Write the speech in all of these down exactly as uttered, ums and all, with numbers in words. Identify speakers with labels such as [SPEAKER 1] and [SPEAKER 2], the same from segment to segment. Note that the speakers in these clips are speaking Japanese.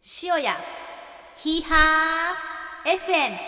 [SPEAKER 1] 塩屋ヒーハー エフエム。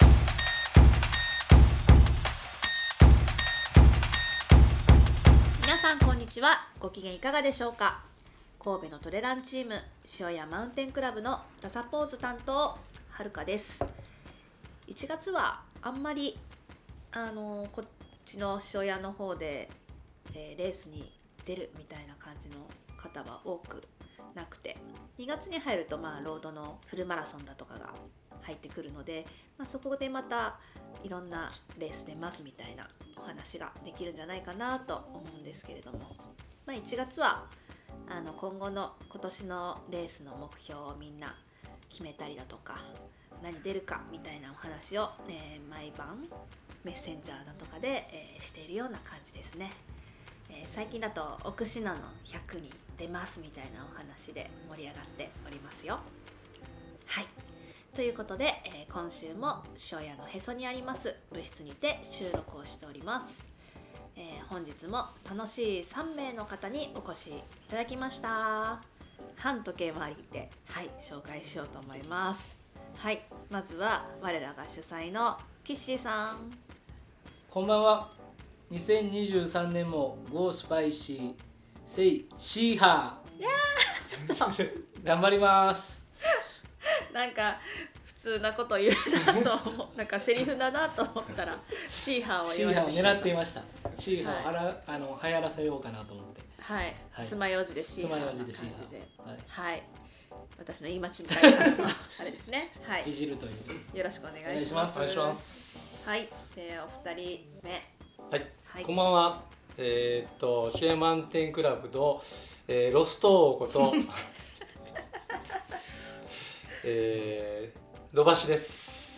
[SPEAKER 1] 皆さんこんにちは。ご機嫌いかがでしょうか。神戸のトレランチーム塩屋マウンテンクラブのダサポーズ担当はるかです。いちがつはあんまりあのこっちの塩屋の方で、えー、レースに出るみたいな感じの方は多くなくて、にがつに入るとまあロードのフルマラソンだとかが入ってくるので、まあ、そこでまたいろんなレース出ますみたいなお話ができるんじゃないかなと思うんですけれども、まあ、いちがつはあの今後の今年のレースの目標をみんな決めたりだとか、何出るかみたいなお話を、えー、毎晩メッセンジャーだとかで、えー、しているような感じですね。えー、最近だと奥信濃のひゃくに出ますみたいなお話で盛り上がっておりますよ。はい、ということで、えー、今週も塩屋のへそにあります部室にて収録をしております。えー、本日も楽しいさんめいの方にお越しいただきました。半時計回りで、はい、紹介しようと思います。はい、まずは我らが主催のキッシーさん。
[SPEAKER 2] こんばんは。にせんにじゅうさんねんもゴースパイシーセイシーハ
[SPEAKER 1] ー。いやーちょっと
[SPEAKER 2] 頑張ります。
[SPEAKER 1] なんか普通なこと言うなと思う。なんかセリフだなと思ったらシーハーを言われて
[SPEAKER 2] シーハーを狙っていました。シーハーを、はい、あの流行らせようかなと思って。
[SPEAKER 1] はい。はい、爪楊枝でシーハーな感じで。
[SPEAKER 2] 爪楊枝でシーハー。はい。
[SPEAKER 1] はい、私の言い間違いのあれですね。はい。
[SPEAKER 2] いじるという。
[SPEAKER 1] よろしくお願いします。
[SPEAKER 2] お願いします。
[SPEAKER 1] はい。でお二人目。
[SPEAKER 3] はい。はい、こんばんは。えー、っと塩屋マウンテンクラブの、えー、ロスト王こと、えー、土橋です。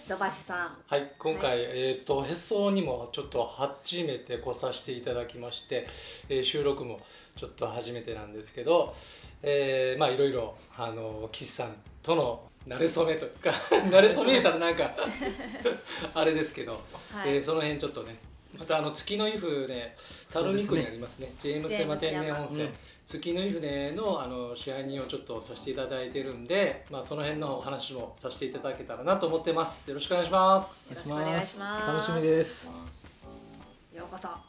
[SPEAKER 1] 土橋さん。
[SPEAKER 3] はい。今回、はい、えー、っとへそにもちょっと初めて来させていただきまして、えー、収録もちょっと初めてなんですけど、えー、まあいろいろあの岸さんとの慣れ初めというか慣れ初めたらなんかあれですけど、はい、えー、その辺ちょっとね。またあの月の湯船、垂水区にありますね、ジェームス山天然温泉、うん、月の湯船 の, あの支配人をちょっとさせていただいてるんで、まあ、その辺のお話もさせていただけたらなと思ってます。よろしくお願いします。
[SPEAKER 1] よろしくお願いします。
[SPEAKER 2] 楽しみです。
[SPEAKER 1] ようこそ。はい、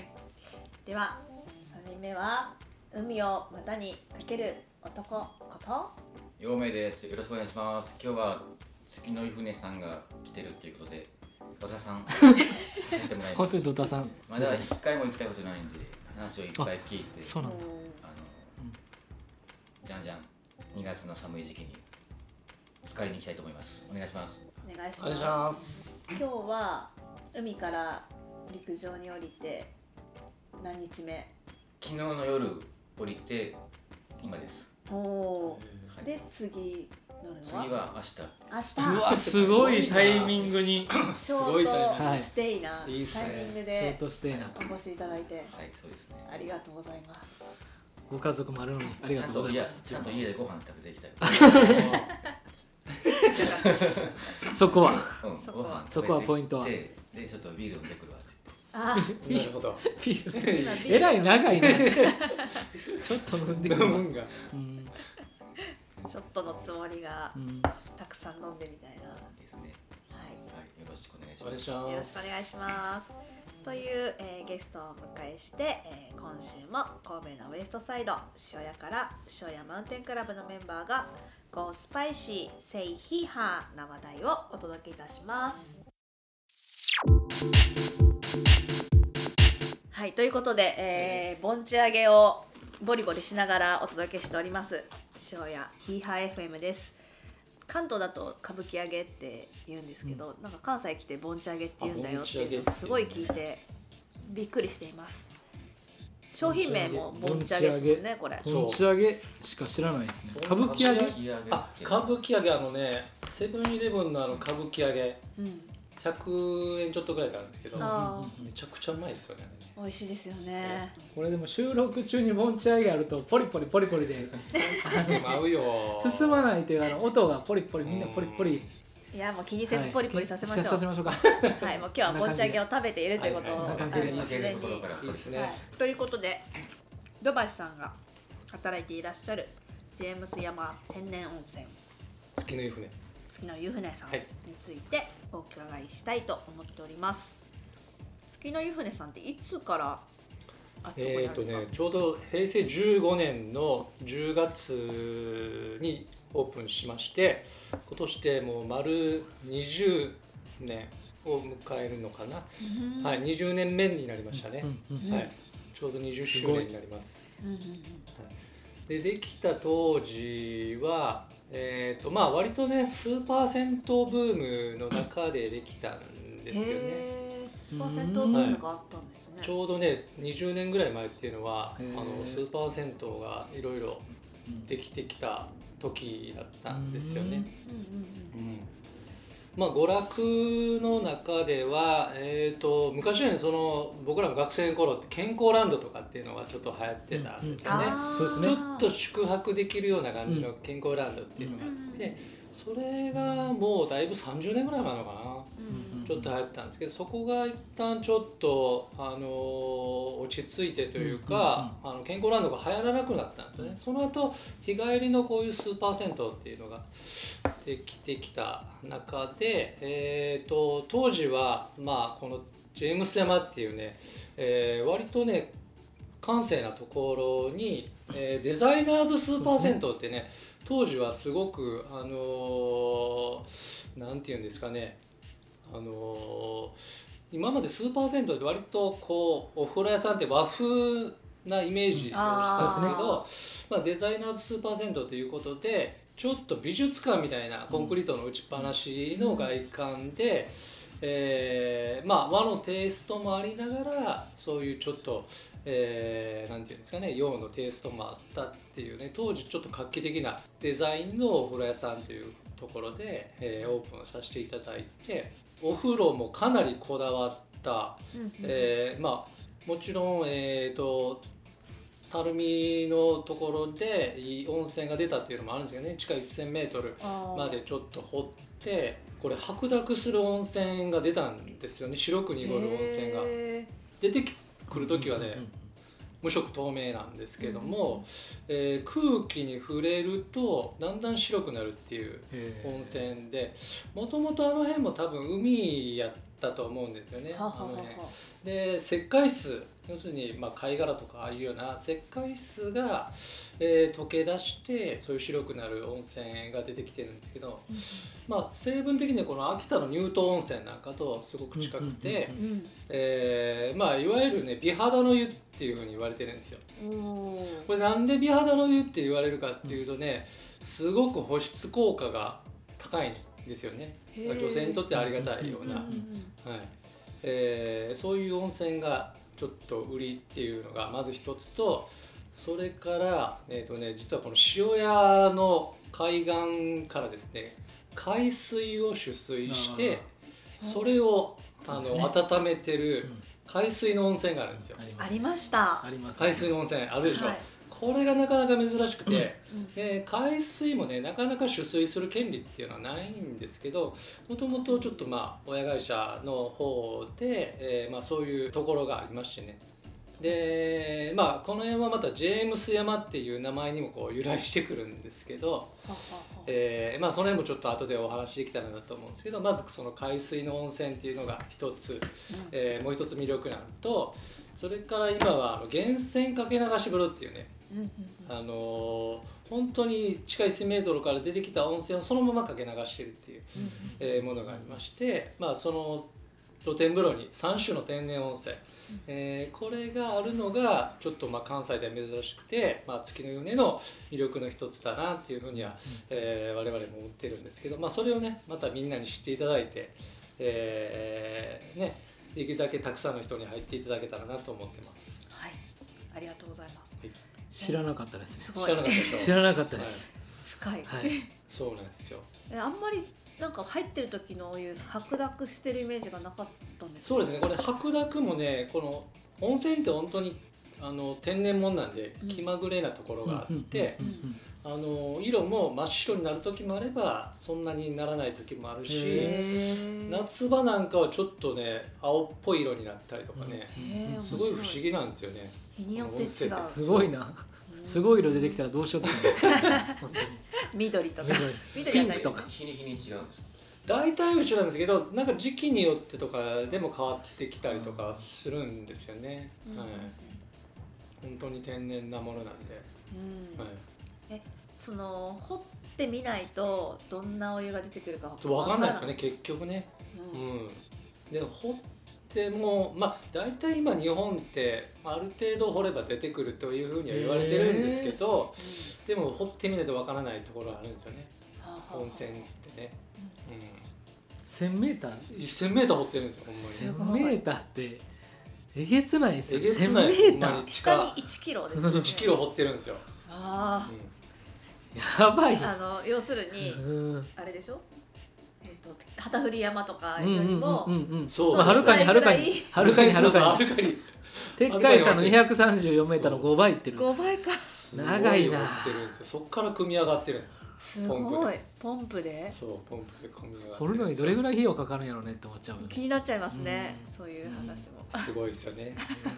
[SPEAKER 1] ではさんにんめは海を股にかける男こと
[SPEAKER 4] 陽明です。よろしくお願いします。今日は月の湯船さんが来てるっていうことでドタさん
[SPEAKER 2] 本当にドタさん
[SPEAKER 4] まだ一回も行きたいことないんで話をいっぱい聞いて、
[SPEAKER 2] そうなんだ。
[SPEAKER 4] あの、うん、じゃんじゃんにがつの寒い時期に疲れに行きたいと思います。お願いします。
[SPEAKER 1] お願いします。ます今日は海から陸上に降りて何日目？
[SPEAKER 4] 昨日の夜降りて今です。
[SPEAKER 1] おお、はい、で次乗るのは
[SPEAKER 4] 次は明日。
[SPEAKER 1] 明日。
[SPEAKER 2] うわすごいタイミングに
[SPEAKER 1] ショートステイなタイミングでお越しいただいて、
[SPEAKER 4] はい、そうですね。
[SPEAKER 1] ありがとうございます。
[SPEAKER 2] ご家族もあるのにありがとうございます。
[SPEAKER 4] ちゃんと家でご飯食べていきたい。
[SPEAKER 2] そこは、
[SPEAKER 4] うん、
[SPEAKER 2] そこはそこはポイントは。
[SPEAKER 4] で、でちょっとビール飲んでくるわって
[SPEAKER 1] あ
[SPEAKER 2] なるほど。ビールえらい長いね。ちょっと飲んでくるわ。うん
[SPEAKER 1] ちょっとのつもりが、うん、たくさん飲んでみたいな
[SPEAKER 4] ですね。
[SPEAKER 1] はい、
[SPEAKER 4] はい、よろしくお願いします。
[SPEAKER 1] よろしくお願いします。という、えー、ゲストをお迎えして、えー、今週も神戸のウエストサイド塩屋から塩屋マウンテンクラブのメンバーが Go Spicy Say Hee Ha な話題をお届けいたします。はい、ということで、えー、盆地上げをボリボリしながらお届けしております塩屋ヒーハー エフエム です。関東だと歌舞伎揚げって言うんですけど、うん、なんか関西来て盆地揚げって言うんだよっていうのをすごい聞いてびっくりしています。商品名も盆地揚げですもんね。これ
[SPEAKER 2] 盆地揚げしか知らないですね。歌舞伎揚げ、
[SPEAKER 3] あ、歌舞伎揚げ、あのねセブンイレブンのあの歌舞伎揚げ、うん、ひゃくえんちょっとぐらいなんですけど、めちゃくちゃうまいですよね。
[SPEAKER 1] 美味しいですよね。
[SPEAKER 2] これでも収録中に盆地揚げあるとポリポリポリポリで
[SPEAKER 3] 合うよ。
[SPEAKER 2] 進まないというあの音がポリポリみんなポリポリ。
[SPEAKER 1] いやもう気にせずポリポリさせましょう。
[SPEAKER 2] させましょうか。
[SPEAKER 1] はい、もう今日は盆地揚げを食べているということを
[SPEAKER 2] 事
[SPEAKER 1] 前に。ということで土橋さんが働いていらっしゃるジェームス山天然温泉
[SPEAKER 3] 月の湯船。
[SPEAKER 1] 月の湯船さん
[SPEAKER 3] はい
[SPEAKER 1] についてお伺いしたいと思っております。月の湯船さんっていつからあそこにあ
[SPEAKER 3] えーと
[SPEAKER 1] るんですか？
[SPEAKER 3] ね、ちょうどへいせいじゅうごねんのじゅうがつにオープンしまして、今年でもう丸にじゅうねんを迎えるのかな、
[SPEAKER 1] うん
[SPEAKER 3] はい、にじゅうねんめになりましたね、
[SPEAKER 2] うんうん
[SPEAKER 1] うん
[SPEAKER 3] はい、ちょうどにじゅっしゅうねんになります
[SPEAKER 1] うんうんうん
[SPEAKER 3] でできた当時は、えーとまあ、割とねスーパー銭湯ブームの中でできたんですよね。
[SPEAKER 1] へー、スーパー銭湯ブームがあったんですね。
[SPEAKER 3] ちょうどねにじゅうねんぐらい前っていうのはあ
[SPEAKER 2] へー
[SPEAKER 3] のスーパー銭湯がいろいろできてきた時だったんですよね。
[SPEAKER 1] うんうん
[SPEAKER 3] うんまあ、娯楽の中では、えー、と昔はねその僕らの学生の頃って健康ランドとかっていうのがちょっと流行ってたんですよね。
[SPEAKER 1] あー
[SPEAKER 2] そうですね
[SPEAKER 3] ちょっと宿泊できるような感じの健康ランドっていうのがあって、それがもうだいぶさんじゅうねんぐらい前なのかな、
[SPEAKER 1] うん
[SPEAKER 3] ちょっと流行ったんですけど、そこが一旦ちょっと、あのー落ち着いてというか、あの健康ランドが流行らなくなったんですよね。その後日帰りのこういうスーパー銭湯っていうのができてきた中で、えー、と当時は、まあ、このジェームス山っていうね、えー割とね閑静なところに、えーデザイナーズスーパー銭湯ってね当時はすごくあのーなんていうんですかね、あのー今までスーパー銭湯って割とこうお風呂屋さんって和風なイメージをしたんですけど、まあ、デザイナーズスーパー銭湯ということでちょっと美術館みたいなコンクリートの打ちっぱなしの外観で、えーまあ、和のテイストもありながらそういうちょっと、えーなんていうんですかね洋のテイストもあったっていうね、当時ちょっと画期的なデザインのお風呂屋さんというところで、えーオープンさせていただいて、お風呂もかなりこだわった、
[SPEAKER 1] うんうん
[SPEAKER 3] えーまあもちろんえっ、と垂水のところでいい温泉が出たっていうのもあるんですけどね、地下せんメートル
[SPEAKER 1] あー
[SPEAKER 3] までちょっと掘ってこれ白濁する温泉が出たんですよね。白く濁る温泉が
[SPEAKER 1] へ
[SPEAKER 3] 出てくる時はね、
[SPEAKER 2] うんうん
[SPEAKER 3] 無色透明なんですけども、えー空気に触れるとだんだん白くなるっていう
[SPEAKER 2] へー
[SPEAKER 3] 温泉で、もともとあの辺も多分海やったと思うんですよね。
[SPEAKER 1] ーはははは
[SPEAKER 3] あの辺で石灰質、要するにまあ貝殻とかああいうような石灰質が、えー溶け出してそういう白くなる温泉が出てきてるんですけど、まあ、成分的にはこの秋田の乳頭温泉なんかとすごく近くて、
[SPEAKER 2] うんうん
[SPEAKER 1] うん
[SPEAKER 3] えーまあ、いわゆるね美肌の湯っていうふうに言われてるんですよ。
[SPEAKER 1] うんおー
[SPEAKER 3] これなんで美肌の湯って言われるかっていうとね、すごく保湿効果が高いんですよね。
[SPEAKER 1] へー
[SPEAKER 3] 女性にとってありがたいような、
[SPEAKER 1] うんうん
[SPEAKER 3] はいえーそういう温泉がちょっと売りっていうのがまず一つと、それから、えーとね、実はこの塩屋の海岸からですね海水を取水して
[SPEAKER 1] あー
[SPEAKER 3] それをあの、
[SPEAKER 2] そうですね
[SPEAKER 3] 温めてる
[SPEAKER 2] うん
[SPEAKER 3] 海水の温泉があるんですよ。
[SPEAKER 2] あります
[SPEAKER 1] ありました
[SPEAKER 2] あります
[SPEAKER 3] 海水の温泉あるでしょ、
[SPEAKER 1] はい
[SPEAKER 3] これがなかなか珍しくて、
[SPEAKER 1] うん
[SPEAKER 3] で海水もねなかなか取水する権利っていうのはないんですけど、もともとちょっとまあ親会社の方で、えーまあ、そういうところがありましてね、でまあこの辺はまたジェームス山っていう名前にもこう由来してくるんですけど、
[SPEAKER 1] ははは
[SPEAKER 3] えーまあ、その辺もちょっと後でお話できたらなと思うんですけど、まずその海水の温泉っていうのが一つ、えーもう一つ魅力なのと、それから今はあの源泉かけ流し風呂っていうね、
[SPEAKER 1] うんうんうん
[SPEAKER 3] あのー本当に地下せんメートルから出てきた温泉をそのままかけ流してるっていう、
[SPEAKER 1] うん
[SPEAKER 3] えーものがありまして、まあ、その露天風呂にさん種の天然温泉、えーこれがあるのがちょっとまあ関西では珍しくて、まあ、月の湯根の魅力の一つだなっていうふうには、えー我々も思ってるんですけど、まあ、それをねまたみんなに知っていただいて、えーね、できるだけたくさんの人に入っていただけたらなと思ってます。
[SPEAKER 1] はいありがとうございます
[SPEAKER 2] 知らなかったですね
[SPEAKER 1] すごい
[SPEAKER 3] 知らなかったでしょ
[SPEAKER 2] 知らなかったです
[SPEAKER 1] 深い
[SPEAKER 2] はい
[SPEAKER 3] そうなんですよ。
[SPEAKER 1] えあんまりなんか入ってる時のお湯白濁してるイメージがなかったんです
[SPEAKER 3] そうですね、これ白濁もね、この温泉って本当にあの天然物なんで
[SPEAKER 1] うん
[SPEAKER 3] 気まぐれなところがあって、
[SPEAKER 2] うんうん
[SPEAKER 3] あの色も真っ白になる時もあればそんなにならない時もあるし、
[SPEAKER 1] へー
[SPEAKER 3] 夏場なんかはちょっとね青っぽい色になったりとかね、
[SPEAKER 1] へー
[SPEAKER 3] すごい不思議なんですよね。
[SPEAKER 1] 日によって違う
[SPEAKER 3] 温泉って
[SPEAKER 2] すごいな
[SPEAKER 1] う
[SPEAKER 2] すごい色出てきたらどうしようって思います本当に
[SPEAKER 1] 緑とか
[SPEAKER 2] 緑
[SPEAKER 1] 緑はないです
[SPEAKER 2] ピンクとか
[SPEAKER 4] 日に日に違うんですか？
[SPEAKER 3] 大体一緒なんですけど、なんか時期によってとかでも変わってきたりとかするんですよね、
[SPEAKER 1] うん
[SPEAKER 3] はい、本当に天然なものなんで、
[SPEAKER 1] うん
[SPEAKER 3] はい、
[SPEAKER 1] えその掘ってみないとどんなお湯が出てくるか
[SPEAKER 3] 分かんないですよね結局ね、
[SPEAKER 1] う
[SPEAKER 3] うんん、で掘ってもまあ大体今日本ってある程度掘れば出てくるというふうには言われてるんですけど、でも掘ってみないと分からないところがあるんですよね、温泉ってね、
[SPEAKER 2] せんメーター
[SPEAKER 3] うん、せんメーター掘ってるんですよほんまに。
[SPEAKER 2] せんメーターってえげつないですよ
[SPEAKER 3] えげつない
[SPEAKER 2] せんメーター
[SPEAKER 3] ほんまに
[SPEAKER 1] 下にいちキロですよね
[SPEAKER 3] いちキロ掘ってるんですよ、
[SPEAKER 1] あ
[SPEAKER 2] やばい
[SPEAKER 1] ああの要するに
[SPEAKER 2] うん
[SPEAKER 1] あれでしょ、えっと旗振り山とか
[SPEAKER 2] うんうん
[SPEAKER 1] よりも
[SPEAKER 2] うんうん
[SPEAKER 3] そう
[SPEAKER 2] まあはるかにはるかにはるかにはるかに
[SPEAKER 3] はるかに
[SPEAKER 2] 鉄海山のにひゃくさんじゅうよんメーターのごばいいってる
[SPEAKER 1] ごばいか
[SPEAKER 2] 長いな
[SPEAKER 3] すご掘ってるんですよ。そこから組み上がってるんですよ。
[SPEAKER 1] す
[SPEAKER 3] ポンプ
[SPEAKER 1] ごい
[SPEAKER 3] で
[SPEAKER 1] ポンプで
[SPEAKER 3] そうポンプで組み上がってるんですよ。
[SPEAKER 2] 掘るのにどれぐらい費用かかるんやろうねって思っちゃう
[SPEAKER 1] 気になっちゃいますね、
[SPEAKER 2] うん
[SPEAKER 1] そういう話も、
[SPEAKER 3] すごいですよね。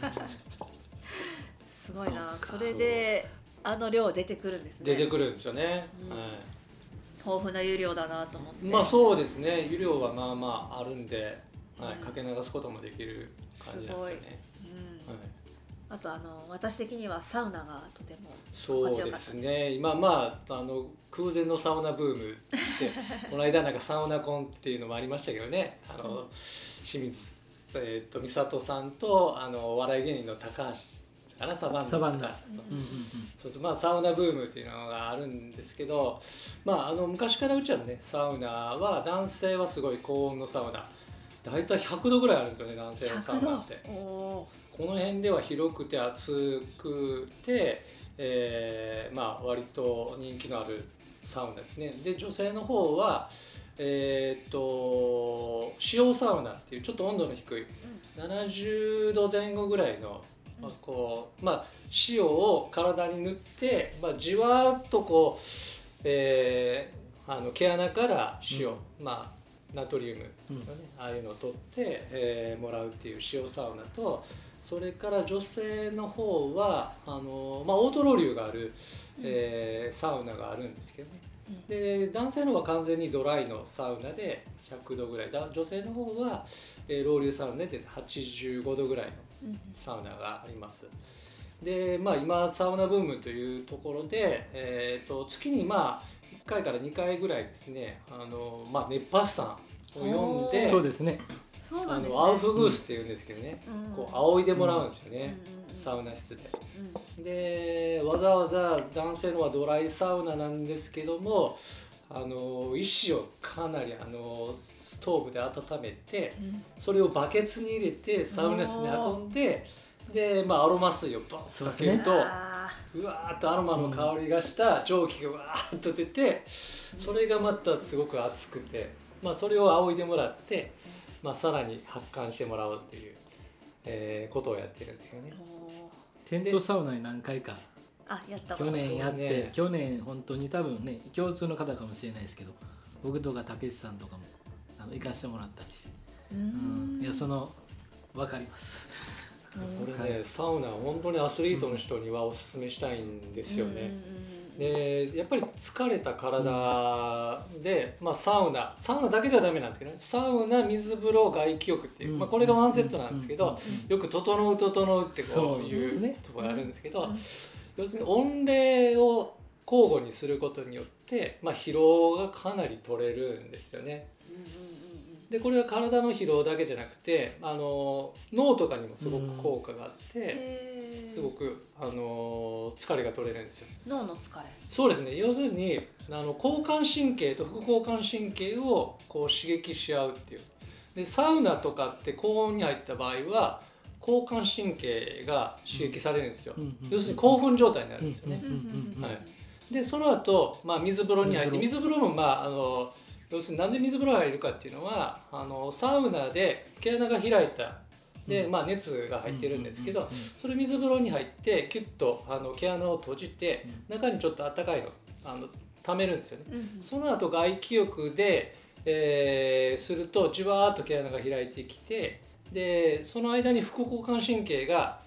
[SPEAKER 1] すごいな
[SPEAKER 2] そっか
[SPEAKER 1] それであの量出てくるんですね
[SPEAKER 3] 出てくるんですよね。
[SPEAKER 1] うん
[SPEAKER 3] はい。
[SPEAKER 1] 豊富な湯量だなと思って
[SPEAKER 3] まあそうですね。湯量はまあまああるんで、はい、
[SPEAKER 1] うん
[SPEAKER 3] かけ流すこともできる感じなんですよね。
[SPEAKER 1] うん
[SPEAKER 3] はい。
[SPEAKER 1] あとあの私的にはサウナがとても
[SPEAKER 3] そう
[SPEAKER 1] 心地よかったです
[SPEAKER 3] ですね。今まああの空前のサウナブームってこの間なんかサウナコンっていうのもありましたけどね。あの、
[SPEAKER 1] うん
[SPEAKER 3] 清水えっ、と美里さんとあのお笑い芸人の高橋かなサバンナ
[SPEAKER 2] サバンナ
[SPEAKER 3] そう
[SPEAKER 2] うんうん
[SPEAKER 3] そうそうまあサウナブームっていうのがあるんですけど、まああの昔からうちはねサウナは男性はすごい高温のサウナ。だいたいひゃくどぐらいあるんですよね男性のサウナって。
[SPEAKER 1] ひゃくどお
[SPEAKER 3] この辺では広くて暑くて、えーまあ、割と人気のあるサウナですね。で女性の方は、えーっと塩サウナっていうちょっと温度の低いななじゅうどぜん後ぐらいの、まあこうまあ、塩を体に塗って、まあ、じわっとこう、えーあの毛穴から塩、まあナトリウムですよね、ああいうのを取って、えーもらうっていう塩サウナと、それから女性の方はあの、まあ、オートロウリュがある、えーサウナがあるんですけどね、で男性の方は完全にドライのサウナでひゃくどぐらいだ、女性の方は、えーロウリュサウナではちじゅうごどぐらいのサウナがあります。でまあ、今サウナブームというところで、えー、と月にまあいっかいからにかいぐらいですね、あの、まあ、熱波師さんを呼んで、
[SPEAKER 2] そうですね
[SPEAKER 1] そうなんですね
[SPEAKER 3] あのアウフグースっていうんですけどね、
[SPEAKER 1] うん
[SPEAKER 3] こう仰いでもらうんですよね、
[SPEAKER 1] うんうんうん
[SPEAKER 3] サウナ室で。
[SPEAKER 1] うん
[SPEAKER 3] でわざわざ男性のはドライサウナなんですけども、あの石をかなりあのストーブで温めて、
[SPEAKER 1] うん
[SPEAKER 3] それをバケツに入れてサウナ室に運んで、で、まあ、アロマ水をバッとかけると、
[SPEAKER 1] あ
[SPEAKER 3] うわーっとアロマの香りがした蒸気がわーっと出て、それがまたすごく熱くて、まあ、それを仰いでもらって、まあ、さらに発汗してもらおうっていう、えーことをやってるんですよね
[SPEAKER 1] ー。おー
[SPEAKER 2] テントサウナに何回か
[SPEAKER 1] あやったこと
[SPEAKER 2] 去年やって、
[SPEAKER 3] ね
[SPEAKER 2] 去年本当に多分ね共通の方かもしれないですけど、僕とかたけしさんとかもあの行かしてもらったりして、
[SPEAKER 1] う
[SPEAKER 2] うん
[SPEAKER 1] ん
[SPEAKER 2] いやその分かります
[SPEAKER 3] これね、
[SPEAKER 2] はい
[SPEAKER 3] サウナは本当にアスリートの人にはおすすめしたいんですよね。
[SPEAKER 1] うんうんうん
[SPEAKER 3] でやっぱり疲れた体で、まあ、サウナサウナだけではダメなんですけどね、サウナ水風呂外気浴っていう、
[SPEAKER 2] うん
[SPEAKER 3] まあ、これがワンセットなんですけど、
[SPEAKER 2] うんうん
[SPEAKER 3] よく「整う整う」ってこ
[SPEAKER 2] そう
[SPEAKER 3] う
[SPEAKER 2] ですね
[SPEAKER 3] いうところがあるんですけど、
[SPEAKER 1] うん
[SPEAKER 3] 要するに温冷を交互にすることによって、まあ、疲労がかなり取れるんですよね。
[SPEAKER 1] うんうんうん
[SPEAKER 3] でこれは体の疲労だけじゃなくて、あの脳とかにもすごく効果があって、
[SPEAKER 1] へー
[SPEAKER 3] すごく、あの疲れが取れるんですよ。
[SPEAKER 1] 脳の疲れ
[SPEAKER 3] そうですね、要するにあの交感神経と副交感神経をこう刺激し合うっていう。でサウナとかって高温に入った場合は交感神経が刺激されるんですよ、
[SPEAKER 2] うんうん
[SPEAKER 3] 要するに興奮状態になるんですよね、
[SPEAKER 2] うんうんうんうん
[SPEAKER 3] はい、でその後、まあ水風呂に入って水風呂もまああの要するになんで水風呂入るかっていうのは、あのサウナで毛穴が開いたで、まあ、熱が入ってるんですけど、それ水風呂に入ってキュッとあの毛穴を閉じて中にちょっと温かいのあの溜めるんですよね、
[SPEAKER 1] うんうん
[SPEAKER 3] その後外気浴で、えーするとじわーっと毛穴が開いてきて、でその間に副交感神経が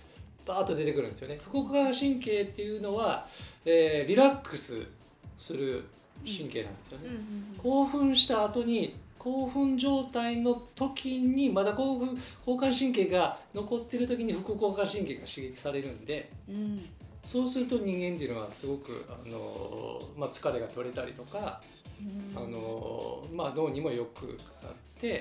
[SPEAKER 3] バーッと出てくるんですよね。副交感神経っていうのは、えーリラックスする神経なんですよね、
[SPEAKER 1] うんうんうん
[SPEAKER 3] 興奮した後に興奮状態の時にまだ興奮交感神経が残ってる時に副交感神経が刺激されるんで、
[SPEAKER 1] うん
[SPEAKER 3] そうすると人間っていうのはすごく、あのーまあ、疲れが取れたりとか、
[SPEAKER 1] うん
[SPEAKER 3] あのーまあ、脳にもよくなって、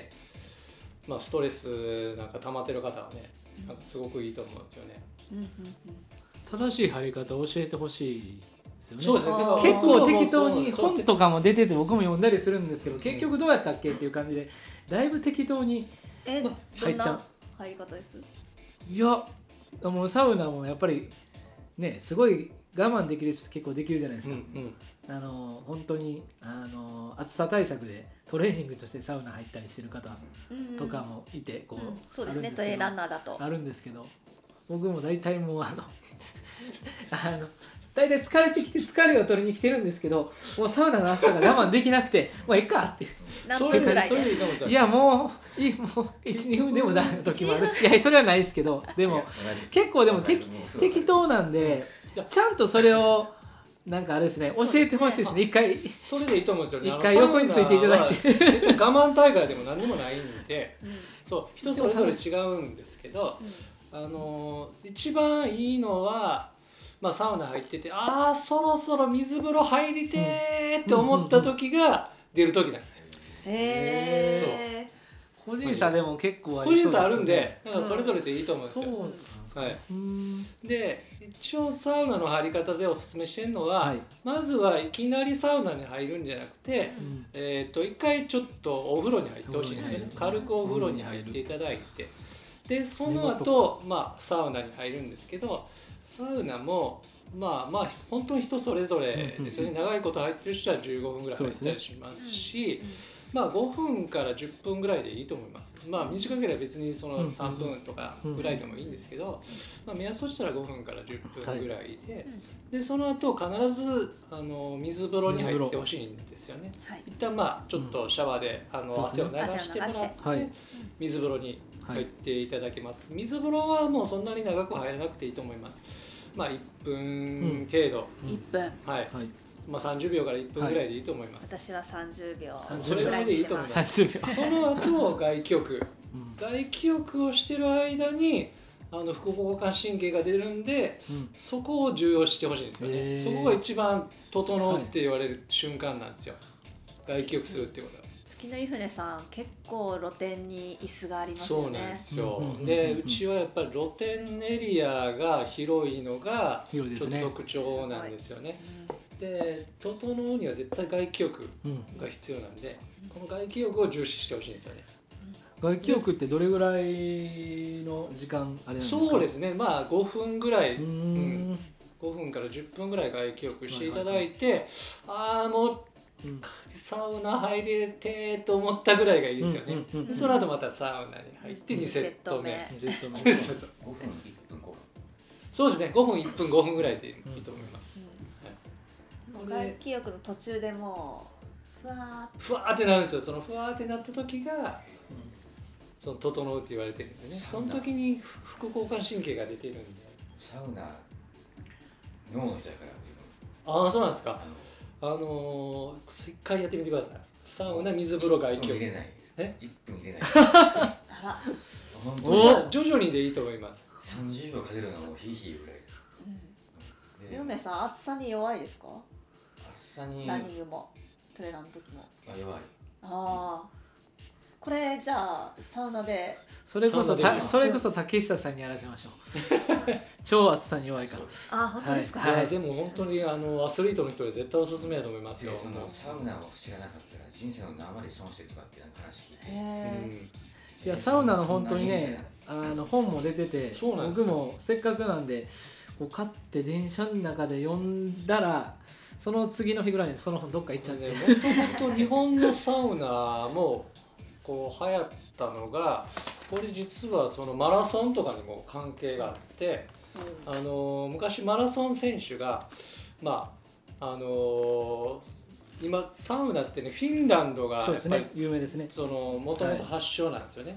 [SPEAKER 3] まあ、ストレスなんか溜まってる方はねなんかすごくいいと思うんですよね。
[SPEAKER 1] うんうん
[SPEAKER 2] 正しい貼り方を教えてほしいですよね。
[SPEAKER 3] そうですね。
[SPEAKER 1] あー
[SPEAKER 2] 結構適当に
[SPEAKER 3] そう
[SPEAKER 2] 本とかも出てて僕も読んだりするんですけど、結局どうやったっけっていう感じでだいぶ適当に
[SPEAKER 1] えどん
[SPEAKER 2] 入っちゃう
[SPEAKER 1] な入り方です？
[SPEAKER 2] いやもうサウナもやっぱりねすごい我慢できる人結構できるじゃないです
[SPEAKER 3] うん
[SPEAKER 2] か、
[SPEAKER 3] うん
[SPEAKER 2] あの本当にあの暑さ対策でトレーニングとしてサウナ入ったりしてる方とかもいてこう、
[SPEAKER 1] うんそうですね、
[SPEAKER 2] あるんけど
[SPEAKER 1] トレイランナーだと。
[SPEAKER 2] あるんですけど僕も大体もうあのあの大体疲れてきて疲れを取りに来てるんですけどもうサウナの暑さが我慢できなくてもういいかって
[SPEAKER 1] 何
[SPEAKER 3] それで
[SPEAKER 1] 分ぐらいで
[SPEAKER 3] それでいいと思うんですよ。
[SPEAKER 2] いやもういいもういちにふんでもダメな時もあるしいやそれはないですけどでも結構でも適適当なんでちゃんとそれをなんかあれですね教えてほしいですね一回
[SPEAKER 3] それでいいと思うんですよね。
[SPEAKER 2] 一回横についていただいて
[SPEAKER 3] て。絶対我慢大会でも何にもないんで、
[SPEAKER 1] うん
[SPEAKER 3] そう人それぞれ違うんですけど、あのー一番いいのは、まあ、サウナ入っててああそろそろ水風呂入りてーって思った時が出る時なんですよ。
[SPEAKER 1] へえ。
[SPEAKER 2] 個人差でも結構あ
[SPEAKER 3] 個人
[SPEAKER 2] りそうですよね
[SPEAKER 3] 差あるんで、だからそれぞれでいいと思うんですよ。
[SPEAKER 2] そうなんですか、
[SPEAKER 3] はい、
[SPEAKER 2] うん
[SPEAKER 3] で一応サウナの入り方でおすすめしてるのは、
[SPEAKER 2] はい
[SPEAKER 3] まずはいきなりサウナに入るんじゃなくて、
[SPEAKER 2] うん
[SPEAKER 3] えー、と一回ちょっとお風呂に入ってほしいんですよね。
[SPEAKER 2] お風呂に入る
[SPEAKER 3] 軽くお風呂に入っていただいて、でその後、まあサウナに入るんですけど、サウナもまあまあ本当に人それぞれですよね。長いこと入ってる人はじゅうごふんぐらい入ったりしますし、まあごふんからじゅっぷんぐらいでいいと思います。まあ短ければ別にそのさんぷんとかぐらいでもいいんですけど、まあ目安としたらごふんからじゅっぷんぐらいで、でその後必ずあの水風呂に入ってほしいんですよね。
[SPEAKER 1] はい。
[SPEAKER 3] 一旦まあちょっとシャワーで、あの汗を流してもらって、
[SPEAKER 2] はい
[SPEAKER 3] 水風呂に入っていただけます。水風呂はもうそんなに長く入らなくていいと思います。まあいっぷん程度、
[SPEAKER 1] 一分。
[SPEAKER 3] はい、
[SPEAKER 2] はい
[SPEAKER 3] まあさんじゅうびょうからいっぷんぐらいでいいと思います。
[SPEAKER 1] 私は三十秒
[SPEAKER 2] 30
[SPEAKER 1] ぐらいにして
[SPEAKER 3] それぐらいでいいと思い
[SPEAKER 1] ま。
[SPEAKER 3] ます
[SPEAKER 2] さんじゅうびょう
[SPEAKER 3] その後外気浴、
[SPEAKER 2] うん
[SPEAKER 3] 外気浴をしてる間にあの副交感神経が出るんで、
[SPEAKER 2] うん
[SPEAKER 3] そこを重要してほしいんですよね。
[SPEAKER 2] へー
[SPEAKER 3] そこが一番整うって言われる瞬間なんですよ。外気浴するっていうことは。
[SPEAKER 1] 月の湯船さん結構露天に椅子があります
[SPEAKER 3] そうなんで
[SPEAKER 1] よね。
[SPEAKER 3] すよ。
[SPEAKER 2] うんうんうんうん
[SPEAKER 3] で、うちはやっぱり露天エリアが広いのがちょっと
[SPEAKER 2] 広いですね
[SPEAKER 3] 特徴なんですよね。
[SPEAKER 1] うん
[SPEAKER 3] で、整うには絶対外気浴
[SPEAKER 2] うん
[SPEAKER 3] が必要なんで、この外気浴を重視してほしいんですよね。
[SPEAKER 2] 外気浴ってどれぐらいの時間あれなんですか？
[SPEAKER 3] そうですね。まあごふんぐらい、
[SPEAKER 2] うー
[SPEAKER 3] うん
[SPEAKER 2] ん
[SPEAKER 3] ごふんからじゅっぷんぐらい外気浴していただいて、ああもう
[SPEAKER 2] うん
[SPEAKER 3] サウナ入れてと思ったぐらいがいいですよね。
[SPEAKER 2] うんうんうん
[SPEAKER 3] でその後またサウナに入ってにセット目。
[SPEAKER 1] に
[SPEAKER 2] セットの
[SPEAKER 3] そうそうそう
[SPEAKER 4] ごふんいっぷんごふん
[SPEAKER 3] そうですね。ごふんいっぷんごふんぐらいでいいと思います。
[SPEAKER 1] もう外気浴の途中でもうふわ
[SPEAKER 3] ふわーってなるんですよ。そのふわーってなった時がその整うって言われてるんでね。その時に副交感神経が出てるんで。
[SPEAKER 4] サウナ脳の人やから自分
[SPEAKER 3] ああそうなんですか。
[SPEAKER 4] あ
[SPEAKER 3] あのー、一回やってみてください。サウナ水風呂外
[SPEAKER 4] の
[SPEAKER 3] 気浴。
[SPEAKER 4] 入れないです
[SPEAKER 3] え
[SPEAKER 4] いっぷん入れない
[SPEAKER 1] ーあら、
[SPEAKER 4] 本当
[SPEAKER 3] ま
[SPEAKER 4] に
[SPEAKER 3] あ徐々にでいいと思います。
[SPEAKER 4] さんじゅうびょうかけるのはもうヒーヒーぐらいで
[SPEAKER 1] ヨメさん暑さに弱いですか？
[SPEAKER 4] 暑さに
[SPEAKER 1] ランニングもトレランの時も。
[SPEAKER 4] あ弱い
[SPEAKER 1] ああ、これじゃあサウナで
[SPEAKER 2] それこそ
[SPEAKER 3] サウナで
[SPEAKER 2] たそれこそ竹下さんにやらせましょう超暑さに弱いから
[SPEAKER 1] あ本当ですか？
[SPEAKER 2] はい
[SPEAKER 3] いやでも本当にあのアスリートの人で絶対おすすめだと思いますよ。
[SPEAKER 4] でそのサウナを知らなかったら人生の何割損してるとかってなんか話聞いて
[SPEAKER 1] へえ。
[SPEAKER 2] いやサウナの本当にねあの本も出てて
[SPEAKER 3] そうなんですよ
[SPEAKER 2] 僕もせっかくなんでこう買って電車の中で読んだらその次の日ぐらいにその本どっか行っちゃって、
[SPEAKER 3] ね、もともと日本のサウナもこう流行ったのがこれ実はそのマラソンとかにも関係があってあの昔マラソン選手がまああの今サウナってねフィンランドがやっぱり
[SPEAKER 2] そうですね有名ですね
[SPEAKER 3] そのもともと発祥なんですよね。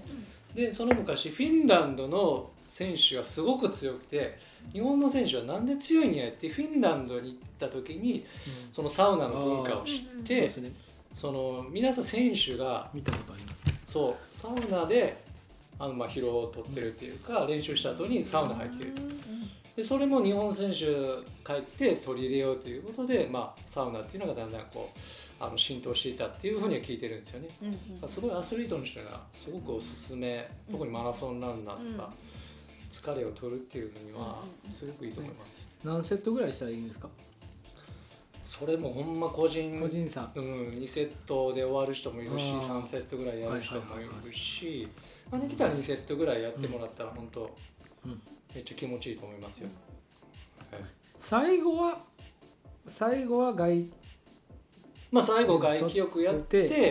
[SPEAKER 3] でその昔フィンランドの選手がすごく強くて、日本の選手はなんで強いんやってフィンランドに行った時に、うん、そのサウナの文化を知って、そうですね、その皆さん選手が
[SPEAKER 2] 見たことあります。
[SPEAKER 3] そうサウナであのまあ疲労を取ってるっていうか、練習した後にサウナ入ってる。でそれも日本選手帰って取り入れようということで、まあ、サウナっていうのがだんだんこうあの浸透していたっていうふうには聞いてるんですよね。うんうん、すごいアスリートの人がすごくおすすめ、特にマラソンランナーとか、うん、疲れを取るっていうのにはすごくいいと思います。
[SPEAKER 2] 何セットぐらいしたらいいんですか？
[SPEAKER 3] それもほんま個人、
[SPEAKER 2] 個人差、
[SPEAKER 3] うん、にセットで終わる人もいるし、さんセットぐらいやる人もいるし、まあ、できたらにセットぐらいやってもらったら本当、うん、めっちゃ気持ちいいと思いますよ。はい、
[SPEAKER 2] 最後は最後は外
[SPEAKER 3] まあ最後外気浴やって、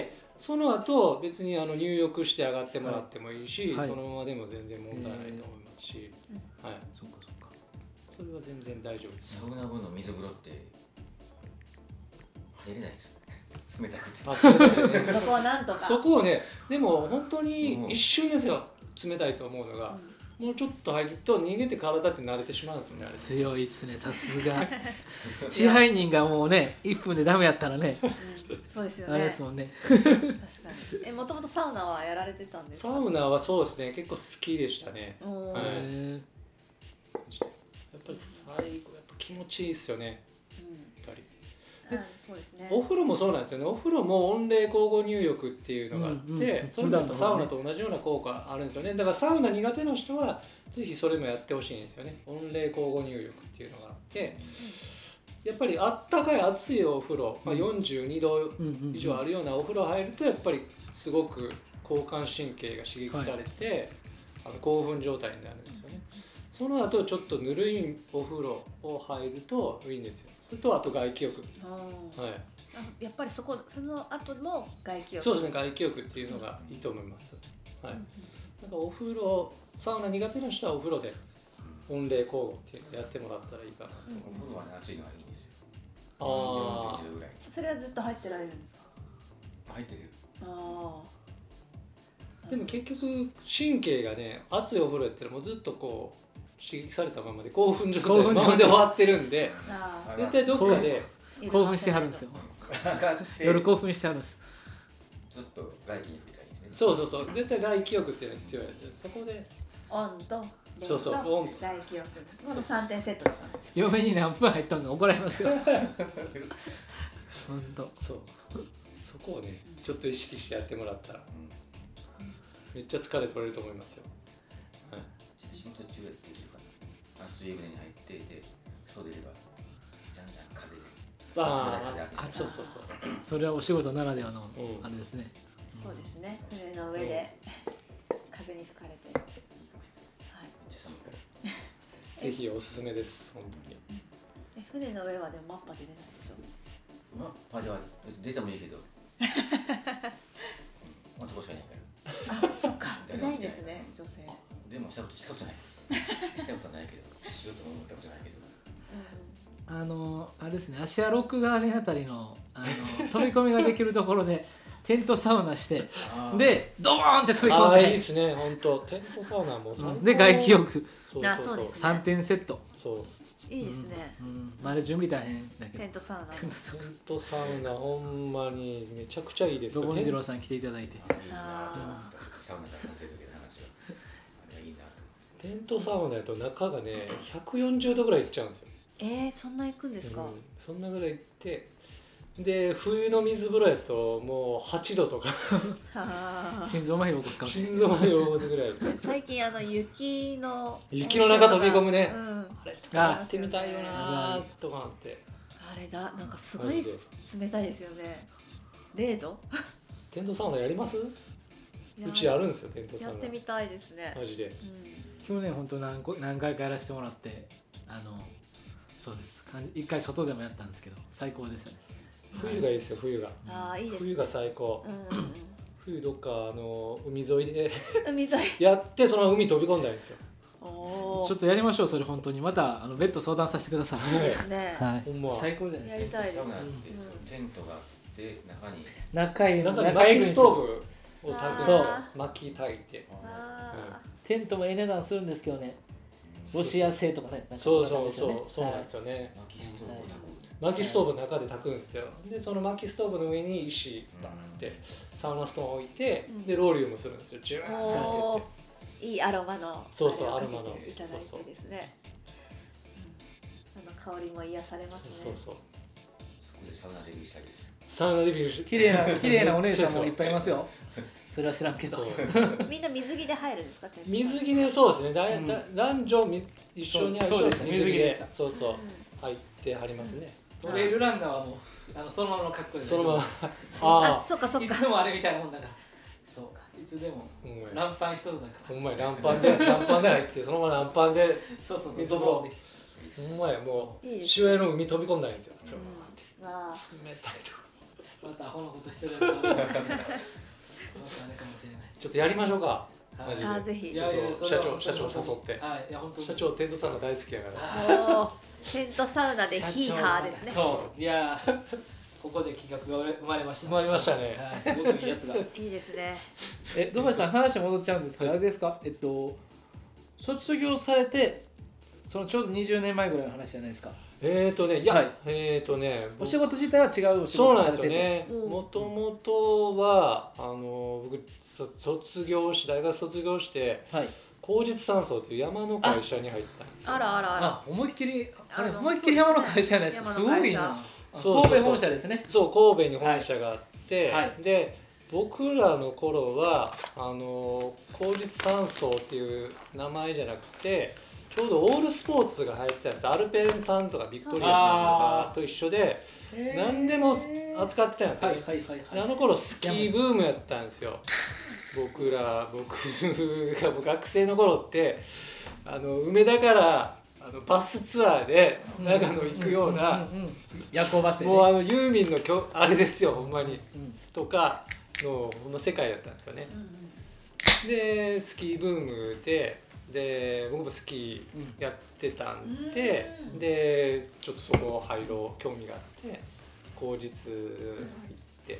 [SPEAKER 3] その後別にあの入浴して上がってもらってもいいし、はい、そのままでも全然問題ないと思いますし、えー、はい、
[SPEAKER 2] そうかそうか、
[SPEAKER 3] それは全然大丈夫です。
[SPEAKER 4] サウナ後の水風呂って入れないですよ冷たくて。
[SPEAKER 1] あ、そこはなんとか
[SPEAKER 3] そこをね、でも本当に一瞬ですよ、冷たいと思うのが、うん、もうちょっと入ると人間って体って慣れてしまうんですよね。あれ
[SPEAKER 2] 強いっすね、さすが支配人がもうねいっぷんでダメやったらね、うん、
[SPEAKER 1] そうですよね、
[SPEAKER 2] あれですもんね
[SPEAKER 1] 確かに。え、もともとサウナはやられてたんですか？
[SPEAKER 3] サウナはそうですね、結構好きでしたね。はい、やっぱり最後やっぱ気持ちいいですよね、うん、やっぱり。
[SPEAKER 1] はい、そうですね。
[SPEAKER 3] お風呂もそうなんですよね。お風呂も温冷交互入浴っていうのがあって、うんうん、それもサウナと同じような効果あるんですよね。だからサウナ苦手な人はぜひそれもやってほしいんですよね。温冷交互入浴っていうのがあって、やっぱりあったかい熱いお風呂、まあ、よんじゅうにど以上あるようなお風呂入るとやっぱりすごく交感神経が刺激されて、はい、あの興奮状態になるんですよね。その後ちょっとぬるいお風呂を入るといいんですよ。それとあと外気浴、はい、
[SPEAKER 1] あ、やっぱりそこその後も外気浴。
[SPEAKER 3] そうですね、外気浴っていうのがいいと思います。はい。なんかお風呂、サウナ苦手な人はお風呂で温冷交互っていうのをやってもらったらいいかなと思います。
[SPEAKER 4] お風呂はね、暑いのはいいんですよ。
[SPEAKER 3] ああ。
[SPEAKER 4] よんじゅうにどぐらい。
[SPEAKER 1] それはずっと入ってられるんですか？
[SPEAKER 4] 入ってる。
[SPEAKER 1] あ
[SPEAKER 3] あ。でも結局神経がね、熱いお風呂やったらもうずっとこう刺激されたままで興奮状態のままで終わってるんで、絶対どっかで
[SPEAKER 2] 興奮してはるんですよ夜興奮してはるんです。
[SPEAKER 4] ずっと外気浴みたいですね。
[SPEAKER 3] そうそうそう、絶対外気浴っていうのが必要なんで、そこで
[SPEAKER 1] 温と冷と外気浴、このさんてんセットです。
[SPEAKER 2] 嫁に何分入ったのか怒られますよ本当。
[SPEAKER 3] そう、そこをねちょっと意識してやってもらったら、うん、めっちゃ疲れ取れると思いますよ。はい、
[SPEAKER 4] 仕事中でできるかな。熱い湯船に入っていて、そう出ればじゃんじゃん風で。
[SPEAKER 3] ああ、そうそうそう。
[SPEAKER 2] それはお仕事ならではのあれですね。
[SPEAKER 1] うん、そうですね。船の上で、うん、風に吹かれて。はい。
[SPEAKER 3] ぜひおすすめです本当に。
[SPEAKER 1] え、船の上はでもマッパで出ないでしょ。
[SPEAKER 4] マッパでは出てもいいけど。男しかいない
[SPEAKER 1] から。あ、そっか。いないんですね、女性。
[SPEAKER 4] でもしたことしたことない。したことないけど、しようと思ったことないけど。
[SPEAKER 2] あのあれですね、アシアロックガーデンあたりのあの飛び込みができるところでテントサウナしてでドーンって飛び込んで、
[SPEAKER 3] あ、いいですね、本当テントサウナも最高
[SPEAKER 2] で外気浴、
[SPEAKER 1] あ、そうですね、
[SPEAKER 2] さんてんセット、
[SPEAKER 3] そう
[SPEAKER 1] いいですね、
[SPEAKER 2] うんうん、まあ、あれ準備大変だけど
[SPEAKER 1] テントサウナ
[SPEAKER 3] テントサウナほんまにめちゃくちゃいいですよ。
[SPEAKER 2] ドボンジローさん来ていただいて、
[SPEAKER 4] あ、サウナが完成だけの話はあれはいいなと。
[SPEAKER 3] テントサウナだと中がねひゃくよんじゅうどぐらいいっちゃうんですよ。
[SPEAKER 1] えー、そんな行くんですか、うん、
[SPEAKER 3] そんなぐらい行って、で冬の水風呂やともうはちどとか
[SPEAKER 2] 心臓麻痺を起こすかもしれない。
[SPEAKER 3] 心臓麻痺を起こすぐらい
[SPEAKER 1] 最近あの雪の
[SPEAKER 3] 雪の中飛び込むね、
[SPEAKER 1] うん、
[SPEAKER 3] あれとかやってみたいよなとかって
[SPEAKER 1] あれだ、なんかすごい冷たいですよね。れいど
[SPEAKER 3] テントサウナやります？うちあるんですよテントサウナ。
[SPEAKER 1] やってみたいですね
[SPEAKER 3] マジで、うん、
[SPEAKER 2] 去年本当何個何回かやらせてもらって、あのそうです、一回外でもやったんですけど最高ですよね。
[SPEAKER 3] 冬がいいですよ、冬が。
[SPEAKER 1] ああ、いいですね、
[SPEAKER 3] 冬が最高、うんうんうん、冬どっかあの海沿いで
[SPEAKER 1] 海沿い
[SPEAKER 3] やってその海飛び込んだんですよ。
[SPEAKER 2] おちょっとやりましょうそれ本当に。またあの別途相談させてください。
[SPEAKER 1] そうですね、
[SPEAKER 2] はい、
[SPEAKER 3] ほんま
[SPEAKER 2] 最高じゃないですか。
[SPEAKER 1] やりたいです、
[SPEAKER 4] テントがあって中に
[SPEAKER 2] 中に
[SPEAKER 3] 中に薪ストーブを炊くんですよ。
[SPEAKER 2] そう
[SPEAKER 3] 薪炊いて。
[SPEAKER 1] あ
[SPEAKER 2] テントもええ値段するんですけどね、ロシア製とかね、なんか
[SPEAKER 3] そう
[SPEAKER 2] んな感
[SPEAKER 3] そう
[SPEAKER 2] じですよね。
[SPEAKER 3] そうそうなんですよね。
[SPEAKER 4] 薪ストーブを炊く。
[SPEAKER 3] 薪ストーブの中で炊くんですよ。でその薪ストーブの上に石バーってサウナストーンを置いて、
[SPEAKER 1] うん
[SPEAKER 3] でロウリュもするんですよ。ジューッ
[SPEAKER 1] ー
[SPEAKER 3] てやって
[SPEAKER 1] おーいいアロマの
[SPEAKER 3] そうそう
[SPEAKER 1] あれをかけ
[SPEAKER 3] アロマの
[SPEAKER 1] ていただいてですね、うん、あの香りも癒されますね。
[SPEAKER 3] そうそう。
[SPEAKER 4] そこでサウナデビューしたりです。
[SPEAKER 3] サウナデビューし
[SPEAKER 2] 綺麗な綺麗なお姉さんもいっぱいいますよ。それは知らんけど。
[SPEAKER 3] そう
[SPEAKER 1] みんな水着で入るんですか？テント
[SPEAKER 3] 水着でそうですね。だい
[SPEAKER 2] うん
[SPEAKER 3] だ男女み一緒に入ると
[SPEAKER 2] そうです
[SPEAKER 3] 水着で
[SPEAKER 2] 水着でした
[SPEAKER 3] そうそう入ってはりますね。
[SPEAKER 2] トレイルランナーはもうあのそのままの格好で
[SPEAKER 3] そのまま
[SPEAKER 1] あ
[SPEAKER 3] あ
[SPEAKER 1] そっかそっか。
[SPEAKER 2] いつもあれみたいなもんだから。そうか。いつでも
[SPEAKER 3] あ、ほんまや
[SPEAKER 2] ランパン一つだから。
[SPEAKER 3] ほんまやランパンでランパンで入ってそのままランパンで
[SPEAKER 2] そうそう。
[SPEAKER 3] 水
[SPEAKER 2] 水風呂で。
[SPEAKER 3] ほんまやもう
[SPEAKER 1] いいです
[SPEAKER 3] 塩屋の海飛び込んだんですよ。
[SPEAKER 1] うんあー
[SPEAKER 3] 冷たいとこ。
[SPEAKER 2] またアホなことしてるやつは。またあれかもしれない。
[SPEAKER 3] ちょっとやりましょうか。マジで
[SPEAKER 1] あーぜひ。
[SPEAKER 2] いやいや
[SPEAKER 3] ちょっと
[SPEAKER 2] それは
[SPEAKER 3] 社長社長誘って
[SPEAKER 2] はいいや本当に
[SPEAKER 3] 社長テントサウナ大好きやから。
[SPEAKER 1] おーテントサウナでヒーハーですね。
[SPEAKER 2] そういやここで企画が生まれました
[SPEAKER 3] 生まれましたね
[SPEAKER 2] はいすごくいいやつが
[SPEAKER 1] いいですね。
[SPEAKER 2] え土橋さん話戻っちゃうんですけど、
[SPEAKER 3] はい
[SPEAKER 2] あれですかえっと卒業されてそのちょうどにじゅうねんまえぐらいの話じゃないですか。
[SPEAKER 3] えーとねいや、
[SPEAKER 2] はい
[SPEAKER 3] えーとね
[SPEAKER 2] お仕事自体は違うお仕
[SPEAKER 3] そうなんです
[SPEAKER 2] 事されてて、
[SPEAKER 3] よね
[SPEAKER 1] うん
[SPEAKER 3] もともとはあの僕そ卒業し大学卒業して
[SPEAKER 2] はい
[SPEAKER 3] 高実山荘という山の会社に入ったんですよ。
[SPEAKER 1] あらあらあら。
[SPEAKER 2] あ思いっきりあれ
[SPEAKER 1] あの
[SPEAKER 2] 思いっきり山の会社じゃないですか。す
[SPEAKER 1] そうですね
[SPEAKER 2] ごいな
[SPEAKER 1] 山の
[SPEAKER 2] あ
[SPEAKER 3] そうそうそう
[SPEAKER 2] 神戸本社ですね。
[SPEAKER 3] そう神戸に本社があって、
[SPEAKER 2] はい
[SPEAKER 3] で僕らの頃はあの高実山荘っていう名前じゃなくてちょうどオールスポーツが流行ってたんですアルペンさんとかビクトリアさんとかと一緒で何でも扱ってたんですよ、
[SPEAKER 2] はいはいはい
[SPEAKER 3] であ
[SPEAKER 2] はい。
[SPEAKER 3] の頃スキーブームやったんですよ僕ら僕がもう学生の頃ってあの梅田からあのバスツアーで長野行くような
[SPEAKER 2] うんうんうんうん夜行バスでね。
[SPEAKER 3] もうあのユーミンのきょあれですよほんまに
[SPEAKER 2] うん
[SPEAKER 3] とかのこの世界だったんですよね
[SPEAKER 1] うんうん
[SPEAKER 3] でスキーブームでで僕もスキーやってたんで、
[SPEAKER 1] うん
[SPEAKER 3] でちょっとそこ入ろう興味があって口実入って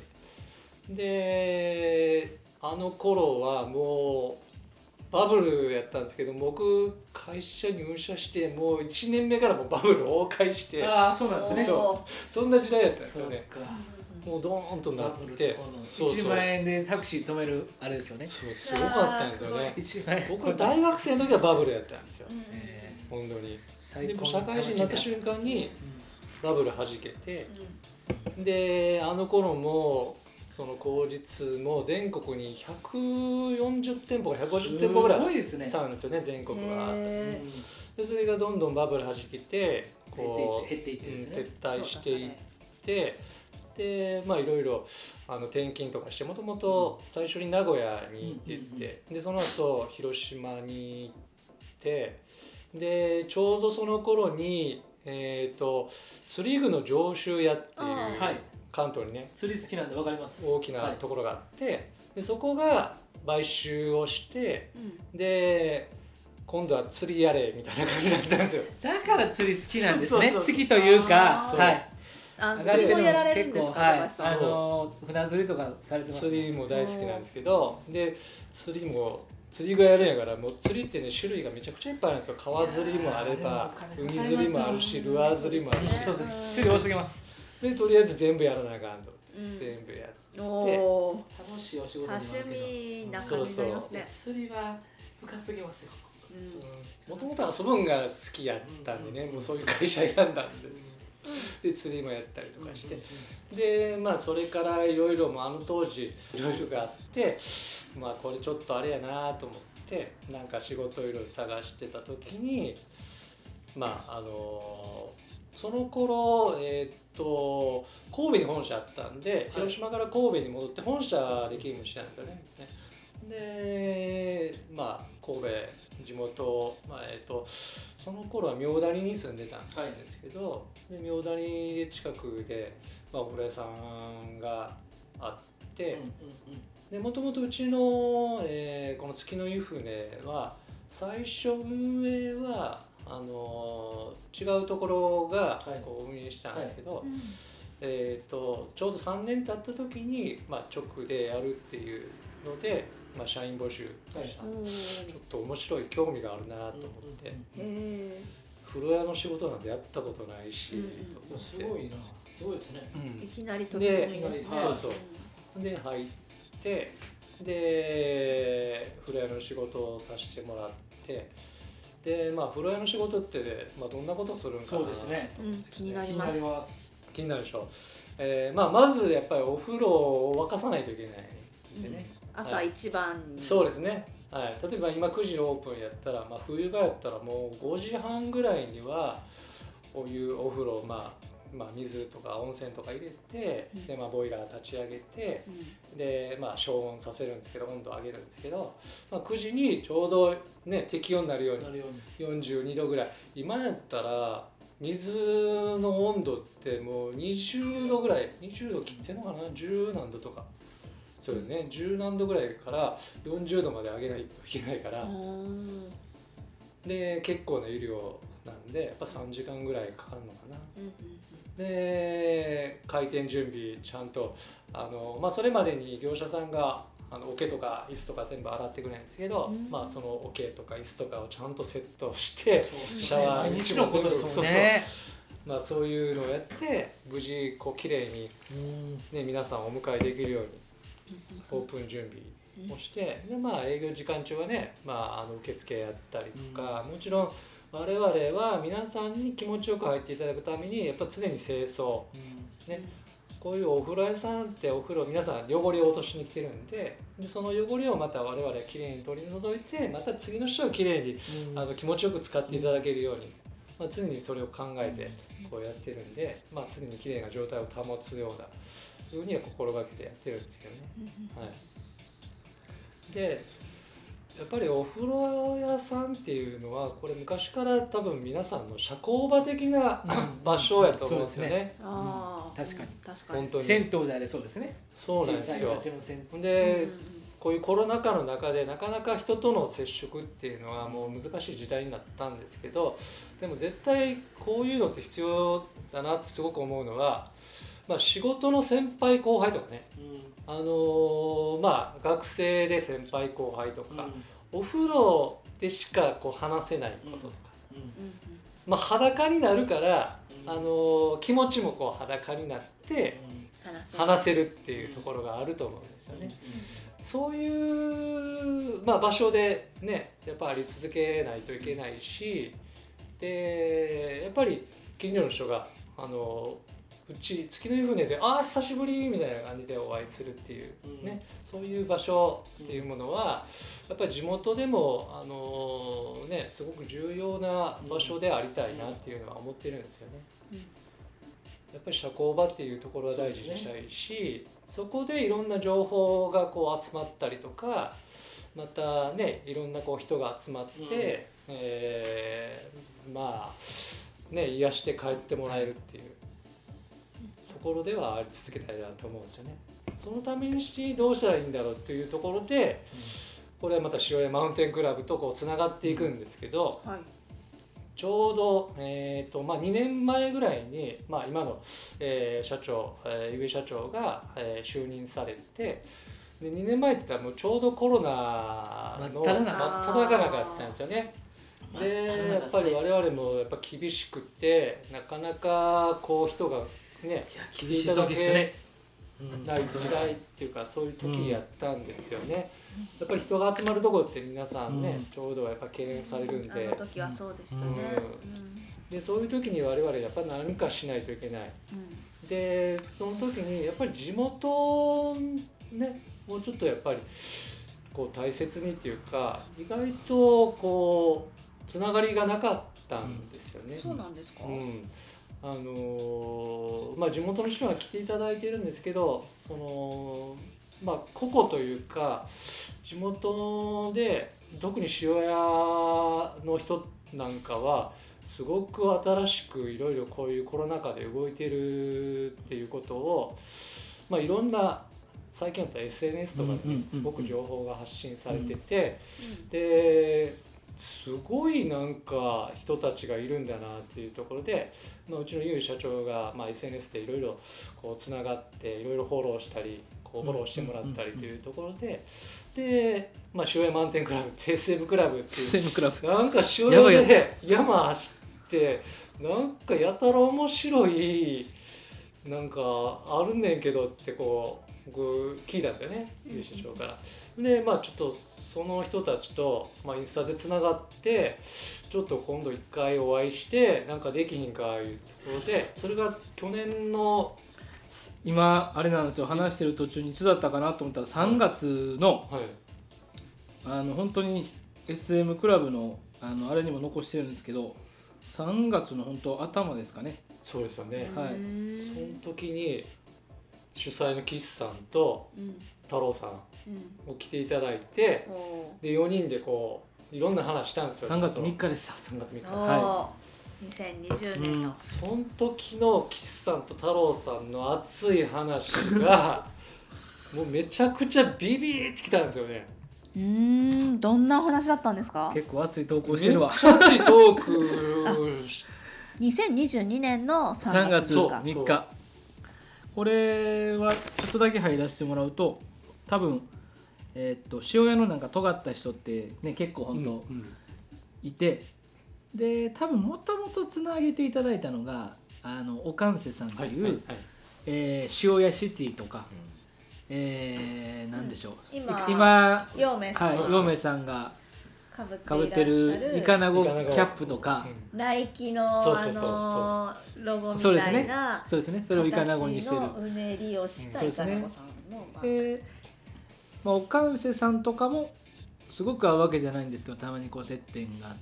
[SPEAKER 3] であの頃はもうバブルやったんですけど僕会社入社してもういちねんめからもうバブル崩壊して
[SPEAKER 2] ああそうなんですね。
[SPEAKER 3] そそんな時代やったんです
[SPEAKER 2] そう
[SPEAKER 3] よね
[SPEAKER 2] か。
[SPEAKER 3] もうドーンとな
[SPEAKER 2] バ
[SPEAKER 3] って
[SPEAKER 2] ブルとこの
[SPEAKER 3] そうそう
[SPEAKER 2] いちまん円でタクシー止めるあれですよね。
[SPEAKER 3] そうすごかったんですよね
[SPEAKER 2] いちまん円。
[SPEAKER 3] 僕は大学生の時はバブルやったんですよ
[SPEAKER 1] うんうん
[SPEAKER 2] えー
[SPEAKER 3] 本当に
[SPEAKER 2] 最高
[SPEAKER 3] でも社会人になった瞬間にバブル弾けてであの頃もその口実も全国にひゃくよんじゅってんぽかひゃくごじゅってんぽぐらい
[SPEAKER 2] すごいですね
[SPEAKER 3] あっ。たんですよね全国は
[SPEAKER 1] へ
[SPEAKER 3] でそれがどんどんバブル弾けてこう
[SPEAKER 2] 減っていって減っていってですね
[SPEAKER 3] うん撤退していってでまあいろいろあの転勤とかしてもともと最初に名古屋に行っててでその後広島に行ってでちょうどその頃にえーと釣り具の上州屋っていう
[SPEAKER 1] あ
[SPEAKER 2] ーはい
[SPEAKER 3] 関東にね
[SPEAKER 2] 釣り好きなんでわかります。
[SPEAKER 3] 大きなところがあって、でそこが買収をして
[SPEAKER 1] うん
[SPEAKER 3] で今度は釣りやれみたいな感じだったんですよ。
[SPEAKER 2] だから釣り好きなんですね。
[SPEAKER 3] そうそうそう
[SPEAKER 2] 好きというか、
[SPEAKER 1] あー
[SPEAKER 2] はい。
[SPEAKER 1] あ
[SPEAKER 2] 上がってるの
[SPEAKER 1] 釣りもやられるんですか、
[SPEAKER 2] 結構はい。
[SPEAKER 1] 高橋さん
[SPEAKER 2] あのー船釣りとかされてますね。
[SPEAKER 3] 釣りも大好きなんですけどで釣りも釣りがやるんやからもう釣りってね種類がめちゃくちゃいっぱいあるんですよ。川釣りもあれば
[SPEAKER 2] いやーでもお金かかりますよ
[SPEAKER 3] 海釣りもあるしルアー釣りもあるし
[SPEAKER 2] そうですね。種類多すぎます。
[SPEAKER 3] でとりあえず全部やらなあかんと、
[SPEAKER 1] うん
[SPEAKER 3] 全部やって
[SPEAKER 1] おお
[SPEAKER 2] 楽しいお仕事
[SPEAKER 1] 多
[SPEAKER 2] でもあるけど。
[SPEAKER 1] 趣味な感じになりますね。
[SPEAKER 2] 釣りは深すぎますよ。
[SPEAKER 1] うん
[SPEAKER 3] もともと遊ぶんが好きやったんでね、
[SPEAKER 2] うん
[SPEAKER 3] もうそういう会社選んだんですで釣りもやったりとかして、でまあそれからいろいろもあの当時いろいろがあってまあこれちょっとあれやなと思ってなんか仕事をいろいろ探してた時にまああのその頃えーっと神戸に本社あったんで広島から神戸に戻って本社で勤務してたんですよね。でまあ神戸地元、まあえー、とその頃は明谷に住んでたんですけど、で明谷で近くで、まあ、お風呂屋さんがあって、
[SPEAKER 2] うんうんうん
[SPEAKER 3] でもともとうちの、えーこの月の湯船は最初運営はあのー違うところが
[SPEAKER 2] はい
[SPEAKER 3] こう運営したんですけど、
[SPEAKER 1] うん
[SPEAKER 3] えー、とちょうどさんねん経った時に、まあ、直でやるっていうので、まあ、社員募集した、はい、ちょっと面白い興味があるなと思って、うんうんうん、へ風呂屋の仕事なんてやったことないし、うんうん、と思って
[SPEAKER 2] すごいなすごいですね、
[SPEAKER 1] うん、いきなり飛び込みですね。
[SPEAKER 3] そうそう、で入ってで風呂屋の仕事をさせてもらってで、まあ、風呂屋の仕事って、ね、まあ、どんなことするんかな。
[SPEAKER 2] そうですね、
[SPEAKER 1] うん、気になります。気になります。
[SPEAKER 3] 気になるでしょ。えーまあ、まずやっぱりお風呂を沸かさないといけないでね、
[SPEAKER 1] うん、朝一番に、
[SPEAKER 3] はい、そうですね、はい、例えば今くじのオープンやったら、まあ、冬場やったらもうごじはんぐらいにはお湯お風呂、まあまあ、水とか温泉とか入れて、うん、でまあ、ボイラー立ち上げて、うん、でまあ、消温させるんですけど温度を上げるんですけど、まあ、くじにちょうど、ね、適温になるようによんじゅうにどぐらい。今やったら水の温度ってもうにじゅうどぐらいにじゅうど切ってんのかなじゅうなんどとかそれねじゅうなんどぐらいからよんじゅうどまで上げないといけないからで結構な湯量なんでやっぱさんじかんぐらいかかるのかな、うんうん、で開店準備ちゃんとあの、まあ、それまでに業者さんがあの桶とか椅子とか全部洗ってくれるんですけど、うん、まあ、その桶とか椅子とかをちゃんとセットしてシャワーに
[SPEAKER 2] のことですもんね。
[SPEAKER 3] まあ、そういうのをやって無事こう綺麗に、ね、皆さんをお迎えできるようにオープン準備をしてで、まあ、営業時間中はね、まあ、あの受付やったりとか、もちろん我々は皆さんに気持ちよく入っていただくためにやっぱ常に清掃、ね、こういうお風呂屋さんってお風呂皆さん汚れを落としに来てるん で, でその汚れをまた我々はきれいに取り除いてまた次の人はきれいに、うん、あの気持ちよく使っていただけるように、まあ、常にそれを考えてこうやってるんで、まあ、常にきれいな状態を保つようなふうには心がけてやってるんですけどね、はい、でやっぱりお風呂屋さんっていうのはこれ昔から多分皆さんの社交場的な場所やと思うんですよね。
[SPEAKER 2] あ、確かに
[SPEAKER 1] 確かに
[SPEAKER 2] 本当に銭湯であれそうですね。
[SPEAKER 3] そうなんですよ。で、こういうコロナ禍の中でなかなか人との接触っていうのはもう難しい時代になったんですけど、でも絶対こういうのって必要だなってすごく思うのは、まあ、仕事の先輩後輩とかね、うん、あのー、まあ学生で先輩後輩とか、うん、お風呂でしかこう話せないこととか、うんうん、まあ、裸になるから、うん、あのー、気持ちもこう裸になって、うん、話せるっていうところがあると思うんですよね、うんうん、そういう、まあ、場所でねやっぱあり続けないといけないし、でやっぱり近所の人があのーうち月の湯船でああ久しぶりみたいな感じでお会いするっていう、ね、うん、そういう場所っていうものはやっぱり地元でも、あのーね、すごく重要な場所でありたいなっていうのは思ってるんですよね、うん、やっぱり社交場っていうところは大事にしたいし そ,、ね、そこでいろんな情報がこう集まったりとかまたねいろんなこう人が集まって、うん、えー、まあね癒して帰ってもらえるっていうところではあり続けたいなと思うんですよね。そのためにどうしたらいいんだろうっていうところで、うん、これはまた塩屋マウンテンクラブとこうつながっていくんですけど、うん、はい、ちょうど、えーとまあ、にねんまえぐらいに、まあ、今の、えー、社長、えー、ゆえ社長が、えー、就任されてでにねんまえって言ったらもうちょうどコロナの真っ只中だったんですよね。でやっぱり我々もやっぱ厳しくてなかなかこう人がね、
[SPEAKER 2] 厳しい時ですね。
[SPEAKER 3] ない時代っていうかそういう時やったんですよね、うん、やっぱり人が集まるところって皆さんね、うん、ちょうどやっぱ懸念されるんで、
[SPEAKER 1] あの時はそうでしたね、
[SPEAKER 3] うん、でそういう時に我々やっぱ何かしないといけない、うん、でその時にやっぱり地元ねもうちょっとやっぱりこう大切にっていうか意外とこうつながりがなかったんですよね、
[SPEAKER 1] うん、そうなんですか、
[SPEAKER 3] うん、あのーまあ、地元の人が来ていただいてるんですけどその、まあ、個々というか地元で特に塩屋の人なんかはすごく新しくいろいろこういうコロナ禍で動いてるっていうことを、まあ、いろんな最近だったら エスエヌエス とかですごく情報が発信されてて、ですごいなんか人たちがいるんだなっていうところで、まあ、うちのゆう社長がまあ エスエヌエス でいろいろこうつながっていろいろフォローしたりこうフォローしてもらったりというところで、で、まあ、塩屋マウンテンクラブって エスエム クラブっていう
[SPEAKER 2] エスエム クラブ
[SPEAKER 3] なんか塩屋で山走ってなんかやたら面白いなんかあるねんけどってこう僕聞いたんですよね、優社長から。でまあちょっとその人たちと、まあ、インスタでつながってちょっと今度一回お会いしてなんかできひんかいうところで、それが去年の
[SPEAKER 2] 今あれなんですよ、話してる途中にいつだったかなと思ったらさんがつの、
[SPEAKER 3] はい、
[SPEAKER 2] あの本当に エスエム クラブのあのあれにも残してるんですけど、さんがつの本当頭ですかね。
[SPEAKER 3] そうですよね、
[SPEAKER 2] はい、
[SPEAKER 3] その時に主催の岸さんと太郎さんを来ていただいて、うん、でよにんでこういろんな話したんですよ。
[SPEAKER 2] さんがつみっかですよ。
[SPEAKER 3] さんがつみっか、
[SPEAKER 1] はい、にせんにじゅうねんの、
[SPEAKER 3] うん、その時の岸さんと太郎さんの熱い話がもうめちゃくちゃビビーってきたんですよね。
[SPEAKER 1] うーん、どんなお話だったんですか？
[SPEAKER 2] 結構熱い投稿してるわ。
[SPEAKER 3] めっちゃ熱いトーク
[SPEAKER 1] にせんにじゅうにねんのさんがつ
[SPEAKER 2] みっか、これはちょっとだけ入らせてもらうと、多分、えー、っと塩屋のなんか尖った人って、ね、結構本当いて、うんうん、で多分もともとつなげていただいたのがあのおかんせさんという、はいはいはい、えー、塩屋シティとか、うん、えー、なんでしょう、
[SPEAKER 1] うん、今
[SPEAKER 2] 今
[SPEAKER 1] 陽明さん、
[SPEAKER 2] はい、陽明さんがかぶってるイカナゴキャップとか、
[SPEAKER 1] ナイキのあのロゴみたいな、
[SPEAKER 2] そうですね、それをイカナゴにしてる
[SPEAKER 1] うねりをしたイカナゴさんのマーク、
[SPEAKER 2] えーまあ、おかんせさんとかもすごく合うわけじゃないんですけど、たまにこう接点があって、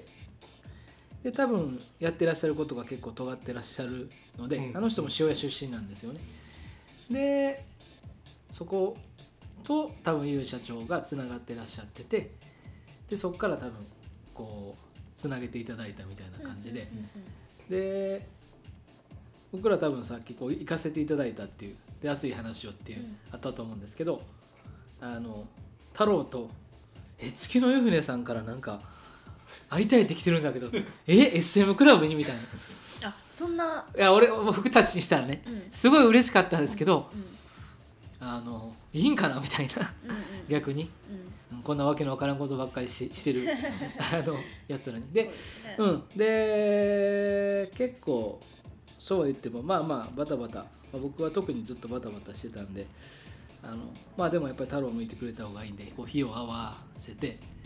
[SPEAKER 2] で多分やってらっしゃることが結構尖ってらっしゃるので、うん、あの人も塩屋出身なんですよね。でそこと多分ゆう社長がつながってらっしゃってて、でそこから多分こうつなげていただいたみたいな感じで、で僕ら多分さっきこう行かせていただいたっていうで熱い話をっていう、うん、あったと思うんですけど、あの太郎とえ月の湯船さんからなんか会いたいって来てるんだけどえ エスエム クラブにみたいな、
[SPEAKER 1] あそんな、
[SPEAKER 2] いや俺僕たちにしたらね、うん、すごい嬉しかったんですけど、うんうん、あのいいんかなみたいな、うんうん、逆に、うん、こんなわけのわからんことばっかり し, してるあのやつらにで、ね、うん、で結構そうは言ってもまあまあバタバタ、まあ、僕は特にずっとバタバタしてたんで、あのまあでもやっぱり太郎を向いてくれた方がいいんでこう日を合わせて、うん、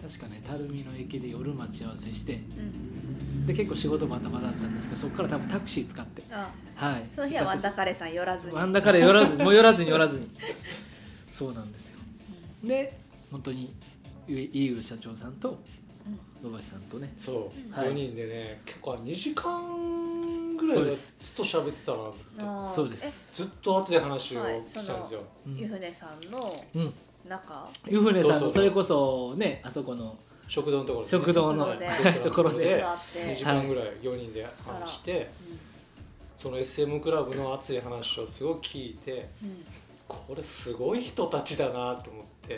[SPEAKER 2] 確かね垂水の駅で夜待ち合わせして、うん、で結構仕事バタバタだったんですけど、そこから多分タクシー使って、
[SPEAKER 1] あ
[SPEAKER 2] あ、はい、
[SPEAKER 1] その日はワンダカレさん寄らずに
[SPEAKER 2] ワンダカレ寄らずにもう寄らずに寄らずにそうなんですよ、うん、で本当に井上社長さんと土橋さんとね、
[SPEAKER 3] そう、はい、よにんでね結構にじかんぐらいずっと喋ってたな。
[SPEAKER 2] そうです、
[SPEAKER 3] ずっと熱い話をしたんですよ、はい、
[SPEAKER 1] 湯船さんの中、
[SPEAKER 2] うん、湯船さんのそれこそね、あそこの
[SPEAKER 3] 食堂のところで、ね、
[SPEAKER 2] 食堂のところで
[SPEAKER 3] にじかんぐらいよにんで話して、はい、その エスエム クラブの熱い話をすごく聞いて、うん、これすごい人たちだなと思って、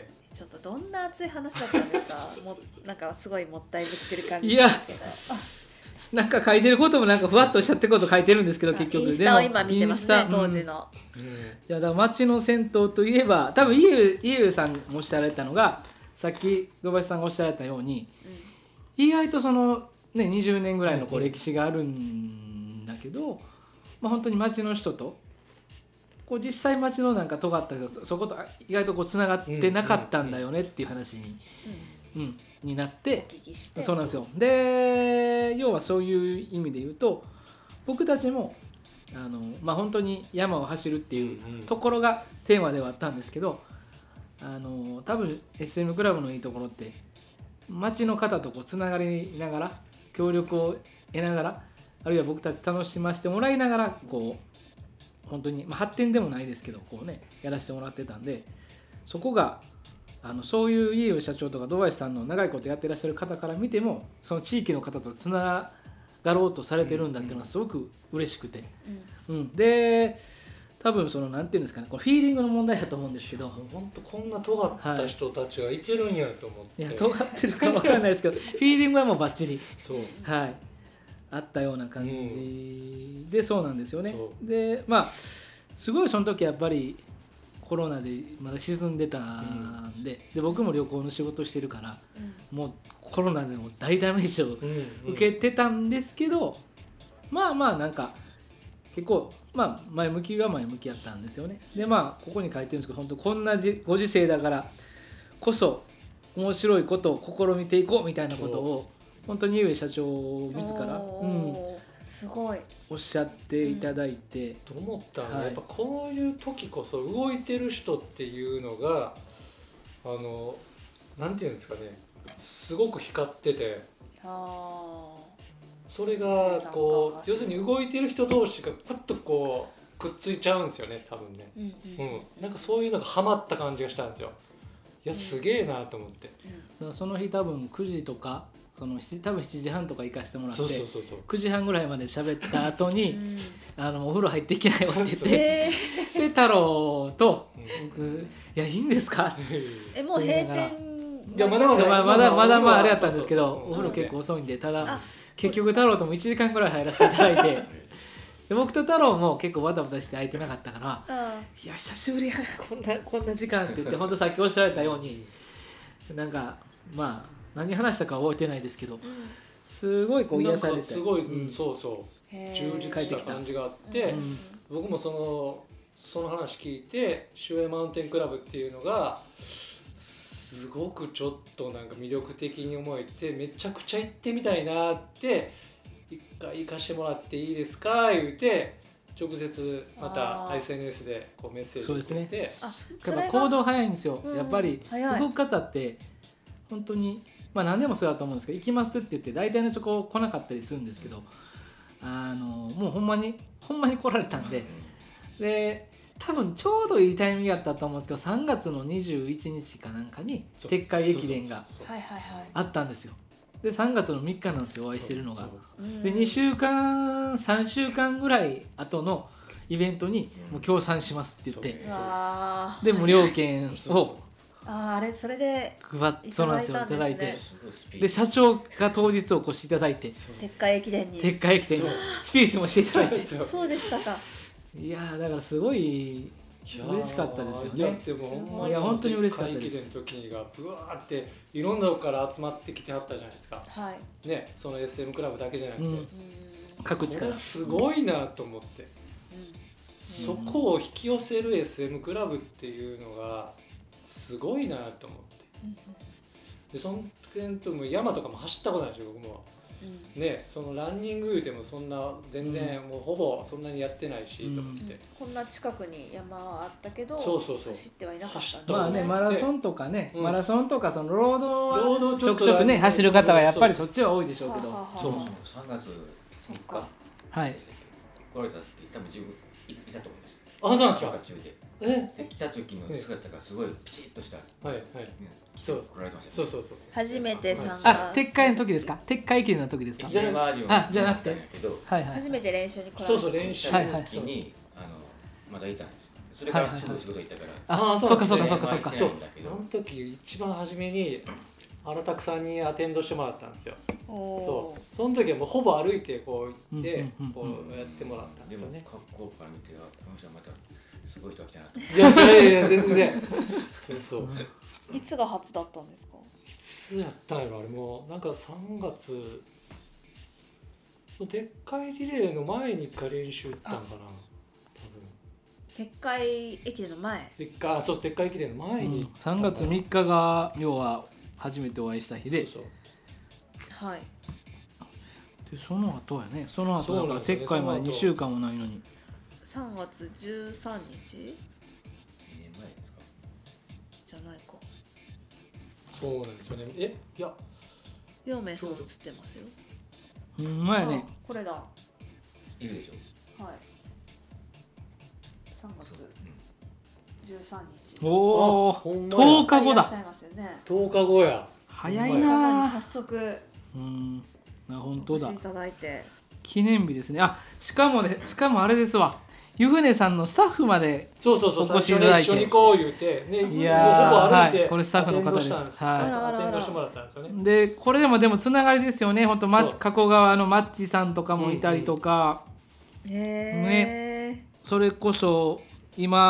[SPEAKER 1] ちょっとどんな熱い話だったんですかもなんかすごいもったいぶってる感じですけど、いや
[SPEAKER 2] なんか書いてることもなんかふわっとしちゃってること書いてるんですけど、結局
[SPEAKER 1] インスタを今見てますね、当時の、
[SPEAKER 2] うん、いやだから町の銭湯といえば多分家家さんもおっしゃられたのが、さっき土橋さんがおっしゃられたように、うん、意外とその、ね、にじゅうねんぐらいのこう歴史があるんだけど、まあ、本当に町の人とこう実際町のなんか尖った人そこと意外とこうつながってなかったんだよねっていう話に、うんうん、になって、そうなんですよ。で要はそういう意味で言うと僕たちもあの、まあ、本当に山を走るっていうところがテーマではあったんですけど、あの多分 エスエム クラブのいいところって町の方とこうつながりながら協力を得ながら、あるいは僕たち楽しませてもらいながらこう本当に、まあ、発展でもないですけどこうねやらせてもらってたんで、そこがあのそういう家を社長とか土橋さんの長いことやってらっしゃる方から見てもその地域の方とつながろうとされてるんだっていうのがすごく嬉しくて、うんうん、で多分そのなんていうんですかね、これフィーリングの問題だと思うんですけど、
[SPEAKER 3] 本当こんな尖った人たちがいてるんやと思って、
[SPEAKER 2] はい、いや尖ってるか分からないですけどフィーリングはもうバッチリ
[SPEAKER 3] そう、
[SPEAKER 2] はい、あったような感じで、うん、そうなんですよね。でまあすごいその時やっぱりコロナでまだ沈んでたんで、で僕も旅行の仕事してるから、うん、もうコロナでも大ダメージを受けてたんですけど、うんうん、まあまあなんか結構まあ前向きは前向きやったんですよね。でまあここに書いてるんですけど、本当こんなご時世だからこそ面白いことを試みていこうみたいなことを本当に井上社長自ら、うん、
[SPEAKER 1] すごい
[SPEAKER 2] おっしゃっていただいて、
[SPEAKER 3] うん、と思ったので、
[SPEAKER 2] はい、
[SPEAKER 3] やっぱこういう時こそ動いてる人っていうのがあのなんていうんですかね、すごく光ってて、あそれがこう要するに動いてる人同士がパッとこうくっついちゃうんですよね多分ね、うんうんうん、なんかそういうのがハマった感じがしたんですよ。いやすげえなと思って、
[SPEAKER 2] うん、その日多分くじとかその多分しちじはんとか行かしてもらって、
[SPEAKER 3] そうそうそうそう
[SPEAKER 2] くじはんぐらいまで喋った後に、うん、あのお風呂入っていけないわって言って、で太郎と僕、うん、いやいいんですかって
[SPEAKER 1] えもう閉店
[SPEAKER 3] いやまだまだ
[SPEAKER 2] まだまだまああれやったんですけど、お風呂結構遅いんで、ただ結局太郎ともいちじかんぐらい入らせていただいてで僕と太郎も結構バタバタして空いてなかったから、いや久しぶりやこんなこんな時間って言って本当さっきおっしゃられたようになんかまあ何話したか覚えてないですけど、うん、すごいこう癒されて
[SPEAKER 3] すごい、うん、そうそう充実した感じがあって、うん、僕もそのその話聞いて塩屋マウンテンクラブっていうのがすごくちょっとなんか魅力的に思えて、めちゃくちゃ行ってみたいなって一回行かしてもらっていいですか言うて直接また エスエヌエス でこうメッセージを送って、
[SPEAKER 2] そうですね、やっぱ行動早いんですよ、うん、やっぱり動く方って本当にまあ何でもそうだと思うんですけど、行きますって言って大体の人こう来なかったりするんですけど、あのもうほんまにほんまに来られたんで、で多分ちょうどいいタイミングだったと思うんですけど、さんがつのにじゅういちにちかなんかに撤回駅伝があったんですよ。でさんがつのみっかなんですよ、お会いしてるのが。でにしゅうかんさんしゅうかんぐらい後のイベントにもう協賛しますって言って、で無料券を
[SPEAKER 1] ああれそれで
[SPEAKER 2] 配っそうなんですよ、いただいて、で社長が当日お越しいただいて
[SPEAKER 1] 撤回駅伝に
[SPEAKER 2] 撤回駅伝にスピーチもしていただいて
[SPEAKER 1] そうでしたか。
[SPEAKER 2] いやだからすごい嬉しかったですよね。
[SPEAKER 3] いやでもほんまに本当に嬉しかったです。撤回駅伝の時がブワーっていろんなとこから集まってきてはったじゃないですか、はいね、その エスエム クラブだけじゃなくて、うん、
[SPEAKER 2] 各地から
[SPEAKER 3] これすごいなと思って、うん、そこを引き寄せる エスエム クラブっていうのがすごいなと思って、うん、でその点とも山とかも走ったことないでしょ僕も、うん、ね、そのランニング言うてもそんな全然もうほぼそんなにやってないし、うん、と思って、うん、
[SPEAKER 1] こんな近くに山はあったけど
[SPEAKER 3] そうそうそう
[SPEAKER 1] 走ってはいなかったんですね。
[SPEAKER 2] まあね、マラソンとかね、うん、マラソンとかそのロードは
[SPEAKER 3] ロード
[SPEAKER 2] ちょくちょくね走る方はやっぱりそっちは多いでしょうけど、
[SPEAKER 4] そうそうさんがつみっか
[SPEAKER 2] はい
[SPEAKER 4] 来られた時多分自分いたと思うんです。
[SPEAKER 3] あ、そうなんですか。
[SPEAKER 4] 中でで来た時の姿がすごいピチッとした、
[SPEAKER 3] はいはい、
[SPEAKER 4] そう来られてましたね。
[SPEAKER 3] そうそうそう。
[SPEAKER 1] 初めて参加。
[SPEAKER 2] あ、撤回の時ですか？撤回駅伝の時ですか？
[SPEAKER 4] じゃ
[SPEAKER 2] あ、じゃなくて、
[SPEAKER 4] はい
[SPEAKER 1] はい。初めて練習に来られた。
[SPEAKER 3] そうそう練習
[SPEAKER 4] の時にあのまだいたんですよ。それからすぐ仕事行ったから。
[SPEAKER 2] あ、そうかそうかそうかそうか。
[SPEAKER 3] そう。あの時一番初めに荒拓さんにアテンドしてもらったんですよ。そう。その時はもうほぼ歩いてこう行ってこうやってもらったんですよね。
[SPEAKER 4] 格好から見てこの人はまたすごい人が来たなと。
[SPEAKER 3] いやいやいや全然。そうそう。
[SPEAKER 1] いつが初だったんですか？
[SPEAKER 3] いつやったんやろあれもうなんかさんがつ撤回リレーの前に一回練習行ったんかな多分。
[SPEAKER 1] 撤回駅伝の前。
[SPEAKER 3] 撤回あそう撤回駅伝の前に、うん、
[SPEAKER 2] さんがつみっかが要は初めてお会いした日で、
[SPEAKER 3] そうそう
[SPEAKER 1] はい。
[SPEAKER 2] でその後やね、その後だから撤回までにしゅうかんもないのに。
[SPEAKER 1] さんがつじゅうさんにち？にねん
[SPEAKER 4] まえですか？
[SPEAKER 1] じゃないか。
[SPEAKER 3] そうなんですよね。え、いや、
[SPEAKER 1] 陽明さん映ってますよ。
[SPEAKER 2] うん、前ね。
[SPEAKER 1] これだ。
[SPEAKER 4] いるでしょ。
[SPEAKER 1] はい。さんがつじゅうさんにち。
[SPEAKER 2] おお、とおかごだ。
[SPEAKER 3] とおかごや。
[SPEAKER 2] 早いな。
[SPEAKER 1] 早速。
[SPEAKER 2] うん、な本当だ。
[SPEAKER 1] お越しいただいて。
[SPEAKER 2] 記念日ですね。あ、しかもね、しかもあれですわ。湯船さんのスタッフまで
[SPEAKER 3] そうそうそう
[SPEAKER 2] お越しいただいて、
[SPEAKER 3] 一緒にこう言うて、ね、
[SPEAKER 2] いや
[SPEAKER 3] ほぼ歩いて、
[SPEAKER 2] はい、これスタッフの方です。はい、
[SPEAKER 3] アテンドしてもらったんですよね。
[SPEAKER 2] で、これでもでもつながりですよね。本当加古川のマッチさんとかもいたりとか、
[SPEAKER 1] うんうん、
[SPEAKER 2] ね、それこそ今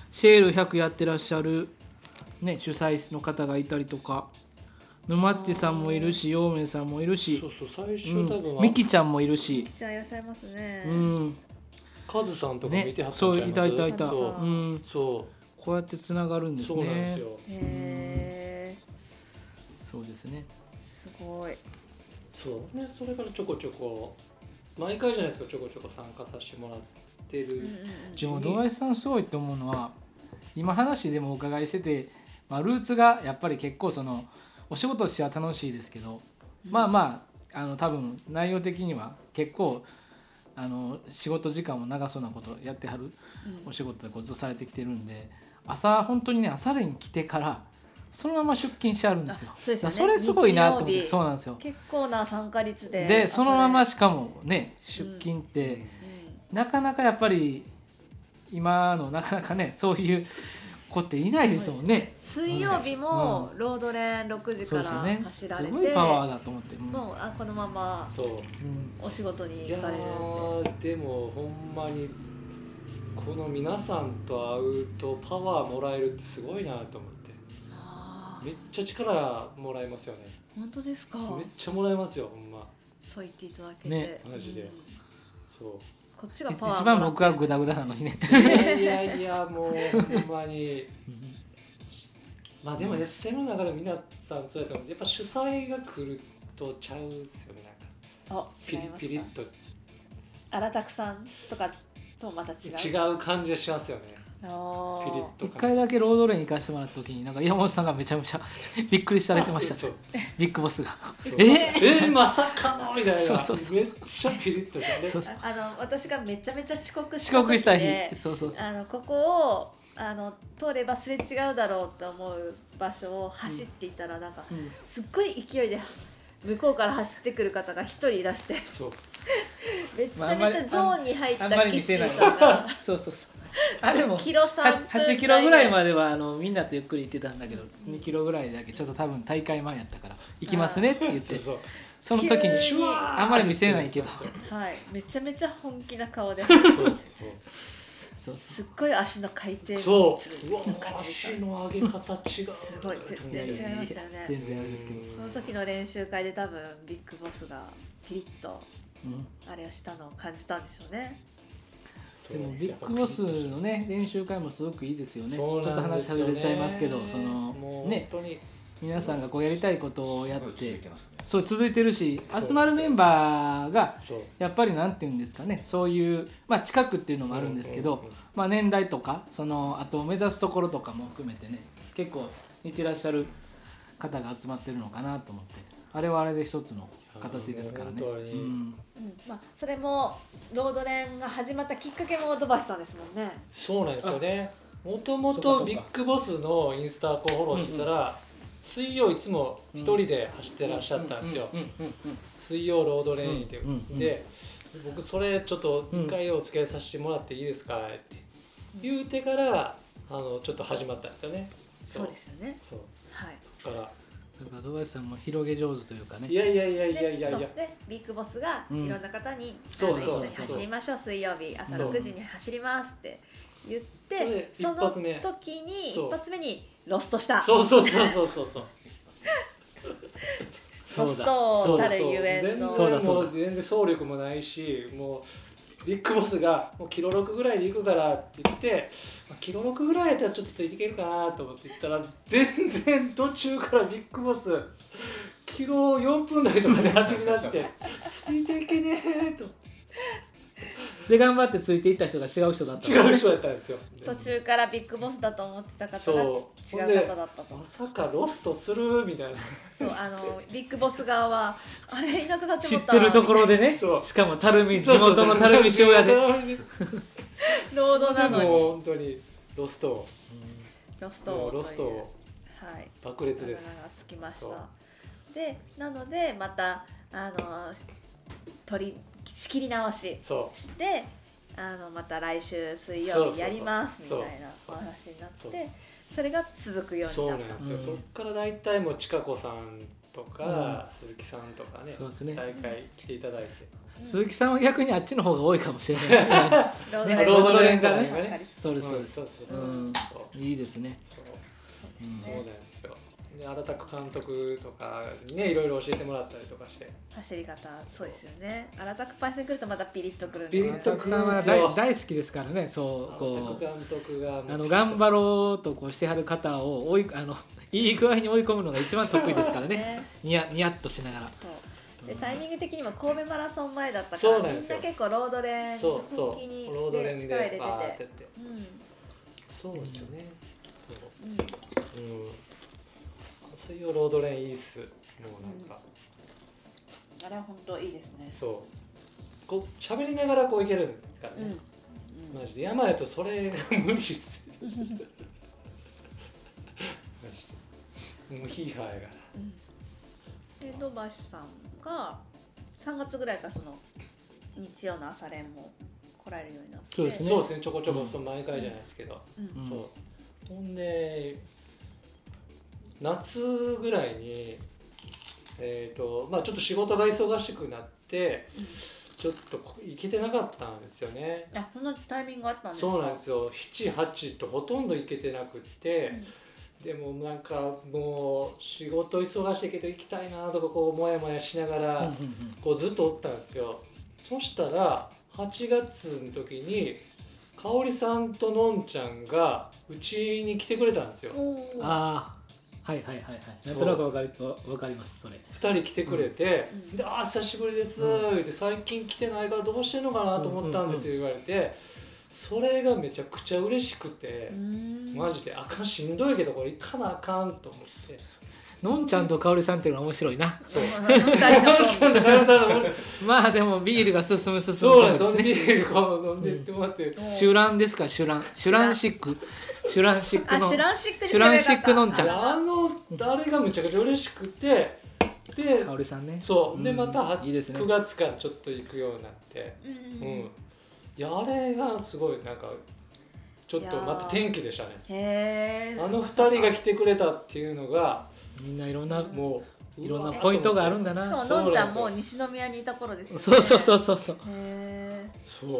[SPEAKER 2] シェールひゃくやってらっしゃる、ね、主催の方がいたりとか、沼っちさんもいるし、陽明さんもいるし、
[SPEAKER 3] そうそう最初
[SPEAKER 2] うん
[SPEAKER 3] 多分、
[SPEAKER 2] ミキちゃんもいるし、
[SPEAKER 1] ミキちゃんいらっしゃいますね、
[SPEAKER 2] うん
[SPEAKER 3] カズさんとか見ては
[SPEAKER 2] ね、そう
[SPEAKER 3] ったんちゃいます？
[SPEAKER 2] いたいたいた、
[SPEAKER 1] カズさん
[SPEAKER 2] うん、
[SPEAKER 3] そ
[SPEAKER 2] こうやってつながるん
[SPEAKER 3] う
[SPEAKER 2] です
[SPEAKER 3] そうなんです
[SPEAKER 2] ね。
[SPEAKER 3] よ。
[SPEAKER 1] へ
[SPEAKER 2] そうですね。
[SPEAKER 1] ーすごい。
[SPEAKER 3] そうね、それからちょこちょこ毎回じゃないですか、ちょこちょこ参加させてもらってる、
[SPEAKER 1] うんうんうん
[SPEAKER 2] でも土橋さんすごいと思うのは、今話でもお伺いしてて、まあ、ルーツがやっぱり結構そのお仕事としては楽しいですけど、
[SPEAKER 1] うん
[SPEAKER 2] まあまああの多分内容的には結構あの仕事時間も長そうなことやってはる
[SPEAKER 1] うん
[SPEAKER 2] お仕事でごずっとされてきてるんで、朝本当にね朝練来てからそのまま出勤してあるんですよ。
[SPEAKER 1] あそうですよね
[SPEAKER 2] だからそれすごいなと思って。
[SPEAKER 1] 日曜日
[SPEAKER 2] そうなんですよ。
[SPEAKER 1] 結構な参加率で
[SPEAKER 2] でそのまま
[SPEAKER 1] 朝
[SPEAKER 2] しかもね出勤って、
[SPEAKER 1] 練うん
[SPEAKER 2] なかなかやっぱり今のなかなかねそういう子っていないですもんね。
[SPEAKER 1] 水曜日もロードレーンろくじから
[SPEAKER 2] そうですよね。
[SPEAKER 1] 走られて、
[SPEAKER 2] すごいパワーだと思って。うん
[SPEAKER 1] もうあこのまま
[SPEAKER 3] そう
[SPEAKER 2] うん
[SPEAKER 1] お仕事に
[SPEAKER 3] いや
[SPEAKER 1] 行かれるんで、
[SPEAKER 3] ーでもほんまにこの皆さんと会うとパワーもらえるってすごいなと思って
[SPEAKER 1] あー
[SPEAKER 3] めっちゃ力もらえますよね。
[SPEAKER 1] 本当ですか。
[SPEAKER 3] めっちゃもらえますよほんま。
[SPEAKER 1] そう言っていただけて、
[SPEAKER 2] ね
[SPEAKER 3] マジで
[SPEAKER 1] うん
[SPEAKER 3] そ
[SPEAKER 1] こっちがパワー
[SPEAKER 2] 一番僕は
[SPEAKER 1] も
[SPEAKER 2] グダグダなのにね。
[SPEAKER 3] ういやいやいやもうほんまにまあでもエッセイの中で皆さんそうやと思うやっぱ主催が来るとちゃうっすよね。なんか
[SPEAKER 1] らってあ違いますか。
[SPEAKER 3] ピリピリっと
[SPEAKER 1] 荒拓さんとかとまた違う。
[SPEAKER 3] 違う感じがしますよね。
[SPEAKER 1] あー
[SPEAKER 3] ピリッと
[SPEAKER 2] 一回だけロードレーン行かせてもらった時になんか山本さんがめちゃめちゃびっくりされてました。
[SPEAKER 3] そう
[SPEAKER 2] ビッグボスが。
[SPEAKER 3] そう
[SPEAKER 2] え
[SPEAKER 3] えまさかのみたいな
[SPEAKER 2] そうそうそう
[SPEAKER 3] めっちゃピリッとしてね
[SPEAKER 2] そうそう
[SPEAKER 1] ああの私がめちゃめちゃ遅刻し
[SPEAKER 2] 遅
[SPEAKER 1] た時
[SPEAKER 2] 刻した
[SPEAKER 1] で
[SPEAKER 2] 日。そうそうそう。
[SPEAKER 1] あのここをあの通ればすれ違うだろうと思う場所を走っていたら、なんか
[SPEAKER 2] うん
[SPEAKER 1] すっごい勢いで向こうから走ってくる方が一人いらして
[SPEAKER 3] そう
[SPEAKER 1] めちゃめちゃゾーンに入っ
[SPEAKER 2] あんま
[SPEAKER 1] たキッシ
[SPEAKER 2] り見せない
[SPEAKER 1] ーさんが
[SPEAKER 2] そうそうそうあれも
[SPEAKER 1] キロさんぶん
[SPEAKER 2] はちキロぐらいまではあのみんなとゆっくり行ってたんだけどにキロぐらいだけちょっと多分大会前やったから行きますねって言って
[SPEAKER 3] そうそう
[SPEAKER 2] その時に
[SPEAKER 1] 急に
[SPEAKER 2] シュワーあんまり見せないけど
[SPEAKER 1] はい、めちゃめちゃ本気な顔で
[SPEAKER 3] そう
[SPEAKER 2] そう
[SPEAKER 1] すっごい足の回転率
[SPEAKER 3] そううわ
[SPEAKER 1] の感じ
[SPEAKER 3] 足の上げ方違う
[SPEAKER 1] すごい全然違いましたよね
[SPEAKER 2] 全然あれですけど、
[SPEAKER 1] その時の練習会で多分ビッグボスがピリッと
[SPEAKER 2] うん
[SPEAKER 1] あれをしたのを感じたんでしょうね。
[SPEAKER 2] でもビッグボスのね練習会もすごくいいですよね。ちょ
[SPEAKER 3] そう
[SPEAKER 2] っと
[SPEAKER 3] なんですよね
[SPEAKER 2] 話外れちゃいますけどその
[SPEAKER 3] もう
[SPEAKER 2] ね
[SPEAKER 3] 本当に
[SPEAKER 2] 皆さんがこうやりたいことをやっ
[SPEAKER 4] 続い
[SPEAKER 2] て
[SPEAKER 4] てますね。
[SPEAKER 2] そう続いてるし
[SPEAKER 3] そう
[SPEAKER 2] 集まるメンバーが
[SPEAKER 3] そう
[SPEAKER 2] やっぱりなんていうんですかねそういうまあ近くっていうのもあるんですけど、
[SPEAKER 3] うんうんうん
[SPEAKER 2] まあ、年代とかそのあと目指すところとかも含めてね結構似てらっしゃる方が集まってるのかなと思ってあれはあれで一つの形ですからね。
[SPEAKER 3] いやもう本当に
[SPEAKER 2] うん
[SPEAKER 1] うんまあ、それもロードレーンが始まったきっかけも土橋さんですもんね。
[SPEAKER 3] そうなんですよね。もとも
[SPEAKER 2] そうかそうか
[SPEAKER 3] とビッグボスのインスタこうフォローしてたら、水曜いつも一人で走ってらっしゃったんですよ。
[SPEAKER 2] うんうんうん
[SPEAKER 3] 水曜ロードレーンって、
[SPEAKER 2] うんうん
[SPEAKER 3] で僕それちょっと一回お付き合いさせてもらっていいですかって言うてからあのちょっと始まったんですよね。
[SPEAKER 1] そうですよね。
[SPEAKER 3] そう
[SPEAKER 1] はい。
[SPEAKER 3] そっから
[SPEAKER 2] だから土橋さんも広げ上手というかね
[SPEAKER 3] いやいやいやいやいやいや
[SPEAKER 1] でそうでビッグボスが
[SPEAKER 2] うん
[SPEAKER 1] いろんな方に、
[SPEAKER 3] そう
[SPEAKER 1] あの
[SPEAKER 2] そう
[SPEAKER 1] 一緒に走りましょう水曜日朝
[SPEAKER 3] そう
[SPEAKER 1] ろくじに走りますって言っ
[SPEAKER 3] それで
[SPEAKER 1] てその
[SPEAKER 3] 一発目
[SPEAKER 1] 時に
[SPEAKER 3] そう
[SPEAKER 1] 一発目にロストした
[SPEAKER 3] そうそうそうそうそうそう
[SPEAKER 2] そうだ
[SPEAKER 1] ロスト
[SPEAKER 2] そうだ
[SPEAKER 1] たるゆえんの
[SPEAKER 2] そうだそうだ
[SPEAKER 3] もう全然走力もないしもうビッグボスがもうキロろくぐらいで行くからって言ってまあキロろくぐらいやったらちょっとついていけるかなと思って言ったら全然途中からビッグボスキロよんぷん台とかで走り出してついていけねえと
[SPEAKER 2] で頑張ってついていった人が違う人だった
[SPEAKER 3] 違う人やったんですよ。
[SPEAKER 1] 途中からビッグボスだと思ってた方が
[SPEAKER 3] そう
[SPEAKER 1] 違う方だったと
[SPEAKER 3] まさかロストするみたいな
[SPEAKER 1] そうあのビッグボス側はあれいなくなって
[SPEAKER 2] 知っ
[SPEAKER 1] もった
[SPEAKER 2] てるところでね
[SPEAKER 3] そう
[SPEAKER 2] しかも垂水地元の垂水塩屋で
[SPEAKER 1] ロードなのに
[SPEAKER 3] もう本当にロストを
[SPEAKER 1] ロスト
[SPEAKER 3] もう
[SPEAKER 1] という
[SPEAKER 3] ロストを
[SPEAKER 1] はい
[SPEAKER 3] 爆裂です
[SPEAKER 1] あだ名がつきまし
[SPEAKER 3] そう
[SPEAKER 1] たでなのでまたあの取り仕切り直し
[SPEAKER 3] そ
[SPEAKER 1] してあのまた来週水曜日やりますみた
[SPEAKER 3] そう
[SPEAKER 1] いなお話になっ
[SPEAKER 3] そう
[SPEAKER 1] てそれが続くよ
[SPEAKER 3] うそう
[SPEAKER 1] うになった
[SPEAKER 3] なんですよ、
[SPEAKER 2] うん
[SPEAKER 3] そっから大体もうちかこさんとか、うん、鈴木さんとかね、
[SPEAKER 2] そうですね、
[SPEAKER 3] 大会来ていただいて、
[SPEAKER 2] うん、鈴木さんは逆にあっちの方が多いかもしれないですね
[SPEAKER 3] ねロードレーンからね、
[SPEAKER 2] そうですそうです、
[SPEAKER 3] そうそうそう、うん、
[SPEAKER 2] いいですね、
[SPEAKER 3] そうそうなんですよ。で荒拓監督とかにねいろいろ教えてもらったりとかして、
[SPEAKER 1] 走り方そうですよね。荒拓パイセン来るとまたピリッとくるんですよ。
[SPEAKER 2] 荒拓さんは 大, 大好きですからね。そうこう
[SPEAKER 3] 荒拓監督が
[SPEAKER 2] あの頑張ろうとこうしてはる方を追いあのいい具合に追い込むのが一番得意ですからね。ねニヤニヤっとしながら。
[SPEAKER 1] そうでタイミング的にも神戸マラソン前だったからみんな結構ロードレーン
[SPEAKER 3] そうそう
[SPEAKER 1] 本気に
[SPEAKER 3] ロードレーンで
[SPEAKER 1] 力入れてて、
[SPEAKER 3] バーってって、
[SPEAKER 1] うん、
[SPEAKER 3] そうですよね。
[SPEAKER 1] うん
[SPEAKER 3] そう、うん。水曜ロードレーンいいっす。もうなんか、
[SPEAKER 1] うん、あれは本当いいですね。
[SPEAKER 3] そうこう喋りながらこういけるんですからね、うん、マジで山やとそれが無理っすマジでもうヒーハーやから、
[SPEAKER 1] うん、で土橋さんがさんがつぐらいからその日曜の朝練も来られるようになって、
[SPEAKER 2] そうですね、
[SPEAKER 3] そうですね、ちょこちょこ、うん、その毎回じゃないですけど、うん、そうほんで夏ぐらいに、えーとまあ、ちょっと仕事が忙しくなって、うん、ちょっと行けてなかったんですよね。
[SPEAKER 1] あ、そんなタイミングあったんですか？
[SPEAKER 3] そうなんですよ。しち、はちとほとんど行けてなくって、うん、でもなんかもう仕事忙しいけど行きたいなとかこうモヤモヤしながらこうずっとおったんですよ。そしたらはちがつの時に香織さんとのんちゃんがうちに来てくれたんですよ。
[SPEAKER 2] ああはいはいはいはい、なんとなくわかり、わかりますそれ。
[SPEAKER 3] ふたり来てくれて、うん、であ久しぶりです、うん、って最近来てないからどうしてんのかなと思ったんですよ、言われて、それがめちゃくちゃ嬉しくて、マジであかんしんどいけどこれ行かなあかんと思って。
[SPEAKER 2] のんちゃんとかおりさんっていうのは面白いな。
[SPEAKER 3] そう。のんちゃんとかおりさんの
[SPEAKER 2] まあでもビールが進む進む
[SPEAKER 3] そうなんです。ビールこう飲んでってもらって。
[SPEAKER 2] うん、シュランですかシュランシュランシックシュランシックの
[SPEAKER 1] シュランシック
[SPEAKER 2] シュランシックのんちゃん。
[SPEAKER 3] あのあれがめちゃくちゃ嬉しくて、で
[SPEAKER 2] かおりさんね。
[SPEAKER 3] そうでまた
[SPEAKER 2] いいですね、
[SPEAKER 3] くがつからちょっと行くようになって、うん。うん、いやあれがすごいなんか。ちょっとまた転機でしたね。
[SPEAKER 1] へー、
[SPEAKER 3] あのふたりが来てくれたっていうのが
[SPEAKER 2] みんないろんな
[SPEAKER 3] も
[SPEAKER 2] ういろんなポイントがあるんだな。
[SPEAKER 1] しかものんちゃんも西宮にいた頃ですよね。
[SPEAKER 2] そうそうそうそうそう。
[SPEAKER 3] へー、そう。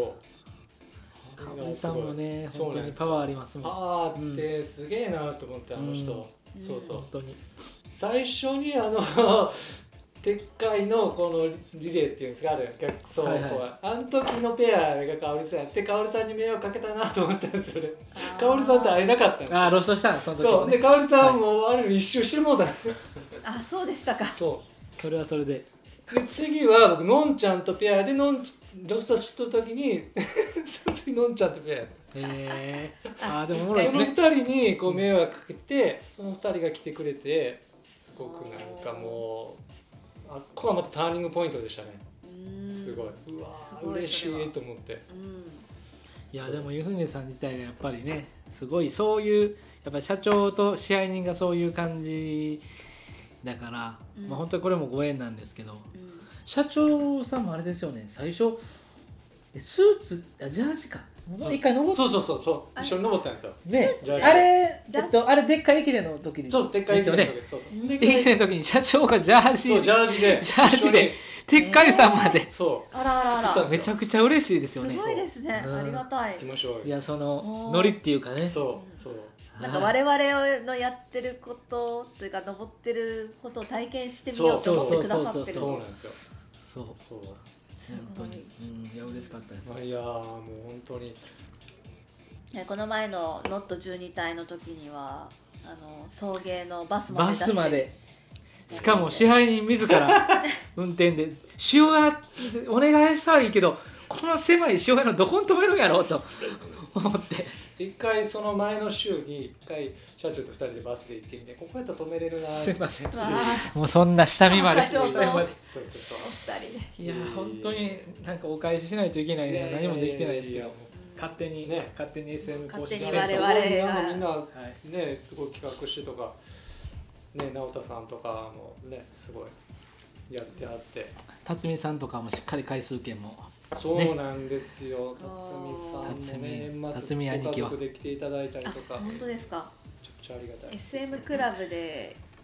[SPEAKER 2] かおりさんもね本当にパワーありますもん。
[SPEAKER 3] パワーってすげえなと思ってあの人。うん、そうそう。
[SPEAKER 2] 本当に。
[SPEAKER 3] 最初にあのでっかいのこのリレーっていうんですかある逆走、はいはい、あの時のペアが香織さんやって香織さんに迷惑かけたなと思ったんですよね。香織さんと会えなかったんですよ。
[SPEAKER 2] ああロストしたのその時、ね、
[SPEAKER 3] そうで香織さんもある意味一周してもうたんですよ。
[SPEAKER 1] あそうでしたか。
[SPEAKER 2] そうそれはそれで。
[SPEAKER 3] で次は僕のんちゃんとペアでのんロストした時にその時のんちゃんとペアやった。
[SPEAKER 2] へえあでもおもろいですね。
[SPEAKER 3] そのふたりにこう迷惑かけて、うん、そのふたりが来てくれてすごくなんかもう。あっこはまたターニングポイントでしたね。すごい。うわ嬉しいと思って。うん、
[SPEAKER 2] いやでも湯船さん自体がやっぱりねすごいそういうやっぱり社長と支配人がそういう感じだから、うん、まあ本当にこれもご縁なんですけど、うん、社長さんもあれですよね最初スーツあジャージか一回登った。
[SPEAKER 3] そうそうそうそう一緒に登ったんですよ。
[SPEAKER 2] ねあれえっとあれでっかい駅伝の時に。
[SPEAKER 3] そうでっかい駅伝の時。そうそう
[SPEAKER 2] 駅伝の時に社長がジャージ
[SPEAKER 3] そうジャージで
[SPEAKER 2] ジャージででっかいさんまで。
[SPEAKER 3] そう
[SPEAKER 1] あらあらあら
[SPEAKER 2] めちゃくちゃ嬉しいですよね。
[SPEAKER 1] すごいですねありがたい。
[SPEAKER 3] 行きましょう。
[SPEAKER 2] いやそのノリっていうかね。
[SPEAKER 3] そうそう。
[SPEAKER 1] なんか我々のやってることというか登ってることを体験してみようと思ってくださってる。
[SPEAKER 3] そうなんですよ。
[SPEAKER 2] そうそう本当にうんいや嬉しかったです。
[SPEAKER 3] いやもう本当に。
[SPEAKER 1] この前のノットじゅうに隊の時にはあの送迎のバスまで出して
[SPEAKER 2] バスまでしかも支配人自ら運転で塩屋お願いしたらいいけどこの狭い塩屋のどこに止めるんやろうと思って
[SPEAKER 3] 一回その前の週に一回社長と二人でバスで行ってみてここやったら止めれるな
[SPEAKER 2] すいませんもうそんな下見まで
[SPEAKER 1] 下見まで
[SPEAKER 3] そうそうそう
[SPEAKER 2] いや本当になんかお返ししないといけないね何もできてないですけど勝手に、ね、勝手に エスエム 公式
[SPEAKER 1] 勝手に我々が
[SPEAKER 3] みんなねすごい企画してとかね直太さんとかもねすごいやってあって
[SPEAKER 2] 辰巳さんとかもしっかり回数券も
[SPEAKER 3] そうなんですよ、ね、辰巳さんもね
[SPEAKER 2] 辰巳兄貴は
[SPEAKER 3] ご家族で来ていただいたりとか
[SPEAKER 1] 本当ですか。
[SPEAKER 3] めちゃくちゃありがたい
[SPEAKER 1] エスエム クラブで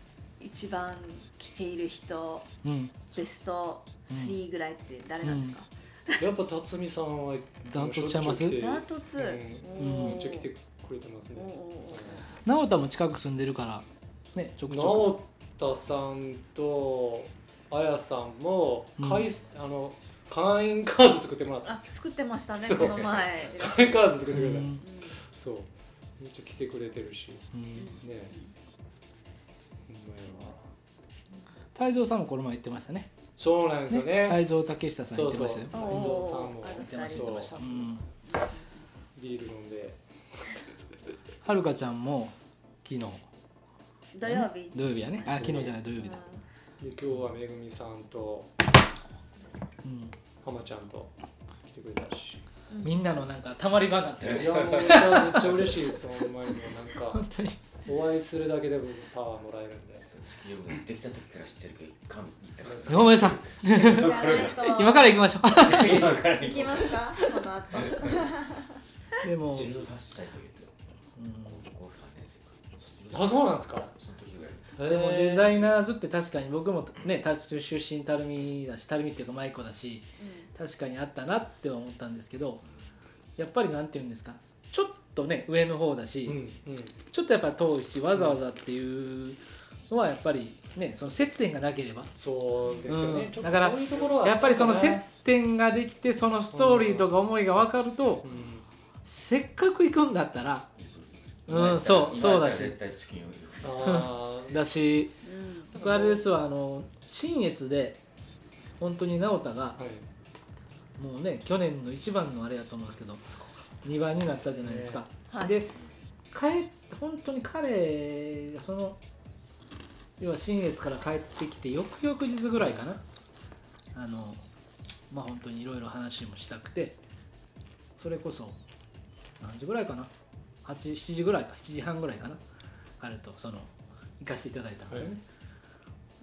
[SPEAKER 1] 一番来ている人、
[SPEAKER 2] うん、
[SPEAKER 1] ベストスリーぐらいって誰なんですか？
[SPEAKER 3] やっぱ辰巳さんは
[SPEAKER 2] ダントツちゃいます？
[SPEAKER 1] ダントツ、
[SPEAKER 3] うん、めっちゃ来てくれてますね。
[SPEAKER 2] 直太も近く住んでるからね、ちょくちょく
[SPEAKER 3] 直太さんとあやさんも、うん、会あの会員カード作ってもらったんですよ。
[SPEAKER 1] あ、作ってましたね、この前。
[SPEAKER 3] 会員カード作ってくれたんです、うん、そうめっちゃ来てくれてるし、うん、ね
[SPEAKER 2] 泰造さんもこの前言ってましたね。
[SPEAKER 3] そうなんですよね。
[SPEAKER 2] 泰造竹下さん言ってましたよ。
[SPEAKER 3] 泰造さんも
[SPEAKER 1] 言ってました。
[SPEAKER 3] ビール飲んで。
[SPEAKER 2] はるかちゃんも昨日
[SPEAKER 1] 土曜日
[SPEAKER 2] 土曜日やね。あ、昨日じゃない土曜日だ。
[SPEAKER 3] で今日はめぐみさんと、うん、浜ちゃんと来てくれたし、
[SPEAKER 2] うん、みんなのなんかたまり場になってる。
[SPEAKER 3] いやもうめっちゃめっちゃ嬉しいです。ほんまにもうなんか
[SPEAKER 2] 本当に
[SPEAKER 3] お会いするだけでもパワーもらえるんで。
[SPEAKER 4] 好きよくできた時から知ってるけど、かん言ったから。
[SPEAKER 2] 山本さん、今から行きましょう。
[SPEAKER 1] 今から行きますか？この後。
[SPEAKER 2] でも
[SPEAKER 4] じゅうはっさいというと、高校さんねん生か。
[SPEAKER 3] あ、そうなんですか。
[SPEAKER 4] その時ぐらい。
[SPEAKER 2] でもデザイナーズって確かに僕もね、出身垂水だし、垂水っていうか舞子だし、うん、確かにあったなって思ったんですけど、やっぱりなんていうんですか、ちょっとね上の方だし、うんうん、ちょっとやっぱ遠いし、わざわざっていうのはやっぱりね、その接点がなければ、
[SPEAKER 3] そうですよね、うん、
[SPEAKER 2] だからやっぱりその接点ができて、そのストーリーとか思いが分かると、うん、せっかく行くんだったら、うん、そうそうだしだし、うん、僕あれですわ、あの信越で本当に直太が、はい、もうね去年の一番のあれやと思うんですけどにばんになったじゃないですか、ね、はい、で帰本当に彼がその要は信越から帰ってきて翌々日ぐらいかな、あのまあ本当にいろいろ話もしたくて、それこそ何時ぐらいかな、はち、しちじぐらいか、しちじはんぐらいかな、彼とその行かせていただいたんですよね、はい、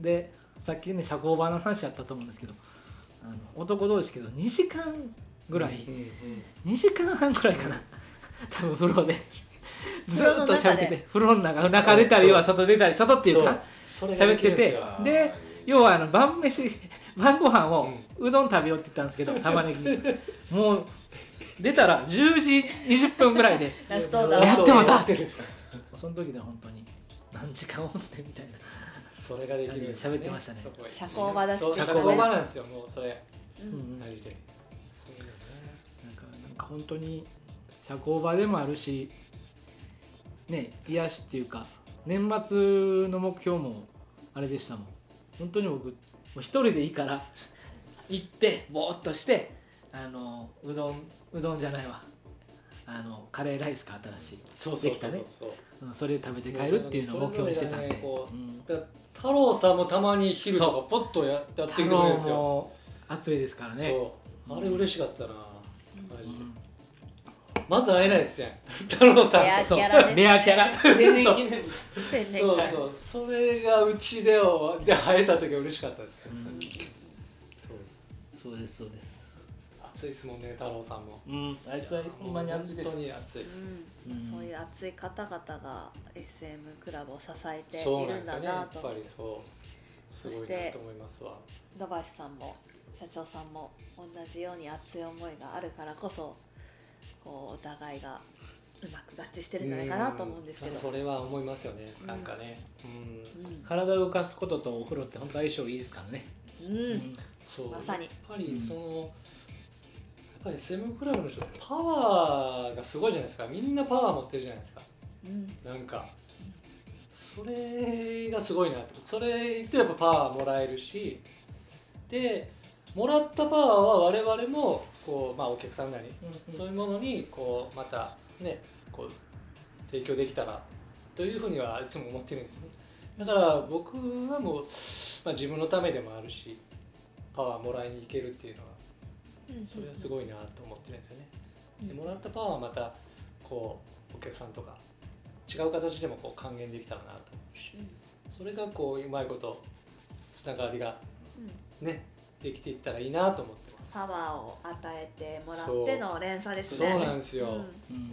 [SPEAKER 2] でさっきね社交場の話あったと思うんですけど、あの男同士けどにじかんぐらい、うんうんうん、にじかんはんぐらいかな多分風呂でずっと喋ってて、風呂の中中出たり要は外出たり、外っていうか喋ってて、で要はあの晩飯晩ご飯をうどん食べようって言ったんですけど、玉ねぎもう出たらじゅうじにじゅっぷんぐらいで
[SPEAKER 1] ラストオーダー
[SPEAKER 2] やってもたってその時で本当に何時間おんねんみたいな、
[SPEAKER 3] それができるんですね、
[SPEAKER 2] 喋ってましたね。
[SPEAKER 1] 社交場だし、
[SPEAKER 3] 社交場なんですよ、もうそれ、
[SPEAKER 2] うんうん、大事で、そういうのね、なんかなんか本当に社交場でもあるしね、癒しっていうか、年末の目標もあれでしたもん。本当に僕もう一人でいいから行ってぼーっとして、あのうどんうどんじゃないわ、あのカレーライスか新しい
[SPEAKER 3] そうそうそうそう
[SPEAKER 2] できたね、それ食べて帰るっていうのを目標にしてたんで、ね、
[SPEAKER 3] うん、太郎さんもたまに昼とかポッと や, やってきてくれるんですよ。
[SPEAKER 2] も暑いですからね。
[SPEAKER 3] そう、あれ嬉しかったな、うん、マジで、うん、まず会えないですね太郎さんと。
[SPEAKER 2] レアキャラ天然記念
[SPEAKER 3] 物そうそう、それがうちでで会えた時は嬉しかったです、うん、
[SPEAKER 2] そうそうですそうです。
[SPEAKER 3] 暑いですもんね、太郎さんも、
[SPEAKER 2] うん、あいつはほんまに暑いです。
[SPEAKER 3] 本当に暑い、
[SPEAKER 1] うんうん、そういう熱い方々が エスエム クラブを支えているんだなと。
[SPEAKER 3] そうなんですよね、やっぱりそう、すごいなと思いますわ。
[SPEAKER 1] 土橋さんも社長さんも同じように熱い思いがあるからこそ、こうお互いがうまく合致してるんじゃないかなと思うんですけど、
[SPEAKER 3] それは思いますよね、なんかね、
[SPEAKER 2] うんうん、体を動かすこととお風呂って本当相性いいですからね、
[SPEAKER 1] うんうん、そうまさに。
[SPEAKER 3] やっぱりその、うん、やっぱりセブンクラブの人ってパワーがすごいじゃないですか。みんなパワー持ってるじゃないですか、うん、なんかそれがすごいなって。それ言ってやっぱパワーもらえるし、でもらったパワーは我々もこう、まあ、お客さんなり、うんうん、そういうものにこうまたねこう提供できたらというふうにはいつも思ってるんですよね。だから僕はもう、まあ、自分のためでもあるし、パワーもらいに行けるっていうのはそれはすごいなと思ってるんですよね。でもらったパワーはまたこうお客さんとか違う形でもこう還元できたらなと思うし、それがこううまいことつながりがね、できていったらいいなと思ってます。
[SPEAKER 1] パワーを与えてもらっての連鎖ですね。
[SPEAKER 3] そうなんですよ、うん、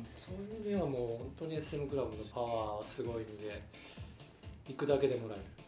[SPEAKER 3] そういう意味ではもう本当に エスエム クラブのパワーはすごいんで、行くだけでもらえる、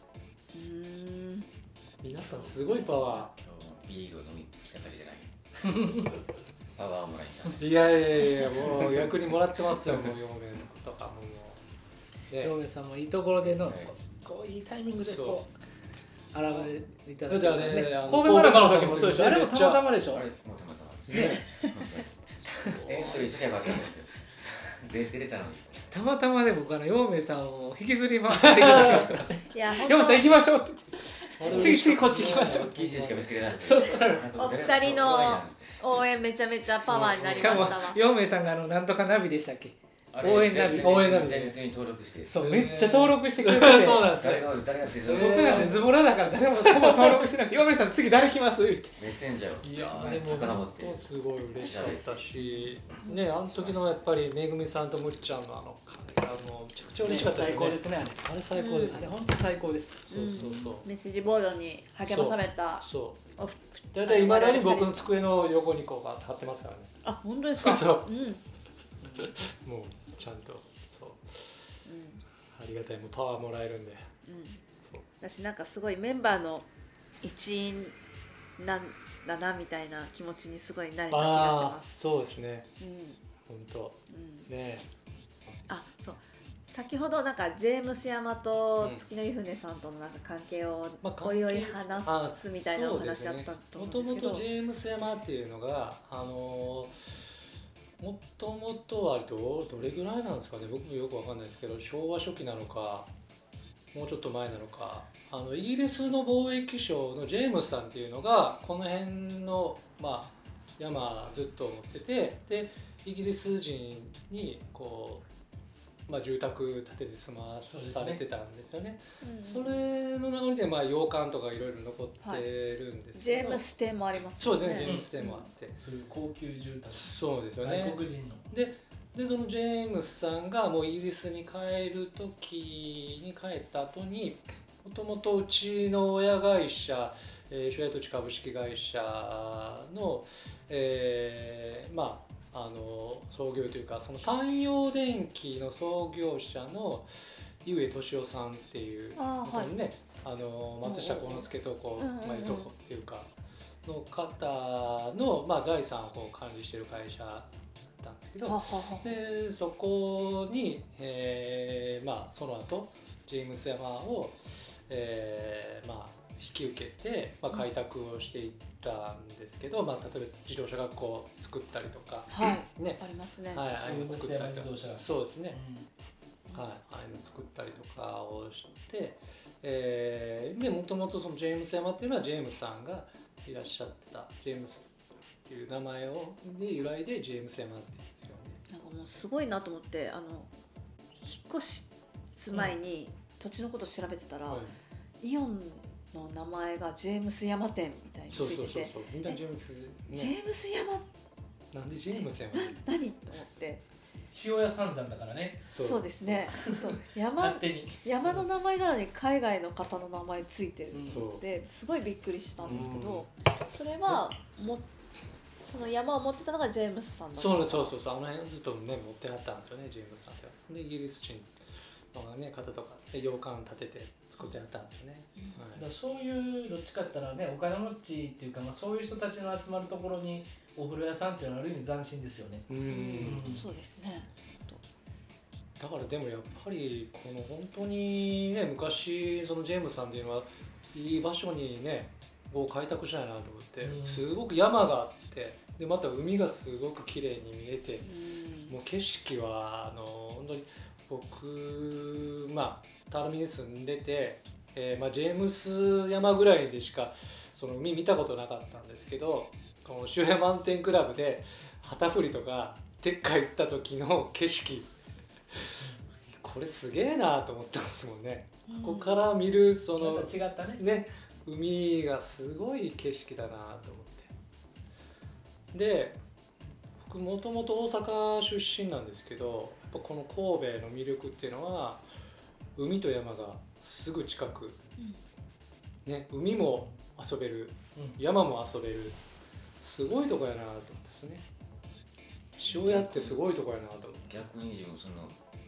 [SPEAKER 1] うーん
[SPEAKER 3] 皆さんすごいパワ
[SPEAKER 4] 今日ビールを飲み来ただけじゃないパワーもらいた
[SPEAKER 3] ーいやいやいやもう逆にもらってますよもう陽明さんとかももう、ね、
[SPEAKER 2] 陽明さんもいいところでの、
[SPEAKER 4] はい
[SPEAKER 2] ここういいタイミングで
[SPEAKER 3] そう
[SPEAKER 2] こう現れていただいて、
[SPEAKER 3] だってあれ
[SPEAKER 2] ね、
[SPEAKER 3] あの
[SPEAKER 2] 神戸マラソンの時もそうでしょ。あれも
[SPEAKER 3] めっちゃ
[SPEAKER 2] たまたまでしょ。
[SPEAKER 4] あれもうたまたまですねえそれ一緒にやばかったと思ってで出れたのに
[SPEAKER 2] たまたまで僕あの陽明さんを引きずり回させていただきましたからね。
[SPEAKER 1] いや本
[SPEAKER 2] 陽明さん行きましょうって
[SPEAKER 3] あれ
[SPEAKER 2] 言って次次こっち行きましょう。
[SPEAKER 4] 禁止しか見つけれなくて
[SPEAKER 2] そうそう
[SPEAKER 1] お二人の応援めちゃめちゃパワーになり
[SPEAKER 2] しかも
[SPEAKER 1] ましたわ。
[SPEAKER 2] 陽明さんがあのなんとかナビでしたっけ。
[SPEAKER 4] あれ
[SPEAKER 2] 応援ナビ
[SPEAKER 4] 前日に
[SPEAKER 3] 応援ナビ
[SPEAKER 4] 前日に登録して
[SPEAKER 2] そう、
[SPEAKER 3] へー
[SPEAKER 2] めっちゃ登録してくれてて。
[SPEAKER 3] そうなんです
[SPEAKER 4] 誰
[SPEAKER 3] ね
[SPEAKER 4] が誰がして
[SPEAKER 3] ー
[SPEAKER 2] 僕なんてズボラだから誰もほぼ登録してなくて、陽明さん次誰来ますって。
[SPEAKER 4] メッセンジャーを
[SPEAKER 3] いやーでも
[SPEAKER 4] 遡って
[SPEAKER 3] 本当すごい嬉しかったしねあの時のやっぱりめぐみさんとむっちゃんのあの会がもうめちゃくちゃ嬉しかったです
[SPEAKER 2] 最
[SPEAKER 3] ね
[SPEAKER 2] 高ですねあれ。
[SPEAKER 3] あれ最高です
[SPEAKER 2] あれ
[SPEAKER 3] ね、
[SPEAKER 2] 本当最高です。
[SPEAKER 3] そうそうそう、
[SPEAKER 1] メッセージボードに励まされた
[SPEAKER 3] そう
[SPEAKER 1] おふ
[SPEAKER 3] だいたいいまだに僕の机の横にこうバーッと貼ってますからね
[SPEAKER 1] あ本当ですか。
[SPEAKER 3] そう
[SPEAKER 1] うんうん
[SPEAKER 3] もうちゃんとそうありがたいもうパワーもらえるんで
[SPEAKER 1] うん
[SPEAKER 3] そう
[SPEAKER 1] 私なんかすごいメンバーの一員なんだなみたいな気持ちにすごいなれた気がし
[SPEAKER 3] ああ
[SPEAKER 1] ます。
[SPEAKER 3] そうですね
[SPEAKER 1] うん
[SPEAKER 3] 本当
[SPEAKER 1] うん
[SPEAKER 3] ね
[SPEAKER 1] あそう先ほどなんかジェームス山と月の湯船さんとのなんか関係を
[SPEAKER 3] まあ
[SPEAKER 1] おいおい話すみたいなお話あったと思
[SPEAKER 3] もとも
[SPEAKER 1] うんですけど、
[SPEAKER 3] とジェームス山っていうのがあのーもともとはどどれぐらいなんですかね僕もよくわかんないですけど昭和初期なのかもうちょっと前なのかあのイギリスの貿易商のジェームスさんっていうのがこの辺の、まあ、山ずっと持っててでイギリス人にこう、まあ、住宅建てて住まされてたんですよね。そ
[SPEAKER 1] うん
[SPEAKER 3] れの流れでまあ洋館とかいろいろ残ってるんです
[SPEAKER 1] ジ
[SPEAKER 3] けど、
[SPEAKER 1] ェームス邸もあります
[SPEAKER 3] そうですね
[SPEAKER 1] ね。
[SPEAKER 3] ジェームス邸もあって、
[SPEAKER 2] そういう高級住宅。
[SPEAKER 3] そうですよね
[SPEAKER 2] 外国人の。
[SPEAKER 3] ででそのジェームスさんがもうイギリスに帰る時に帰った後にもともとうちの親会社、えー、庄屋土地株式会社の、えーまああの創業というかその山陽電機の創業者の井上俊夫さんっていう
[SPEAKER 1] あーはい
[SPEAKER 3] 本当にね、あの松下幸之助とこう、
[SPEAKER 1] うんうんうん
[SPEAKER 3] まあ、いとこっていうかの方の、まあ、財産をこう管理している会社だったんですけど
[SPEAKER 1] ははは
[SPEAKER 3] でそこに、えーまあ、その後ジェームス山を、えーまあ、引き受けて、まあ、開拓をしていったんですけど、まあ、例えば自動車学校を作ったりとか、
[SPEAKER 1] はい
[SPEAKER 3] ね
[SPEAKER 1] ありますね。
[SPEAKER 3] はい、ああいうの作ったりとか
[SPEAKER 2] ジェームス山自動車
[SPEAKER 3] そうですね、
[SPEAKER 2] う
[SPEAKER 3] はい、ああいうの作ったりとかをして、えーでもともとそのジェームス山っていうのはジェームスさんがいらっしゃったジェームスっていう名前をで由来でジェームス山って言うんですよね。
[SPEAKER 1] なんかもうすごいなと思ってあの引っ越す前に土地のこと調べてたら、
[SPEAKER 3] はい
[SPEAKER 1] イオンの名前がジェームス山店みたいにつ
[SPEAKER 3] そうそう
[SPEAKER 1] いてて
[SPEAKER 3] そうそうみんなジェームス、
[SPEAKER 1] ジェ
[SPEAKER 3] ね、
[SPEAKER 1] ームス山
[SPEAKER 3] なんでジェームス山
[SPEAKER 1] な何と思って
[SPEAKER 2] 塩屋三山だからね。
[SPEAKER 1] そうですねそう山
[SPEAKER 2] 勝手に。
[SPEAKER 1] 山の名前なのに海外の方の名前ついてる
[SPEAKER 2] うん
[SPEAKER 1] ってすごいびっくりしたんですけど、それはもその山を持ってたのがジェームスさんだった
[SPEAKER 3] そうそうそうそうあの辺ずっとね持ってはったんですよねジェームスさんってでイギリス人の、ね、方とかで洋館建てて作ってはったんですよね、
[SPEAKER 2] だからそういうどっちかって言ったらねお金持ちっていうか、まあ、そういう人たちの集まるところにお風呂屋さんっていうのはある意味斬新ですよね。
[SPEAKER 3] はい、うん
[SPEAKER 2] うん
[SPEAKER 1] そうですね
[SPEAKER 3] だからでもやっぱりこの本当にね昔そのジェームスさんっていうのはいい場所にねを開拓したいなと思って、
[SPEAKER 2] うん
[SPEAKER 3] すごく山があってでまた海がすごく綺麗に見えて
[SPEAKER 1] うん
[SPEAKER 3] もう景色はあの本当に僕まあ垂水に住んでて、えーまあ、ジェームス山ぐらいでしかその海見たことなかったんですけどこの塩屋マウンテンクラブで旗振りとかでっかい行った時の景色これすげえなと思ったんですもんね、ここから見るその
[SPEAKER 2] また違ったね。
[SPEAKER 3] ね海がすごい景色だなと思ってで僕もともと大阪出身なんですけどやっぱこの神戸の魅力っていうのは海と山がすぐ近く、ね、海も遊べる
[SPEAKER 2] うん
[SPEAKER 3] 山も遊べるすごいとこやなと思ってですね塩屋ってすごいとこやなと思って
[SPEAKER 4] 逆に自分その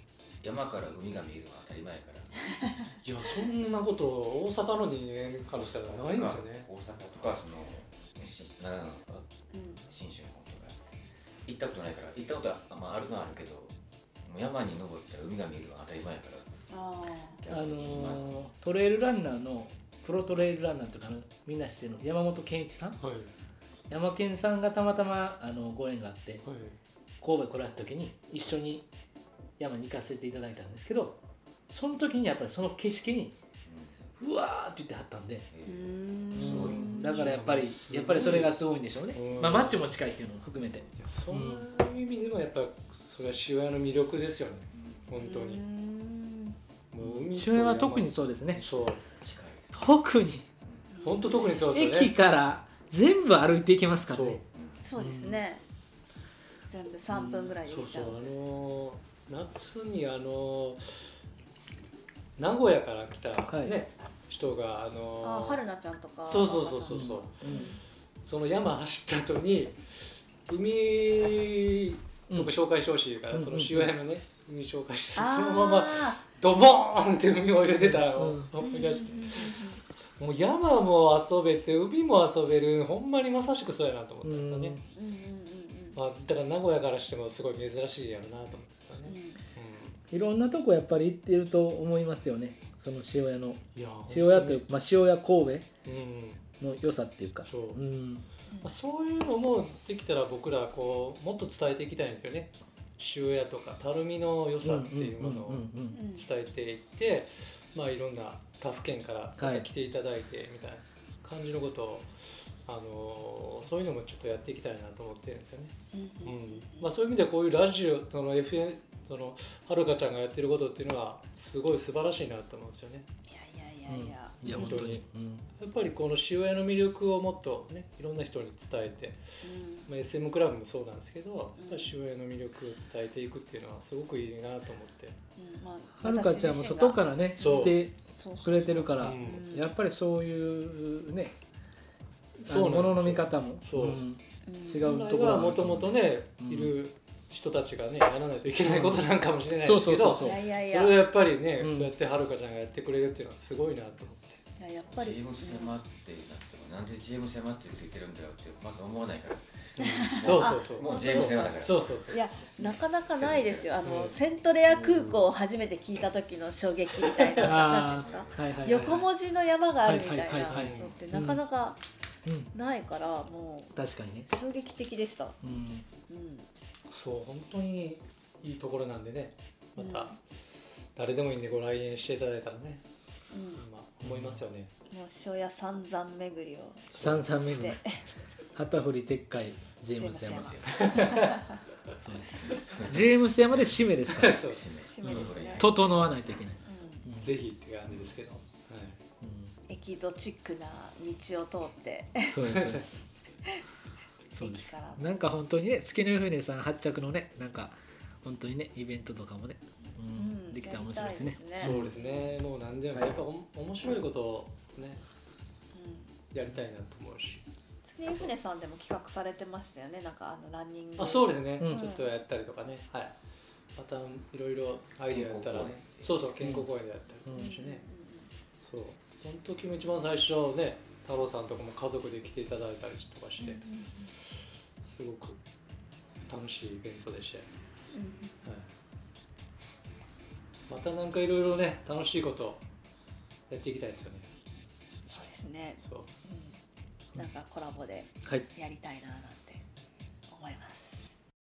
[SPEAKER 4] 山から海が見えるのは当たり前やから
[SPEAKER 3] いやそんなこと大阪の人間からしたらないんですよね。
[SPEAKER 4] 大阪とかその奈良のとか信州の方とか行ったことないから行ったことは、まあ、あるのはあるけどもう山に登ったら海が見えるのは当たり前やから
[SPEAKER 1] あ
[SPEAKER 2] あのー、トレイルランナーのプロトレイルランナーとかのみんな知ってるの山本健一さん、
[SPEAKER 3] はい
[SPEAKER 2] 山健さんがたまたまあのご縁があって
[SPEAKER 3] はい
[SPEAKER 2] 神戸来られた時に一緒に山に行かせていただいたんですけど、その時にやっぱりその景色にうわーって言ってはったんで、
[SPEAKER 1] ーうーん
[SPEAKER 4] すごい
[SPEAKER 2] だからやっぱりやっぱりそれがすごいんでしょうね。
[SPEAKER 3] うん
[SPEAKER 2] まあ街も近いっていうのも含めて。
[SPEAKER 3] いやそういう意味でもやっぱそれは塩屋の魅力ですよね本当に。
[SPEAKER 1] うーん
[SPEAKER 3] もう海と
[SPEAKER 2] 塩屋は特にそうですね。
[SPEAKER 3] そう
[SPEAKER 4] 近い
[SPEAKER 2] 特に
[SPEAKER 3] 本当特にそうですよね。
[SPEAKER 2] 駅から全部歩いていけますから
[SPEAKER 3] そう
[SPEAKER 2] ね。
[SPEAKER 1] そうですね、全部さんぷんぐらいで
[SPEAKER 3] そうそう
[SPEAKER 1] 行っちゃう。
[SPEAKER 3] あのー夏にあのー名古屋から来たね、
[SPEAKER 2] はい
[SPEAKER 3] 人があのー
[SPEAKER 1] あ、春菜ちゃんとか。
[SPEAKER 3] そうそうそうそうそう、その山走った後に海僕紹介してほしいから、
[SPEAKER 2] うん
[SPEAKER 3] その塩屋のね海紹介して、
[SPEAKER 1] あー
[SPEAKER 3] そのままドボーンって海を入れてたら
[SPEAKER 2] うん
[SPEAKER 3] 思い出して、もう山も遊べて海も遊べるほんまにまさしくそうやなと思ったんですよね、
[SPEAKER 1] うんうんうん
[SPEAKER 3] まあ、だから名古屋からしてもすごい珍しいやろなと思ってた
[SPEAKER 1] うんうん
[SPEAKER 3] ね、
[SPEAKER 2] いろんなとこやっぱり行ってると思いますよね。その塩屋の
[SPEAKER 3] うん、いや
[SPEAKER 2] 塩屋という、まあ、塩屋神
[SPEAKER 3] うん
[SPEAKER 2] 戸の良さっていうか、
[SPEAKER 3] そう
[SPEAKER 2] うん、
[SPEAKER 3] まあ、そういうのもできたら僕らこうもっと伝えていきたいんですよね。塩屋とか垂水の良さっていうものを
[SPEAKER 2] うんうんうん
[SPEAKER 1] うん
[SPEAKER 3] 伝えていって、まあ、いろんな他府県からまた来ていただいてみたいな感じのことを、あのーそういうのもちょっとやっていきたいなと思ってるんですよね。
[SPEAKER 1] うんうん
[SPEAKER 3] うんまあ、そういう意味ではこういうラジオその エフエム そのはるかちゃんがやってることっていうのはすごい素晴らしいなと思うんですよね。
[SPEAKER 1] いやいやいやいや、
[SPEAKER 2] いや
[SPEAKER 3] 本当に
[SPEAKER 2] 本当に、うん、
[SPEAKER 3] やっぱりこの塩屋の魅力をもっとねいろんな人に伝えて、
[SPEAKER 1] うん
[SPEAKER 3] まあ、エスエム クラブもそうなんですけど、やっぱり塩屋の魅力を伝えていくっていうのはすごくいいなと思って。
[SPEAKER 1] うんまあ
[SPEAKER 2] はるかちゃんも外からね
[SPEAKER 3] そう
[SPEAKER 2] 来て
[SPEAKER 1] そうそう
[SPEAKER 2] くれてるから、
[SPEAKER 3] うん
[SPEAKER 2] やっぱりそういうね
[SPEAKER 3] そうなんですよ
[SPEAKER 2] 物の見方も、
[SPEAKER 3] そう
[SPEAKER 2] うん
[SPEAKER 1] うん
[SPEAKER 2] 違う
[SPEAKER 3] 本来
[SPEAKER 2] ところが
[SPEAKER 3] はもともとね、
[SPEAKER 2] うん
[SPEAKER 3] いる人たちがねやらないといけないことなんかもしれない
[SPEAKER 2] そう
[SPEAKER 3] ですけど、
[SPEAKER 2] そうそうそう
[SPEAKER 1] いやいやい
[SPEAKER 3] そ
[SPEAKER 1] や
[SPEAKER 3] れをやっぱりね、
[SPEAKER 2] うん
[SPEAKER 3] そうやってはるかちゃんがやってくれるっていうのはすごいなと思って。
[SPEAKER 1] いややっぱり
[SPEAKER 4] ジェームス山ってなってもなんでジェームス山ってついてるんだろうってまず思わないから
[SPEAKER 3] そうそうそう。
[SPEAKER 4] もうジェームス山だから
[SPEAKER 3] そうそうそう。
[SPEAKER 1] いやなかなかないですよ。あの、
[SPEAKER 3] うん
[SPEAKER 1] セントレア空港を初めて聞いた時の衝撃みたいな、なんていうんですか、
[SPEAKER 2] あーはいはいはいはい
[SPEAKER 1] 横文字の山があるみたいなの
[SPEAKER 2] はいはいはい
[SPEAKER 3] はい
[SPEAKER 1] ってなかなか
[SPEAKER 2] うん、
[SPEAKER 1] ないから、も
[SPEAKER 2] 確かにね、
[SPEAKER 1] う衝撃的でした。
[SPEAKER 2] うん、
[SPEAKER 1] うん
[SPEAKER 3] そう本当にいいところなんでね、また、
[SPEAKER 1] うん
[SPEAKER 3] 誰でもいいんでご来園していただいたらね、
[SPEAKER 1] うん
[SPEAKER 3] まあ思いますよね。
[SPEAKER 1] もう塩屋三山巡りを
[SPEAKER 2] 三三目
[SPEAKER 1] して、
[SPEAKER 2] 旗振り撤回ジェームス山
[SPEAKER 1] ジ
[SPEAKER 2] そうですジェームス山で締めですから
[SPEAKER 3] そう
[SPEAKER 1] 締めですね。
[SPEAKER 2] 整わないといけない、
[SPEAKER 1] うん
[SPEAKER 2] うん
[SPEAKER 3] ぜひって感じですけど。はい。
[SPEAKER 2] うん
[SPEAKER 1] エキゾチックな道を通って
[SPEAKER 2] そうですそうですそうです
[SPEAKER 1] 駅から
[SPEAKER 2] なんか本当にね月の船さん発着のねなんか本当にねイベントとかもね、うん
[SPEAKER 1] うん
[SPEAKER 2] できたら面白いですね
[SPEAKER 1] やりたいですね
[SPEAKER 3] そうですね。もう何でもやっぱおも面白いことをね
[SPEAKER 1] うん
[SPEAKER 3] やりたいなと思うし。
[SPEAKER 1] 月の船さんでも企画されてましたよね。なんかあのランニング。
[SPEAKER 3] あそうですね、
[SPEAKER 2] うん
[SPEAKER 3] ちょっとやったりとかね、はい、またいろいろアイディアやったらね
[SPEAKER 4] 健
[SPEAKER 3] そうそう健康公園でやったりとかしてね、そうその時も一番最初ね太郎さんとかも家族で来ていただいたりとかして、
[SPEAKER 1] うんうんうん
[SPEAKER 3] すごく楽しいイベントでして、
[SPEAKER 1] うん
[SPEAKER 3] はい、またなんかいろいろね楽しいことやっていきたいですよね。
[SPEAKER 1] そうですね。
[SPEAKER 3] そう
[SPEAKER 1] うん、なんかコラボで
[SPEAKER 2] はい
[SPEAKER 1] やりたいななんて思います。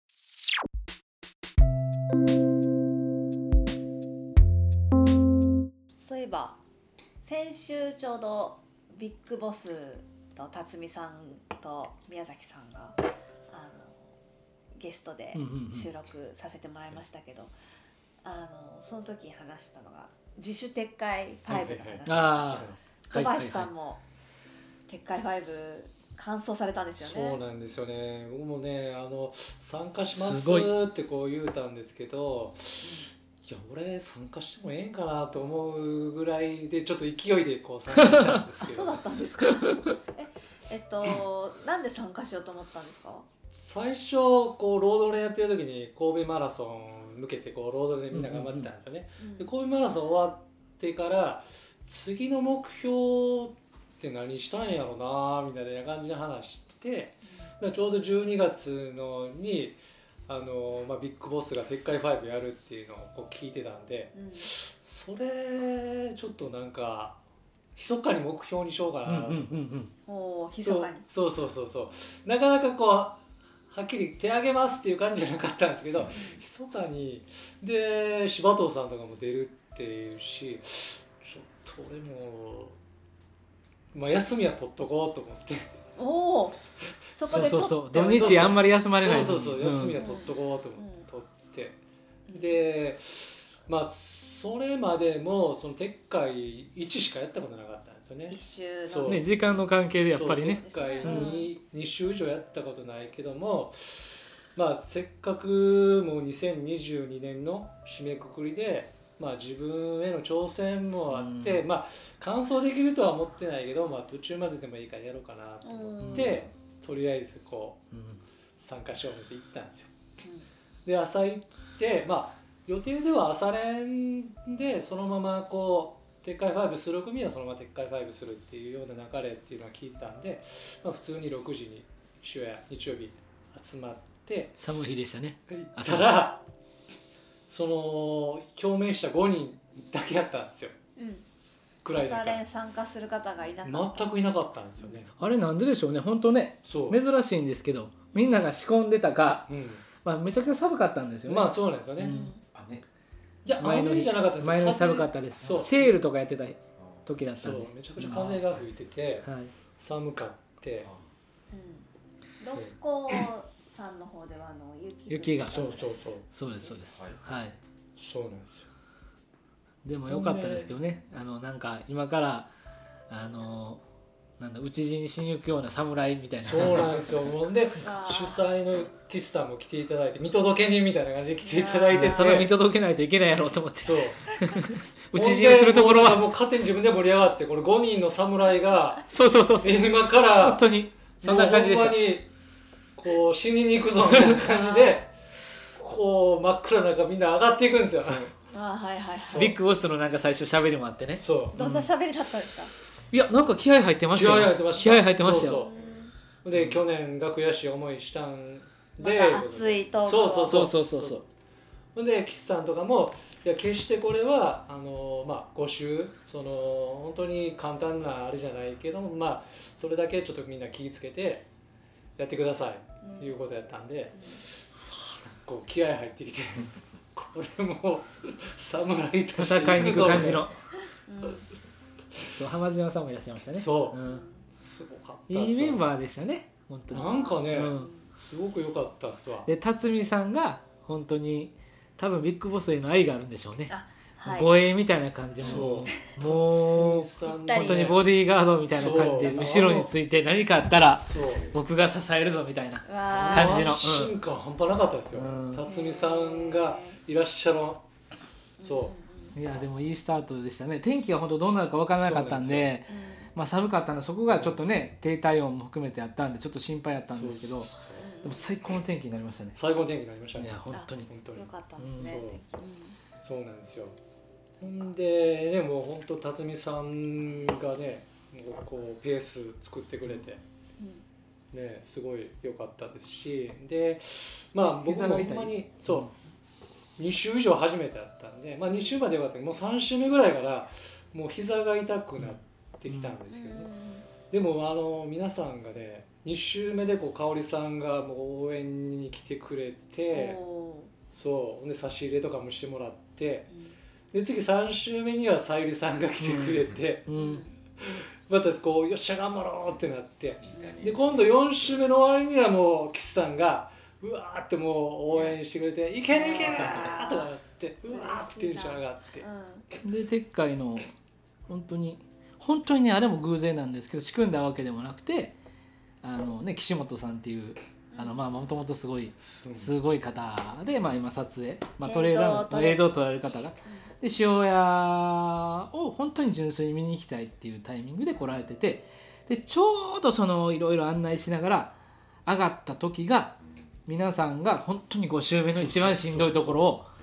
[SPEAKER 1] そういえば先週ちょうどビッグボスと辰巳さんと宮崎さんがあのゲストで
[SPEAKER 2] うんうんうん
[SPEAKER 1] 収録させてもらいましたけど、あのその時に話したのが自主撤回ファイブの話なんですよ。
[SPEAKER 2] あ
[SPEAKER 1] 土橋さんも撤回ファイブ完走されたんですよね。
[SPEAKER 3] そうなんですよね。僕もねあの参加します
[SPEAKER 2] すごい
[SPEAKER 3] ってこう言うたんですけど、いや俺参加してもええんかなと思うぐらいでちょっと勢いでこう参加したんですけど。
[SPEAKER 1] あ、そうだったんですか。え、えっとなんで参加しようと思ったんですか。
[SPEAKER 3] 最初こうロードレーンやってる時に神戸マラソン向けてこうロードでみんな頑張ってたんですよね、
[SPEAKER 1] うん、
[SPEAKER 3] で神戸マラソン終わってから次の目標って何したんやろなみたいな感じで話してて、うん、ちょうどじゅうにがつのにあの、まあ、ビッグボスが鉄海ファイブやるっていうのをこう聞いてたんで、うん、それちょっとなんか密かに目標にしようかなと、うんうんうん、
[SPEAKER 1] お密かに
[SPEAKER 3] そうそうそうそうなかなかこうはっきり手挙げますっていう感じじゃなかったんですけど、うん、密かにで柴藤さんとかも出るっていうしちょっと俺も、まあ、休みは取っとこうと思って
[SPEAKER 1] おおそこで
[SPEAKER 2] そうそうそう土日あんまり休まれない
[SPEAKER 3] そうそうそう休みは取っとこうと思って、うん、取ってでまあそれまでもその鉄海いちしかやったことなかったんですよね。
[SPEAKER 1] 一周
[SPEAKER 2] そうね時間の関係でやっぱりね。
[SPEAKER 3] 鉄海にに周以上やったことないけども、まあせっかくもうにせんにじゅうにねんの締めくくりで、まあ自分への挑戦もあって、うん、まあ完走できるとは思ってないけど、まあ途中まででもいいからやろうかなと思って、うん、とりあえずこう、うん、参加しようって行ったんですよ。うん、で朝行ってまあ予定では朝練でそのままこう鉄海ファイブする組はそのまま鉄海ファイブするっていうような流れっていうのは聞いたんで、まあ、普通にろくじに週や日曜日集まって
[SPEAKER 2] 寒い日でしたね。
[SPEAKER 3] 行ったらその表明したごにんだけやったんですよ、うん、くらいだから
[SPEAKER 1] 朝練参加する方がいなかった
[SPEAKER 3] 全くいなかったんですよね。
[SPEAKER 2] あれなんででしょうね本当ね珍しいんですけどみんなが仕込んでたか、うんまあ、めちゃくちゃ寒かったんですよね。
[SPEAKER 3] まあそうなんですよね、うんいや前の日じゃなかったです。
[SPEAKER 2] 前の日寒かったです。シェールとかやってた時だったんで
[SPEAKER 3] そうめちゃくちゃ風が吹いてて、うん、寒かって、
[SPEAKER 1] うん、六甲山の方ではあの 雪,
[SPEAKER 2] 雪が
[SPEAKER 3] そうそうそう
[SPEAKER 2] そうですそうです、はい、はい、
[SPEAKER 3] そうなんですよ。
[SPEAKER 2] でも良かったですけどねあのなんか今からあのなんだ討ち死にしに行くような侍みたいな
[SPEAKER 3] そうなんですよもんで主催の岸さんも来ていただいて見届け人みたいな感じで来ていただいてて
[SPEAKER 2] それを見届けないといけないやろうと思って
[SPEAKER 3] そう
[SPEAKER 2] 討ち死にするところは
[SPEAKER 3] もう勝手に自分で盛り上がってこれごにんの侍が
[SPEAKER 2] そうそうそうそう
[SPEAKER 3] 今から
[SPEAKER 2] 本当にそんな感じでした。
[SPEAKER 3] ほんまにこう死にに行くぞみたいな感じでこう真っ暗な中みんな上がっていくんですよ。
[SPEAKER 1] あはいはいはい、
[SPEAKER 2] ビッグボスのなんか最初喋りもあってね
[SPEAKER 3] そう
[SPEAKER 1] どんな喋りだったんですか。
[SPEAKER 2] いやなんか気合入ってましたよ。
[SPEAKER 3] 気合入ってました。
[SPEAKER 2] 気合入ってましたよ。
[SPEAKER 3] そうそうで去年が悔しい思いしたんで、
[SPEAKER 1] また熱いトーク
[SPEAKER 3] そうそうそう
[SPEAKER 2] そうそうそう
[SPEAKER 3] そうで岸さんとかもいや決してこれはあのまあご周その本当に簡単なあれじゃないけどもまあそれだけちょっとみんな気をつけてやってください、うん、いうことやったんで、うん、こう気合入ってきてこれも侍として
[SPEAKER 2] 戦いに行く感じの、うん、そう浜島さんもいらっしゃいましたね。
[SPEAKER 3] そう、
[SPEAKER 2] うん、
[SPEAKER 3] すごかった
[SPEAKER 2] いいメンバーでしたね本当に。
[SPEAKER 3] なんかね、うん、すごく良かったっすわ。
[SPEAKER 2] で辰巳さんが本当に多分ビッグボスへの愛があるんでしょうね。
[SPEAKER 1] はい、
[SPEAKER 2] 護衛みたいな感じでもうもう本当にボディーガードみたいな感じで後ろについて何かあったら僕が支えるぞみたいな感じの
[SPEAKER 3] 安心感半端なかったですよ、うん、辰巳さんがいらっしゃるそう
[SPEAKER 2] いやでもいいスタートでしたね。天気が本当どうなるか分からなかったん で, でまあ寒かったんでそこがちょっとね低体温も含めてあったんでちょっと心配だったんですけどでも最高の天気になりましたね。
[SPEAKER 3] 最高の天気になりましたね。
[SPEAKER 2] いや本当に
[SPEAKER 1] 本当に良かったですね、
[SPEAKER 3] うん、そう、そうなんですよ。んでねもう本当辰巳さんがねこうペース作ってくれて、うん、ねすごい良かったですしでまあ僕もほんまにそう、に週以上初めてだったんでまあに週まで良かったけどもうさん週目ぐらいからもう膝が痛くなってきたんですけどね、うん、でもあの皆さんがねに週目でこう香織さんがもう応援に来てくれてそうで差し入れとかもしてもらって、うんで次さん週目にはさゆりさんが来てくれて、うんうん、またこうよっしゃ頑張ろうってなってで今度よん週目の終わりにはもう岸さんがうわーってもう応援してくれていけるいけるーとかなってうわーってテンション上がって、
[SPEAKER 2] うん、で鉄海の本当に本当にねあれも偶然なんですけど仕組んだわけでもなくてあのね岸本さんっていうあのまあもともとすごいすごい方で、まあ、今撮影、まあ、トレーラーの映像を撮られる方がで塩屋を本当に純粋に見に行きたいっていうタイミングで来られててでちょうどそのいろいろ案内しながら上がった時が皆さんが本当にご週目の一番しんどいところを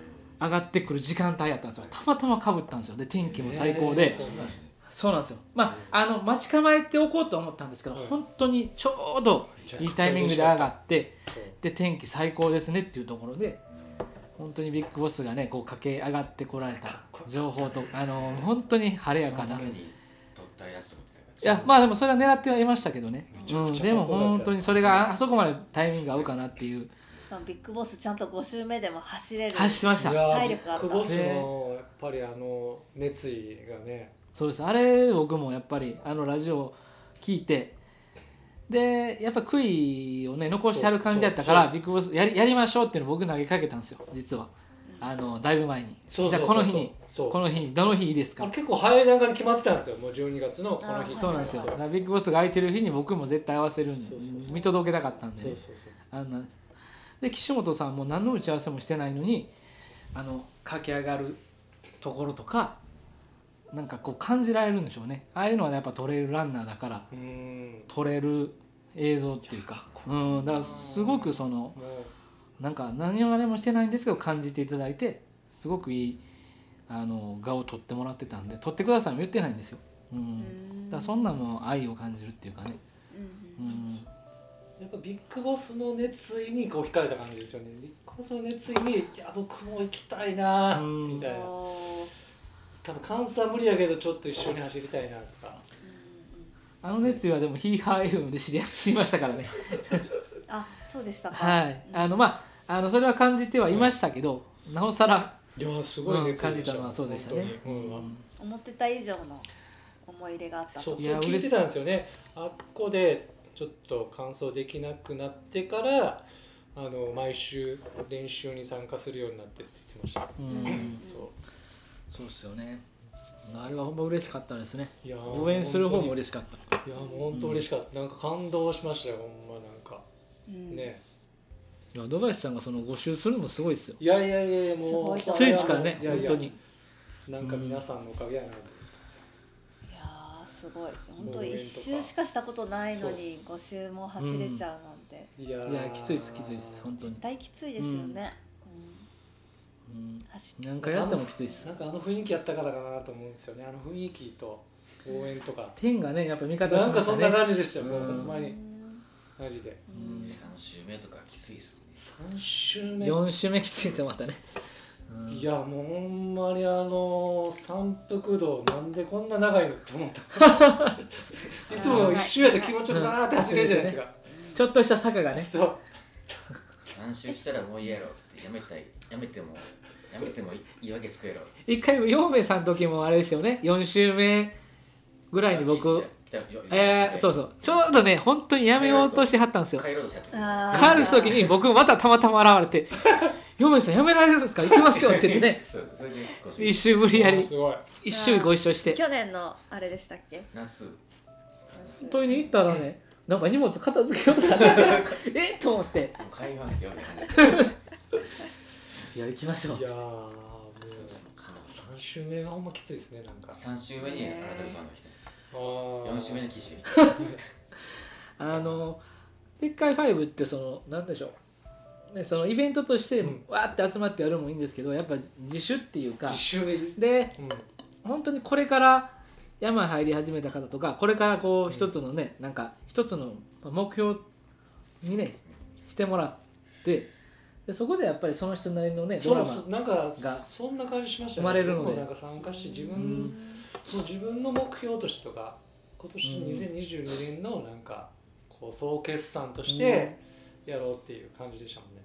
[SPEAKER 2] 上がってくる時間帯やったんですよ。たまたまかぶったんですよ。で天気も最高で、
[SPEAKER 3] えーそうなんですね
[SPEAKER 2] そうなんですよ。まああの待ち構えておこうと思ったんですけど、
[SPEAKER 3] うん
[SPEAKER 2] 本当にちょうどいいタイミングで上がってで天気最高ですねっていうところで本当にビッグボスがねこう駆け上がってこられた情報とあの本当に晴れやかな。い
[SPEAKER 4] そのために取ったやつと思って
[SPEAKER 2] やまあでもそれは狙ってはいましたけどね、うん、
[SPEAKER 3] めちゃくちゃ
[SPEAKER 2] でも
[SPEAKER 3] かっこよかった
[SPEAKER 2] 本当にそれがあそこまでタイミングが合うかなっていう
[SPEAKER 1] しかもビッグボスちゃんとご周目でも走れる
[SPEAKER 2] 走ってました。
[SPEAKER 3] いやー
[SPEAKER 1] 体力があった
[SPEAKER 3] ビッグボスのやっぱりあの熱意がね
[SPEAKER 2] そうです。あれ僕もやっぱりあのラジオを聞いてでやっぱ悔いをね残してある感じだったか
[SPEAKER 3] そうそう
[SPEAKER 2] らビッグボスやり、やりましょうっていうのを僕投げかけたんですよ実は。あのだいぶ前に
[SPEAKER 3] そうそうそうそう
[SPEAKER 2] じゃあこの日に
[SPEAKER 3] そう
[SPEAKER 2] この日にどの日いいですか。
[SPEAKER 3] あ結構早い段階に決まってたんですよもうじゅうにがつのこの日
[SPEAKER 1] あ
[SPEAKER 2] そうなんですよ。
[SPEAKER 3] そう
[SPEAKER 2] だからビッグボスが空いてる日に僕も絶対合わせるんで
[SPEAKER 3] そうそうそう
[SPEAKER 2] 見届けたかったんで、ね、
[SPEAKER 3] そうそうそう
[SPEAKER 2] あんなんですで岸本さんも何の打ち合わせもしてないのにあの駆け上がるところとかなんかこう感じられるんでしょうね。ああいうのはやっぱトレイルランナーだから
[SPEAKER 3] うーん
[SPEAKER 2] 撮れる映像っていうか、うん、だからすごくその
[SPEAKER 3] も
[SPEAKER 2] なんか何をあれもしてないんですけど感じていただいてすごくいいあの画を撮ってもらってたんで撮ってくださいも言ってないんですよ、うん、
[SPEAKER 1] うん
[SPEAKER 2] だからそんなんも愛を感じるっていうかね、
[SPEAKER 1] うんうん
[SPEAKER 2] うん、
[SPEAKER 3] うやっぱビッグボスの熱意にこう惹かれた感じですよねビッグボスの熱意にいや僕も行きたいな
[SPEAKER 2] うん
[SPEAKER 3] みたいな
[SPEAKER 1] おー
[SPEAKER 3] 多分関西は無理やけどちょっと一緒に走りたいなとか
[SPEAKER 2] あの熱意はでもヒーハー エフエム で知り合いましたからね
[SPEAKER 1] あそうでしたか
[SPEAKER 2] はいあのまああのそれは感じてはいましたけど、なおさら、
[SPEAKER 3] いやーすごい
[SPEAKER 2] うん、
[SPEAKER 3] 熱意でした
[SPEAKER 2] 感じたのはそうでしたね、
[SPEAKER 3] 本当にうん
[SPEAKER 2] うん
[SPEAKER 1] 思ってた以上の思い入れがあったと
[SPEAKER 3] そうそう
[SPEAKER 2] いや
[SPEAKER 3] 聞いてたんですよねあっこでちょっと完走できなくなってからあの毎週練習に参加するようになってって言ってました、
[SPEAKER 2] うん
[SPEAKER 3] そ
[SPEAKER 2] そうですよねあれはほんま嬉しかったですね
[SPEAKER 3] ういやー
[SPEAKER 2] 応援する方も
[SPEAKER 3] し
[SPEAKER 2] 嬉しかった
[SPEAKER 3] いいやーもう本当嬉しかった、なんか感動しましたよほんまなんか
[SPEAKER 1] うん
[SPEAKER 3] ね
[SPEAKER 2] いや土橋さんがその募集するのもすごいですよ
[SPEAKER 3] いやいやいやいや
[SPEAKER 1] す
[SPEAKER 3] もう
[SPEAKER 1] ごいと思
[SPEAKER 2] ついですからね
[SPEAKER 3] いやいや
[SPEAKER 2] 本当に
[SPEAKER 3] なんか皆さんのおかげやなと、
[SPEAKER 1] いやーすごい本当
[SPEAKER 3] 応援とか
[SPEAKER 1] 一周しかしたことないのにご周も走れちゃうなんて
[SPEAKER 3] いやー
[SPEAKER 2] いやきついですきついです本当に
[SPEAKER 1] 絶、対きついですよね、
[SPEAKER 2] うん
[SPEAKER 1] うん、走って
[SPEAKER 2] 何回やってもきついです
[SPEAKER 3] なんかあの雰囲気やったからかなと思うんですよねあの雰囲気と応援とか
[SPEAKER 2] 天がねやっぱ味方し
[SPEAKER 3] なんかそんな
[SPEAKER 2] ましたね
[SPEAKER 3] 感じでしたよ、もう
[SPEAKER 2] うん
[SPEAKER 3] ほんまに
[SPEAKER 1] うん
[SPEAKER 3] マジで
[SPEAKER 2] うん
[SPEAKER 4] さん週目とかきついですもんね
[SPEAKER 3] さん週目
[SPEAKER 2] よん週目きついですよまたね、うん
[SPEAKER 3] いやもうほんまにあの三福道なんでこんな長いのって思ったいつも一周やったら気持ちよくなーって走れるじゃないですか、
[SPEAKER 2] ちょっとした坂がね
[SPEAKER 3] そう
[SPEAKER 4] さん週したらもういいやろってやめたいやめてもやめても言い訳つくやろ
[SPEAKER 2] 一回陽明さんの時もあれですよねよん週目ぐらいに僕えー、そうそうちょうどね本当にやめようとしてはったんですよ
[SPEAKER 4] 帰ろうとした時
[SPEAKER 1] あー
[SPEAKER 2] 帰る時に僕またたまたま現れて「陽明さんやめられるんですか行きますよ」って言ってね
[SPEAKER 4] そうそれでこそ
[SPEAKER 2] 一周無理やり
[SPEAKER 3] すごい
[SPEAKER 2] 一周ご一緒して
[SPEAKER 1] 去年のあれでしたっけ
[SPEAKER 4] 夏
[SPEAKER 2] 本当に行ったらねなんか荷物片付けようとしたんですけどえっと思って
[SPEAKER 4] もう帰りますよみたいない
[SPEAKER 2] や行きましょう
[SPEAKER 3] いやーもうさん週目がほんまきついですねなんか
[SPEAKER 4] さん週目にあなたがファンが来た
[SPEAKER 3] あー
[SPEAKER 4] よん週目に騎士が来た
[SPEAKER 2] あのでっかいファイブってそのなんでしょう、ね、そのイベントとして
[SPEAKER 3] うん
[SPEAKER 2] わーって集まってやるのもいいんですけどやっぱ自主っていうか
[SPEAKER 3] 実習でいいです
[SPEAKER 2] で
[SPEAKER 3] うん
[SPEAKER 2] 本当にこれから山入り始めた方とかこれからこう一つのね、なんか一つの目標にねしてもらってでそこでやっぱりその人なりのねド
[SPEAKER 3] そう
[SPEAKER 2] ラマ
[SPEAKER 3] そうなんか
[SPEAKER 2] が
[SPEAKER 3] そんな感じしました
[SPEAKER 2] 生まれるので
[SPEAKER 3] 僕もなんか参加して自分、
[SPEAKER 2] うん
[SPEAKER 3] もう自分の目標としてとか今年
[SPEAKER 2] うん
[SPEAKER 3] にせんにじゅうにねんのなんかこう総決算としてやろうっていう感じでしたもんね、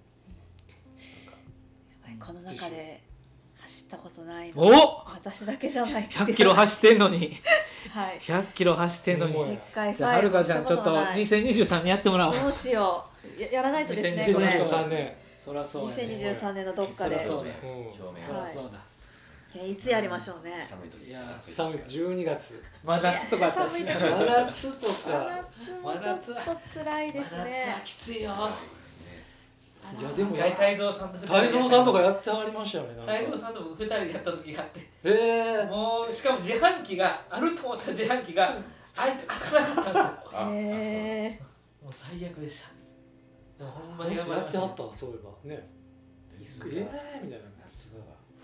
[SPEAKER 3] なんか
[SPEAKER 1] この中で走ったことないの
[SPEAKER 2] お
[SPEAKER 1] 私だけじゃないって
[SPEAKER 2] ひゃっキロ走ってんのに
[SPEAKER 1] はい
[SPEAKER 2] ひゃっキロ走ってんのに
[SPEAKER 3] すごい
[SPEAKER 1] でっかいフ
[SPEAKER 2] じゃあは
[SPEAKER 1] ァイブし
[SPEAKER 2] るかちゃんちょっ
[SPEAKER 1] たことない
[SPEAKER 2] とにせんにじゅうさんねんやってもらおう
[SPEAKER 1] どうしよう や, やらないとですねこれ
[SPEAKER 2] にせんにじゅう
[SPEAKER 3] さんね
[SPEAKER 2] そりゃそうや
[SPEAKER 1] にせんにじゅ
[SPEAKER 2] ね
[SPEAKER 1] うさんねんのどっかで
[SPEAKER 2] そりゃそうだよ
[SPEAKER 3] うん
[SPEAKER 4] 表面
[SPEAKER 2] そりゃそうだ
[SPEAKER 1] えいつやりましょうね
[SPEAKER 4] 寒い時
[SPEAKER 2] いや
[SPEAKER 3] 寒いじゅうにがつ
[SPEAKER 2] 真夏とかあったらし
[SPEAKER 1] いや
[SPEAKER 2] な
[SPEAKER 3] 真夏と
[SPEAKER 1] 真
[SPEAKER 3] か
[SPEAKER 1] 夏もちょっと辛いです
[SPEAKER 2] 真夏は
[SPEAKER 1] ね
[SPEAKER 2] きついよ
[SPEAKER 3] いやでも
[SPEAKER 2] 一回泰造さんと
[SPEAKER 3] 泰造さんとかやってはりましたよねなんか
[SPEAKER 2] 泰造さんと僕ふたりでやった時があって
[SPEAKER 3] えー、
[SPEAKER 2] もうしかも自販機があると思った自販機が開いて開かなかったんですよ
[SPEAKER 4] あ
[SPEAKER 1] へえ
[SPEAKER 2] もう最悪でしたでもほんま
[SPEAKER 3] あいつやって
[SPEAKER 2] に頑張りました
[SPEAKER 3] はったわそういえばね
[SPEAKER 4] 水が
[SPEAKER 3] えー、みたいな
[SPEAKER 4] 夏場は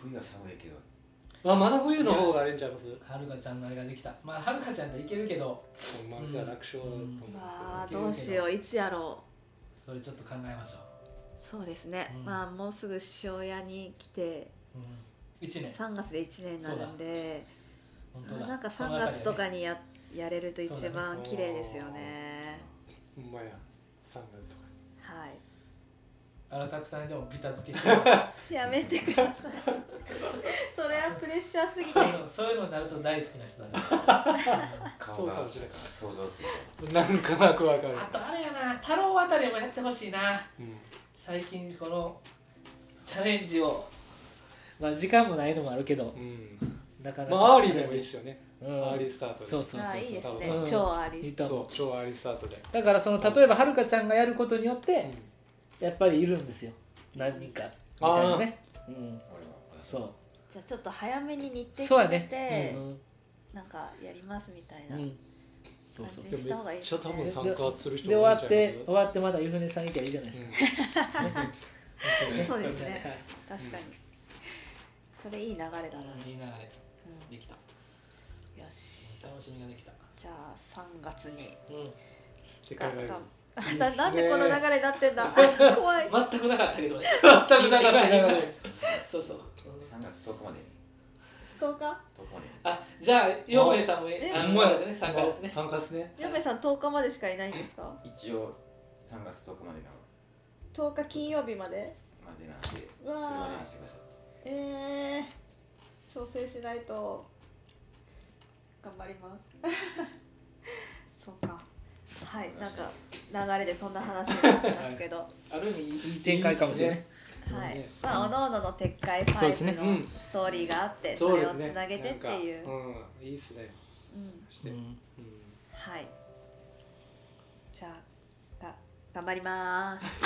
[SPEAKER 4] 冬は寒いけど
[SPEAKER 3] まあまだ冬の方があれんちゃいます。
[SPEAKER 2] はるかちゃんのあれができた。まあはるかちゃんといけるけど、
[SPEAKER 3] まずは楽勝だと思うんですけど、
[SPEAKER 1] わあどうしよういつやろう。
[SPEAKER 2] それちょっと考えましょ
[SPEAKER 1] そうですね、
[SPEAKER 2] うん
[SPEAKER 1] まあもうすぐ塩屋に来て
[SPEAKER 2] う。うん、いちねん。
[SPEAKER 1] さんがつでいちねんになるんで、
[SPEAKER 2] 本当だ。
[SPEAKER 1] なんかさんがつとかにややれると一
[SPEAKER 2] そうだ
[SPEAKER 1] 番綺麗ですよね。
[SPEAKER 3] ほんまやさんがつとか
[SPEAKER 1] はい。
[SPEAKER 2] あらたくさんでもビタ付けして
[SPEAKER 1] やめてください。それはプレッシャーすぎて。
[SPEAKER 2] そういうのそういうのになると大好きな人だから
[SPEAKER 3] そう
[SPEAKER 4] 顔が
[SPEAKER 3] かもしれない
[SPEAKER 4] 想像する
[SPEAKER 3] なんとなくわかる。
[SPEAKER 2] あとあれやな、太郎あたりもやってほしいな。
[SPEAKER 3] うん
[SPEAKER 2] 最近このチャレンジを、まあ時間もないのもあるけど、
[SPEAKER 3] うん
[SPEAKER 2] なかなか
[SPEAKER 3] まあアーリーでもいいですよね、
[SPEAKER 2] うん、
[SPEAKER 3] アーリースタートで
[SPEAKER 2] そうそうそうそう、
[SPEAKER 1] あいいですね、
[SPEAKER 2] うん
[SPEAKER 1] 超アーリースト。
[SPEAKER 2] いいと思う。
[SPEAKER 3] そう超アーリースタートで、
[SPEAKER 2] だからその例えばはるかちゃんがやることによって
[SPEAKER 3] う
[SPEAKER 2] やっぱりいるんですよ、何人かみたいなね。うん、
[SPEAKER 4] 俺は
[SPEAKER 2] そう
[SPEAKER 1] じゃあちょっと早めに日程
[SPEAKER 2] そうや
[SPEAKER 1] 決め
[SPEAKER 2] ね
[SPEAKER 1] て、
[SPEAKER 2] うん
[SPEAKER 1] なんかやりますみたいな。
[SPEAKER 2] うん、そうそう
[SPEAKER 1] 感
[SPEAKER 3] ん、
[SPEAKER 1] じした方がいい
[SPEAKER 3] めっ
[SPEAKER 1] ですね
[SPEAKER 3] ちゃ多分参加する人
[SPEAKER 2] で終わっ
[SPEAKER 3] 多いんちゃい
[SPEAKER 2] て終わってまだ湯船さんいきゃいいじゃないですか。
[SPEAKER 3] ます
[SPEAKER 1] そうですね
[SPEAKER 2] はい、
[SPEAKER 1] 確かに。それいい流れだな。
[SPEAKER 2] いい流れ
[SPEAKER 1] う
[SPEAKER 2] できた。
[SPEAKER 1] ん、よし。
[SPEAKER 2] 楽しみができた。
[SPEAKER 1] じゃあさんがつに。
[SPEAKER 2] うん。
[SPEAKER 3] で考える
[SPEAKER 1] がななんでこの流れになってんだ。怖い。
[SPEAKER 2] 全くなかったけどね。
[SPEAKER 3] 全くなかった
[SPEAKER 2] 今今そうそう。
[SPEAKER 4] さんがつとおかまでに
[SPEAKER 1] とおか。
[SPEAKER 4] とおかまでに
[SPEAKER 2] あ、じゃあ陽平さんも
[SPEAKER 1] え
[SPEAKER 2] あのですね、参加ですね。
[SPEAKER 3] 参加ですね。
[SPEAKER 1] 嫁さんとおかまでしかいないんですか。
[SPEAKER 4] 一応さんがつとおかまでの
[SPEAKER 1] とおか金曜日まで。
[SPEAKER 4] までなんでそれ
[SPEAKER 1] うわー
[SPEAKER 4] までにしてください。
[SPEAKER 1] えー、調整しないと頑張ります。そうか。はい、なんか流れでそんな話になってますけど、
[SPEAKER 2] ある意味いい展開かもしれない。
[SPEAKER 1] はい
[SPEAKER 3] ね。
[SPEAKER 1] まあ、おのおのの撤回フ
[SPEAKER 2] そうですね
[SPEAKER 1] ァイブのストーリーがあって、それをつなげてっていう。
[SPEAKER 3] なんかうん、いいっすね。
[SPEAKER 1] うん、
[SPEAKER 3] して、うん
[SPEAKER 2] うん。
[SPEAKER 1] はい。じゃあ、が頑張ります。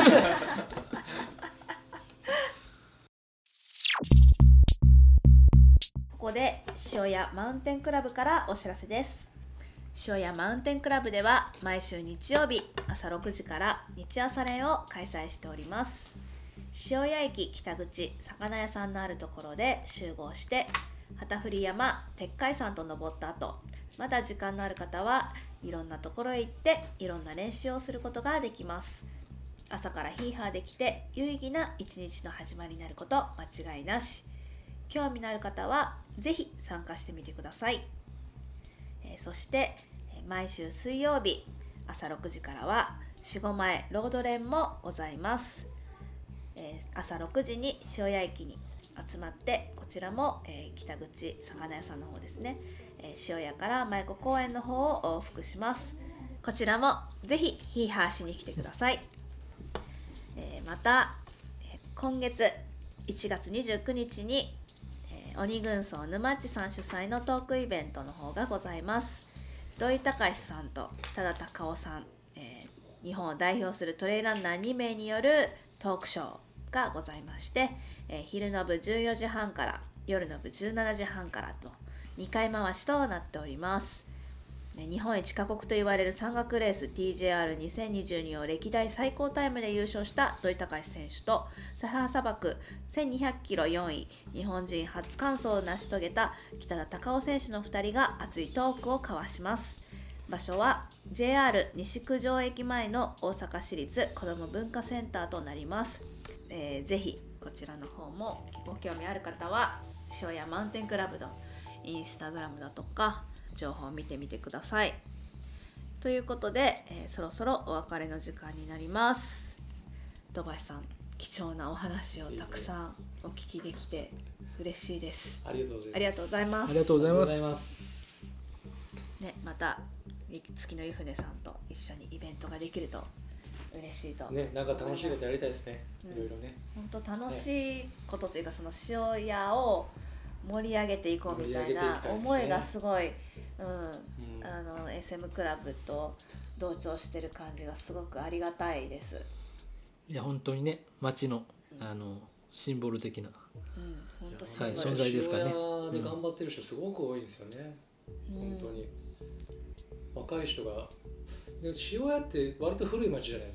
[SPEAKER 1] ここで塩屋マウンテンクラブからお知らせです。塩屋マウンテンクラブでは毎週日曜日朝ろくじから日朝練を開催しております。塩屋駅北口魚屋さんのあるところで集合して旗振山鉄海山と登った後、まだ時間のある方はいろんなところへ行っていろんな練習をすることができます。朝からヒーハーできて有意義な一日の始まりになること間違いなし。興味のある方はぜひ参加してみてください。えー、そして毎週水曜日朝ろくじからはしご前ロード練もございます。えー、朝ろくじに塩屋駅に集まってこちらも、えー、北口魚屋さんの方ですね、えー、塩屋から舞子公園の方を往復します。こちらもぜひヒーハーしに来てください。えー、また、えー、今月いちがつにじゅうくにちに鬼軍曹沼地さん主催のトークイベントの方がございます。土井隆さんと北田隆夫さん、えー、日本を代表するトレイランナーにめいによるトークショーがございまして、えー、昼の部じゅうよじはんから夜の部じゅうしちじはんからとにかい回しとなっております。日本一過酷と言われる山岳レース ティージェーアールにせんにじゅうに を歴代最高タイムで優勝した土井隆選手とサハラ砂漠せんにひゃくキロよんい日本人初完走を成し遂げた北田隆夫選手のふたりが熱いトークを交わします。場所は ジェイアール 西九条駅前の大阪市立子ども文化センターとなります。えー、ぜひこちらの方もご興味ある方は塩屋マウンテンクラブのインスタグラムだとか情報を見てみてください。ということで、えー、そろそろお別れの時間になります。土橋さん、貴重なお話をたくさんお聞きできて嬉しいです。
[SPEAKER 3] ありがとうございます。
[SPEAKER 1] ありがとうございます。
[SPEAKER 2] ありがとうございま
[SPEAKER 3] ありがとうございます
[SPEAKER 2] す。
[SPEAKER 1] ね、また月の湯船さんと一緒にイベントができると嬉しいと。
[SPEAKER 3] ね、なんか楽しいことやりたいですね。
[SPEAKER 1] うん
[SPEAKER 3] いろいろね。
[SPEAKER 1] 本当楽しいことというか、その塩屋を盛り上げていこうみたい
[SPEAKER 3] 盛り上げていき
[SPEAKER 1] な
[SPEAKER 3] たいですね
[SPEAKER 1] 思いがすごい、うん、
[SPEAKER 3] うん
[SPEAKER 1] あの エスエム クラブと同調してる感じがすごくありがたいです。
[SPEAKER 2] いや本当にね、町のあのシンボル的な。
[SPEAKER 1] うん、本当
[SPEAKER 2] はい
[SPEAKER 1] シンボル
[SPEAKER 2] 存在ですからね
[SPEAKER 3] 塩屋で頑張ってる人すごく多いんですよね。
[SPEAKER 1] うん
[SPEAKER 3] 本当に若い人がで塩屋って割と古い町じゃないですか。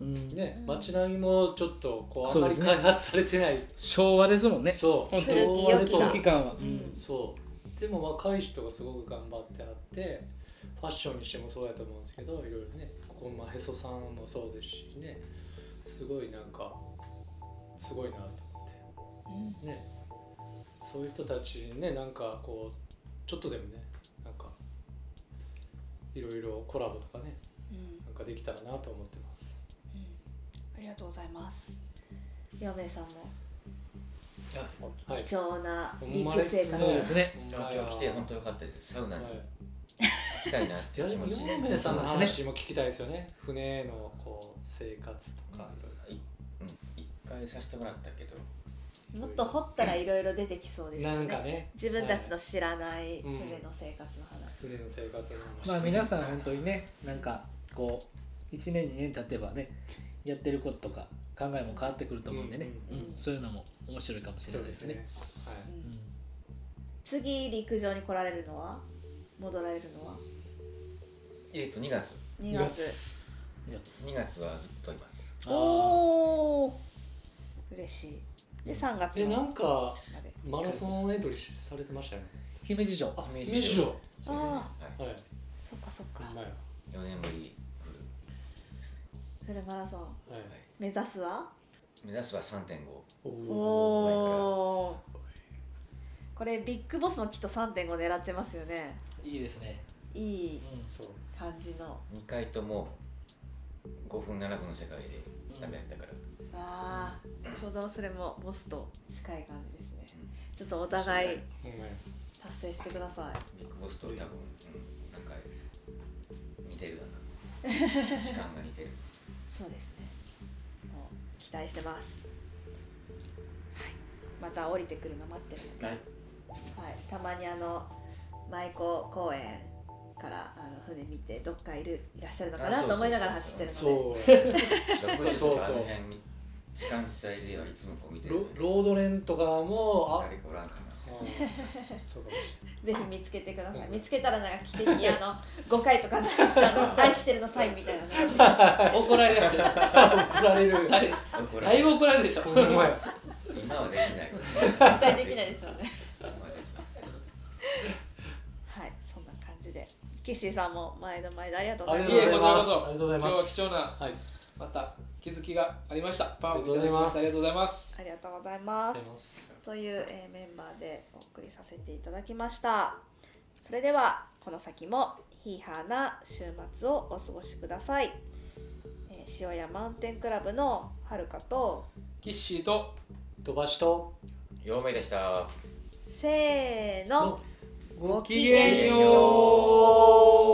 [SPEAKER 2] うん
[SPEAKER 3] ね、街並みもちょっとこうあんまり
[SPEAKER 2] そうですね
[SPEAKER 3] 開発されてない。
[SPEAKER 2] 昭和ですもんね。
[SPEAKER 3] そう
[SPEAKER 2] 本当
[SPEAKER 1] 古き良きが
[SPEAKER 2] 空気感は、
[SPEAKER 1] うん
[SPEAKER 3] そうでも若い人がすごく頑張ってあってファッションにしてもそうやと思うんですけど、いろいろね、ここまあへそさんもそうですしね、すごいなんかすごいなと思って、ね、そういう人たちにね、なんかこうちょっとでもね、なんかいろいろコラボとかね、
[SPEAKER 1] うん
[SPEAKER 3] なんかできたらなと思ってます。
[SPEAKER 1] ありがとうございます。陽明さんも
[SPEAKER 3] はい
[SPEAKER 1] 貴重な
[SPEAKER 3] ほん
[SPEAKER 1] 陸
[SPEAKER 3] まです
[SPEAKER 1] 生活、
[SPEAKER 2] そうですね。
[SPEAKER 4] 今日来て本当良かったです。サウナに
[SPEAKER 3] はい
[SPEAKER 4] 行きたいなっていう気持ちで。
[SPEAKER 3] 陽明さんの話も聞きたいですよね。船のこう生活とかいろい
[SPEAKER 4] いうん一回させてもらったけど、
[SPEAKER 1] もっと掘ったらいろいろ出てきそうです
[SPEAKER 3] ろ。
[SPEAKER 1] よね。
[SPEAKER 3] なんかね、
[SPEAKER 1] 自分たちの知らない
[SPEAKER 3] うん
[SPEAKER 1] 船の生活の話、
[SPEAKER 3] 船の生活の話。
[SPEAKER 2] まあ皆さん本当にね、なんかこういちねんにねん経てばね、やってることとか考えも変わってくると思うんでね、
[SPEAKER 3] うん
[SPEAKER 2] うんそういうのも面白いかもしれないですね。
[SPEAKER 3] はい。
[SPEAKER 1] うん次陸上に来られるのは戻られるのは
[SPEAKER 4] えっとにがつ
[SPEAKER 1] にがつ。
[SPEAKER 2] いや
[SPEAKER 4] にがつはずっといます。
[SPEAKER 2] あー
[SPEAKER 1] おお嬉しい。でさんがつ
[SPEAKER 3] でな
[SPEAKER 1] の
[SPEAKER 3] んか
[SPEAKER 1] まで。
[SPEAKER 3] マラソンエントリーされてましたよね。
[SPEAKER 2] 姫路城。
[SPEAKER 3] あ、
[SPEAKER 4] 姫
[SPEAKER 3] 姫路城。
[SPEAKER 4] そうですね。
[SPEAKER 1] あ
[SPEAKER 4] はい。
[SPEAKER 3] はい。
[SPEAKER 1] そっかそっか
[SPEAKER 3] ほん。まや。
[SPEAKER 4] よねんぶりフル
[SPEAKER 1] フルマラソン
[SPEAKER 3] はい。
[SPEAKER 1] 目指すは
[SPEAKER 4] 目指すは さんてんご。
[SPEAKER 3] お
[SPEAKER 1] お
[SPEAKER 3] お。
[SPEAKER 1] おこれビッグボスもきっと さんてんご 狙ってますよね。
[SPEAKER 2] いいですね。
[SPEAKER 1] いい
[SPEAKER 3] そう。
[SPEAKER 1] 感じの。
[SPEAKER 4] にかいともごふんななふんの世界でダメやったから、
[SPEAKER 1] ああちょうどそれもボスと近い感じですね。ちょっとお互い
[SPEAKER 3] ほんまや。
[SPEAKER 1] 達成してください。
[SPEAKER 4] ビッグボスと多分、うん、なんか似てるなんか時間が似てる。
[SPEAKER 1] そうですね。もう期待してます。はい。また降りてくるの待ってるので。
[SPEAKER 4] はい。
[SPEAKER 1] はい。たまにあの舞子公園からあの船見てどっかいるいらっしゃるのかなと思いながら走ってるので。
[SPEAKER 3] そう。
[SPEAKER 4] ろくじとかあの辺時間帯ではいつもこう見てる。
[SPEAKER 3] ロロードレンとかもあ。
[SPEAKER 4] 誰かおらんかな。
[SPEAKER 3] うんそうかもし
[SPEAKER 1] ぜひ見つけてください。見つけたらなんか奇跡あのごかいとかないしあの愛してるのサインみたいなのやってください。
[SPEAKER 2] 怒られるやつです。
[SPEAKER 3] れない。怒られる。
[SPEAKER 2] だいだいぶ怒られるでしょ。
[SPEAKER 3] ほんまや。
[SPEAKER 4] 今はできない。
[SPEAKER 1] 絶対できないでしょうね。
[SPEAKER 4] 今はできない。
[SPEAKER 1] はい、そんな感じで。キッシーさんも毎度毎度ありがとうご
[SPEAKER 3] あ
[SPEAKER 1] ざいます。
[SPEAKER 3] りがとうございます。
[SPEAKER 2] いえこちらこそ
[SPEAKER 3] ありがとうございます。
[SPEAKER 2] 今日は貴重な
[SPEAKER 3] はい。
[SPEAKER 2] また気づきがありました。パワーをいた
[SPEAKER 3] ありがとうございます
[SPEAKER 2] だきました。ありがとうございます。
[SPEAKER 1] ありがとうございます。という、えーメンバーでお送りさせていただきました。それではこの先もヒーハーな週末をお過ごしください。えー塩屋マウンテンクラブのはるかと
[SPEAKER 2] キッシーと
[SPEAKER 3] 飛ばしと。
[SPEAKER 4] 陽明でした。
[SPEAKER 1] せーの
[SPEAKER 2] ご
[SPEAKER 1] きげん
[SPEAKER 2] よう。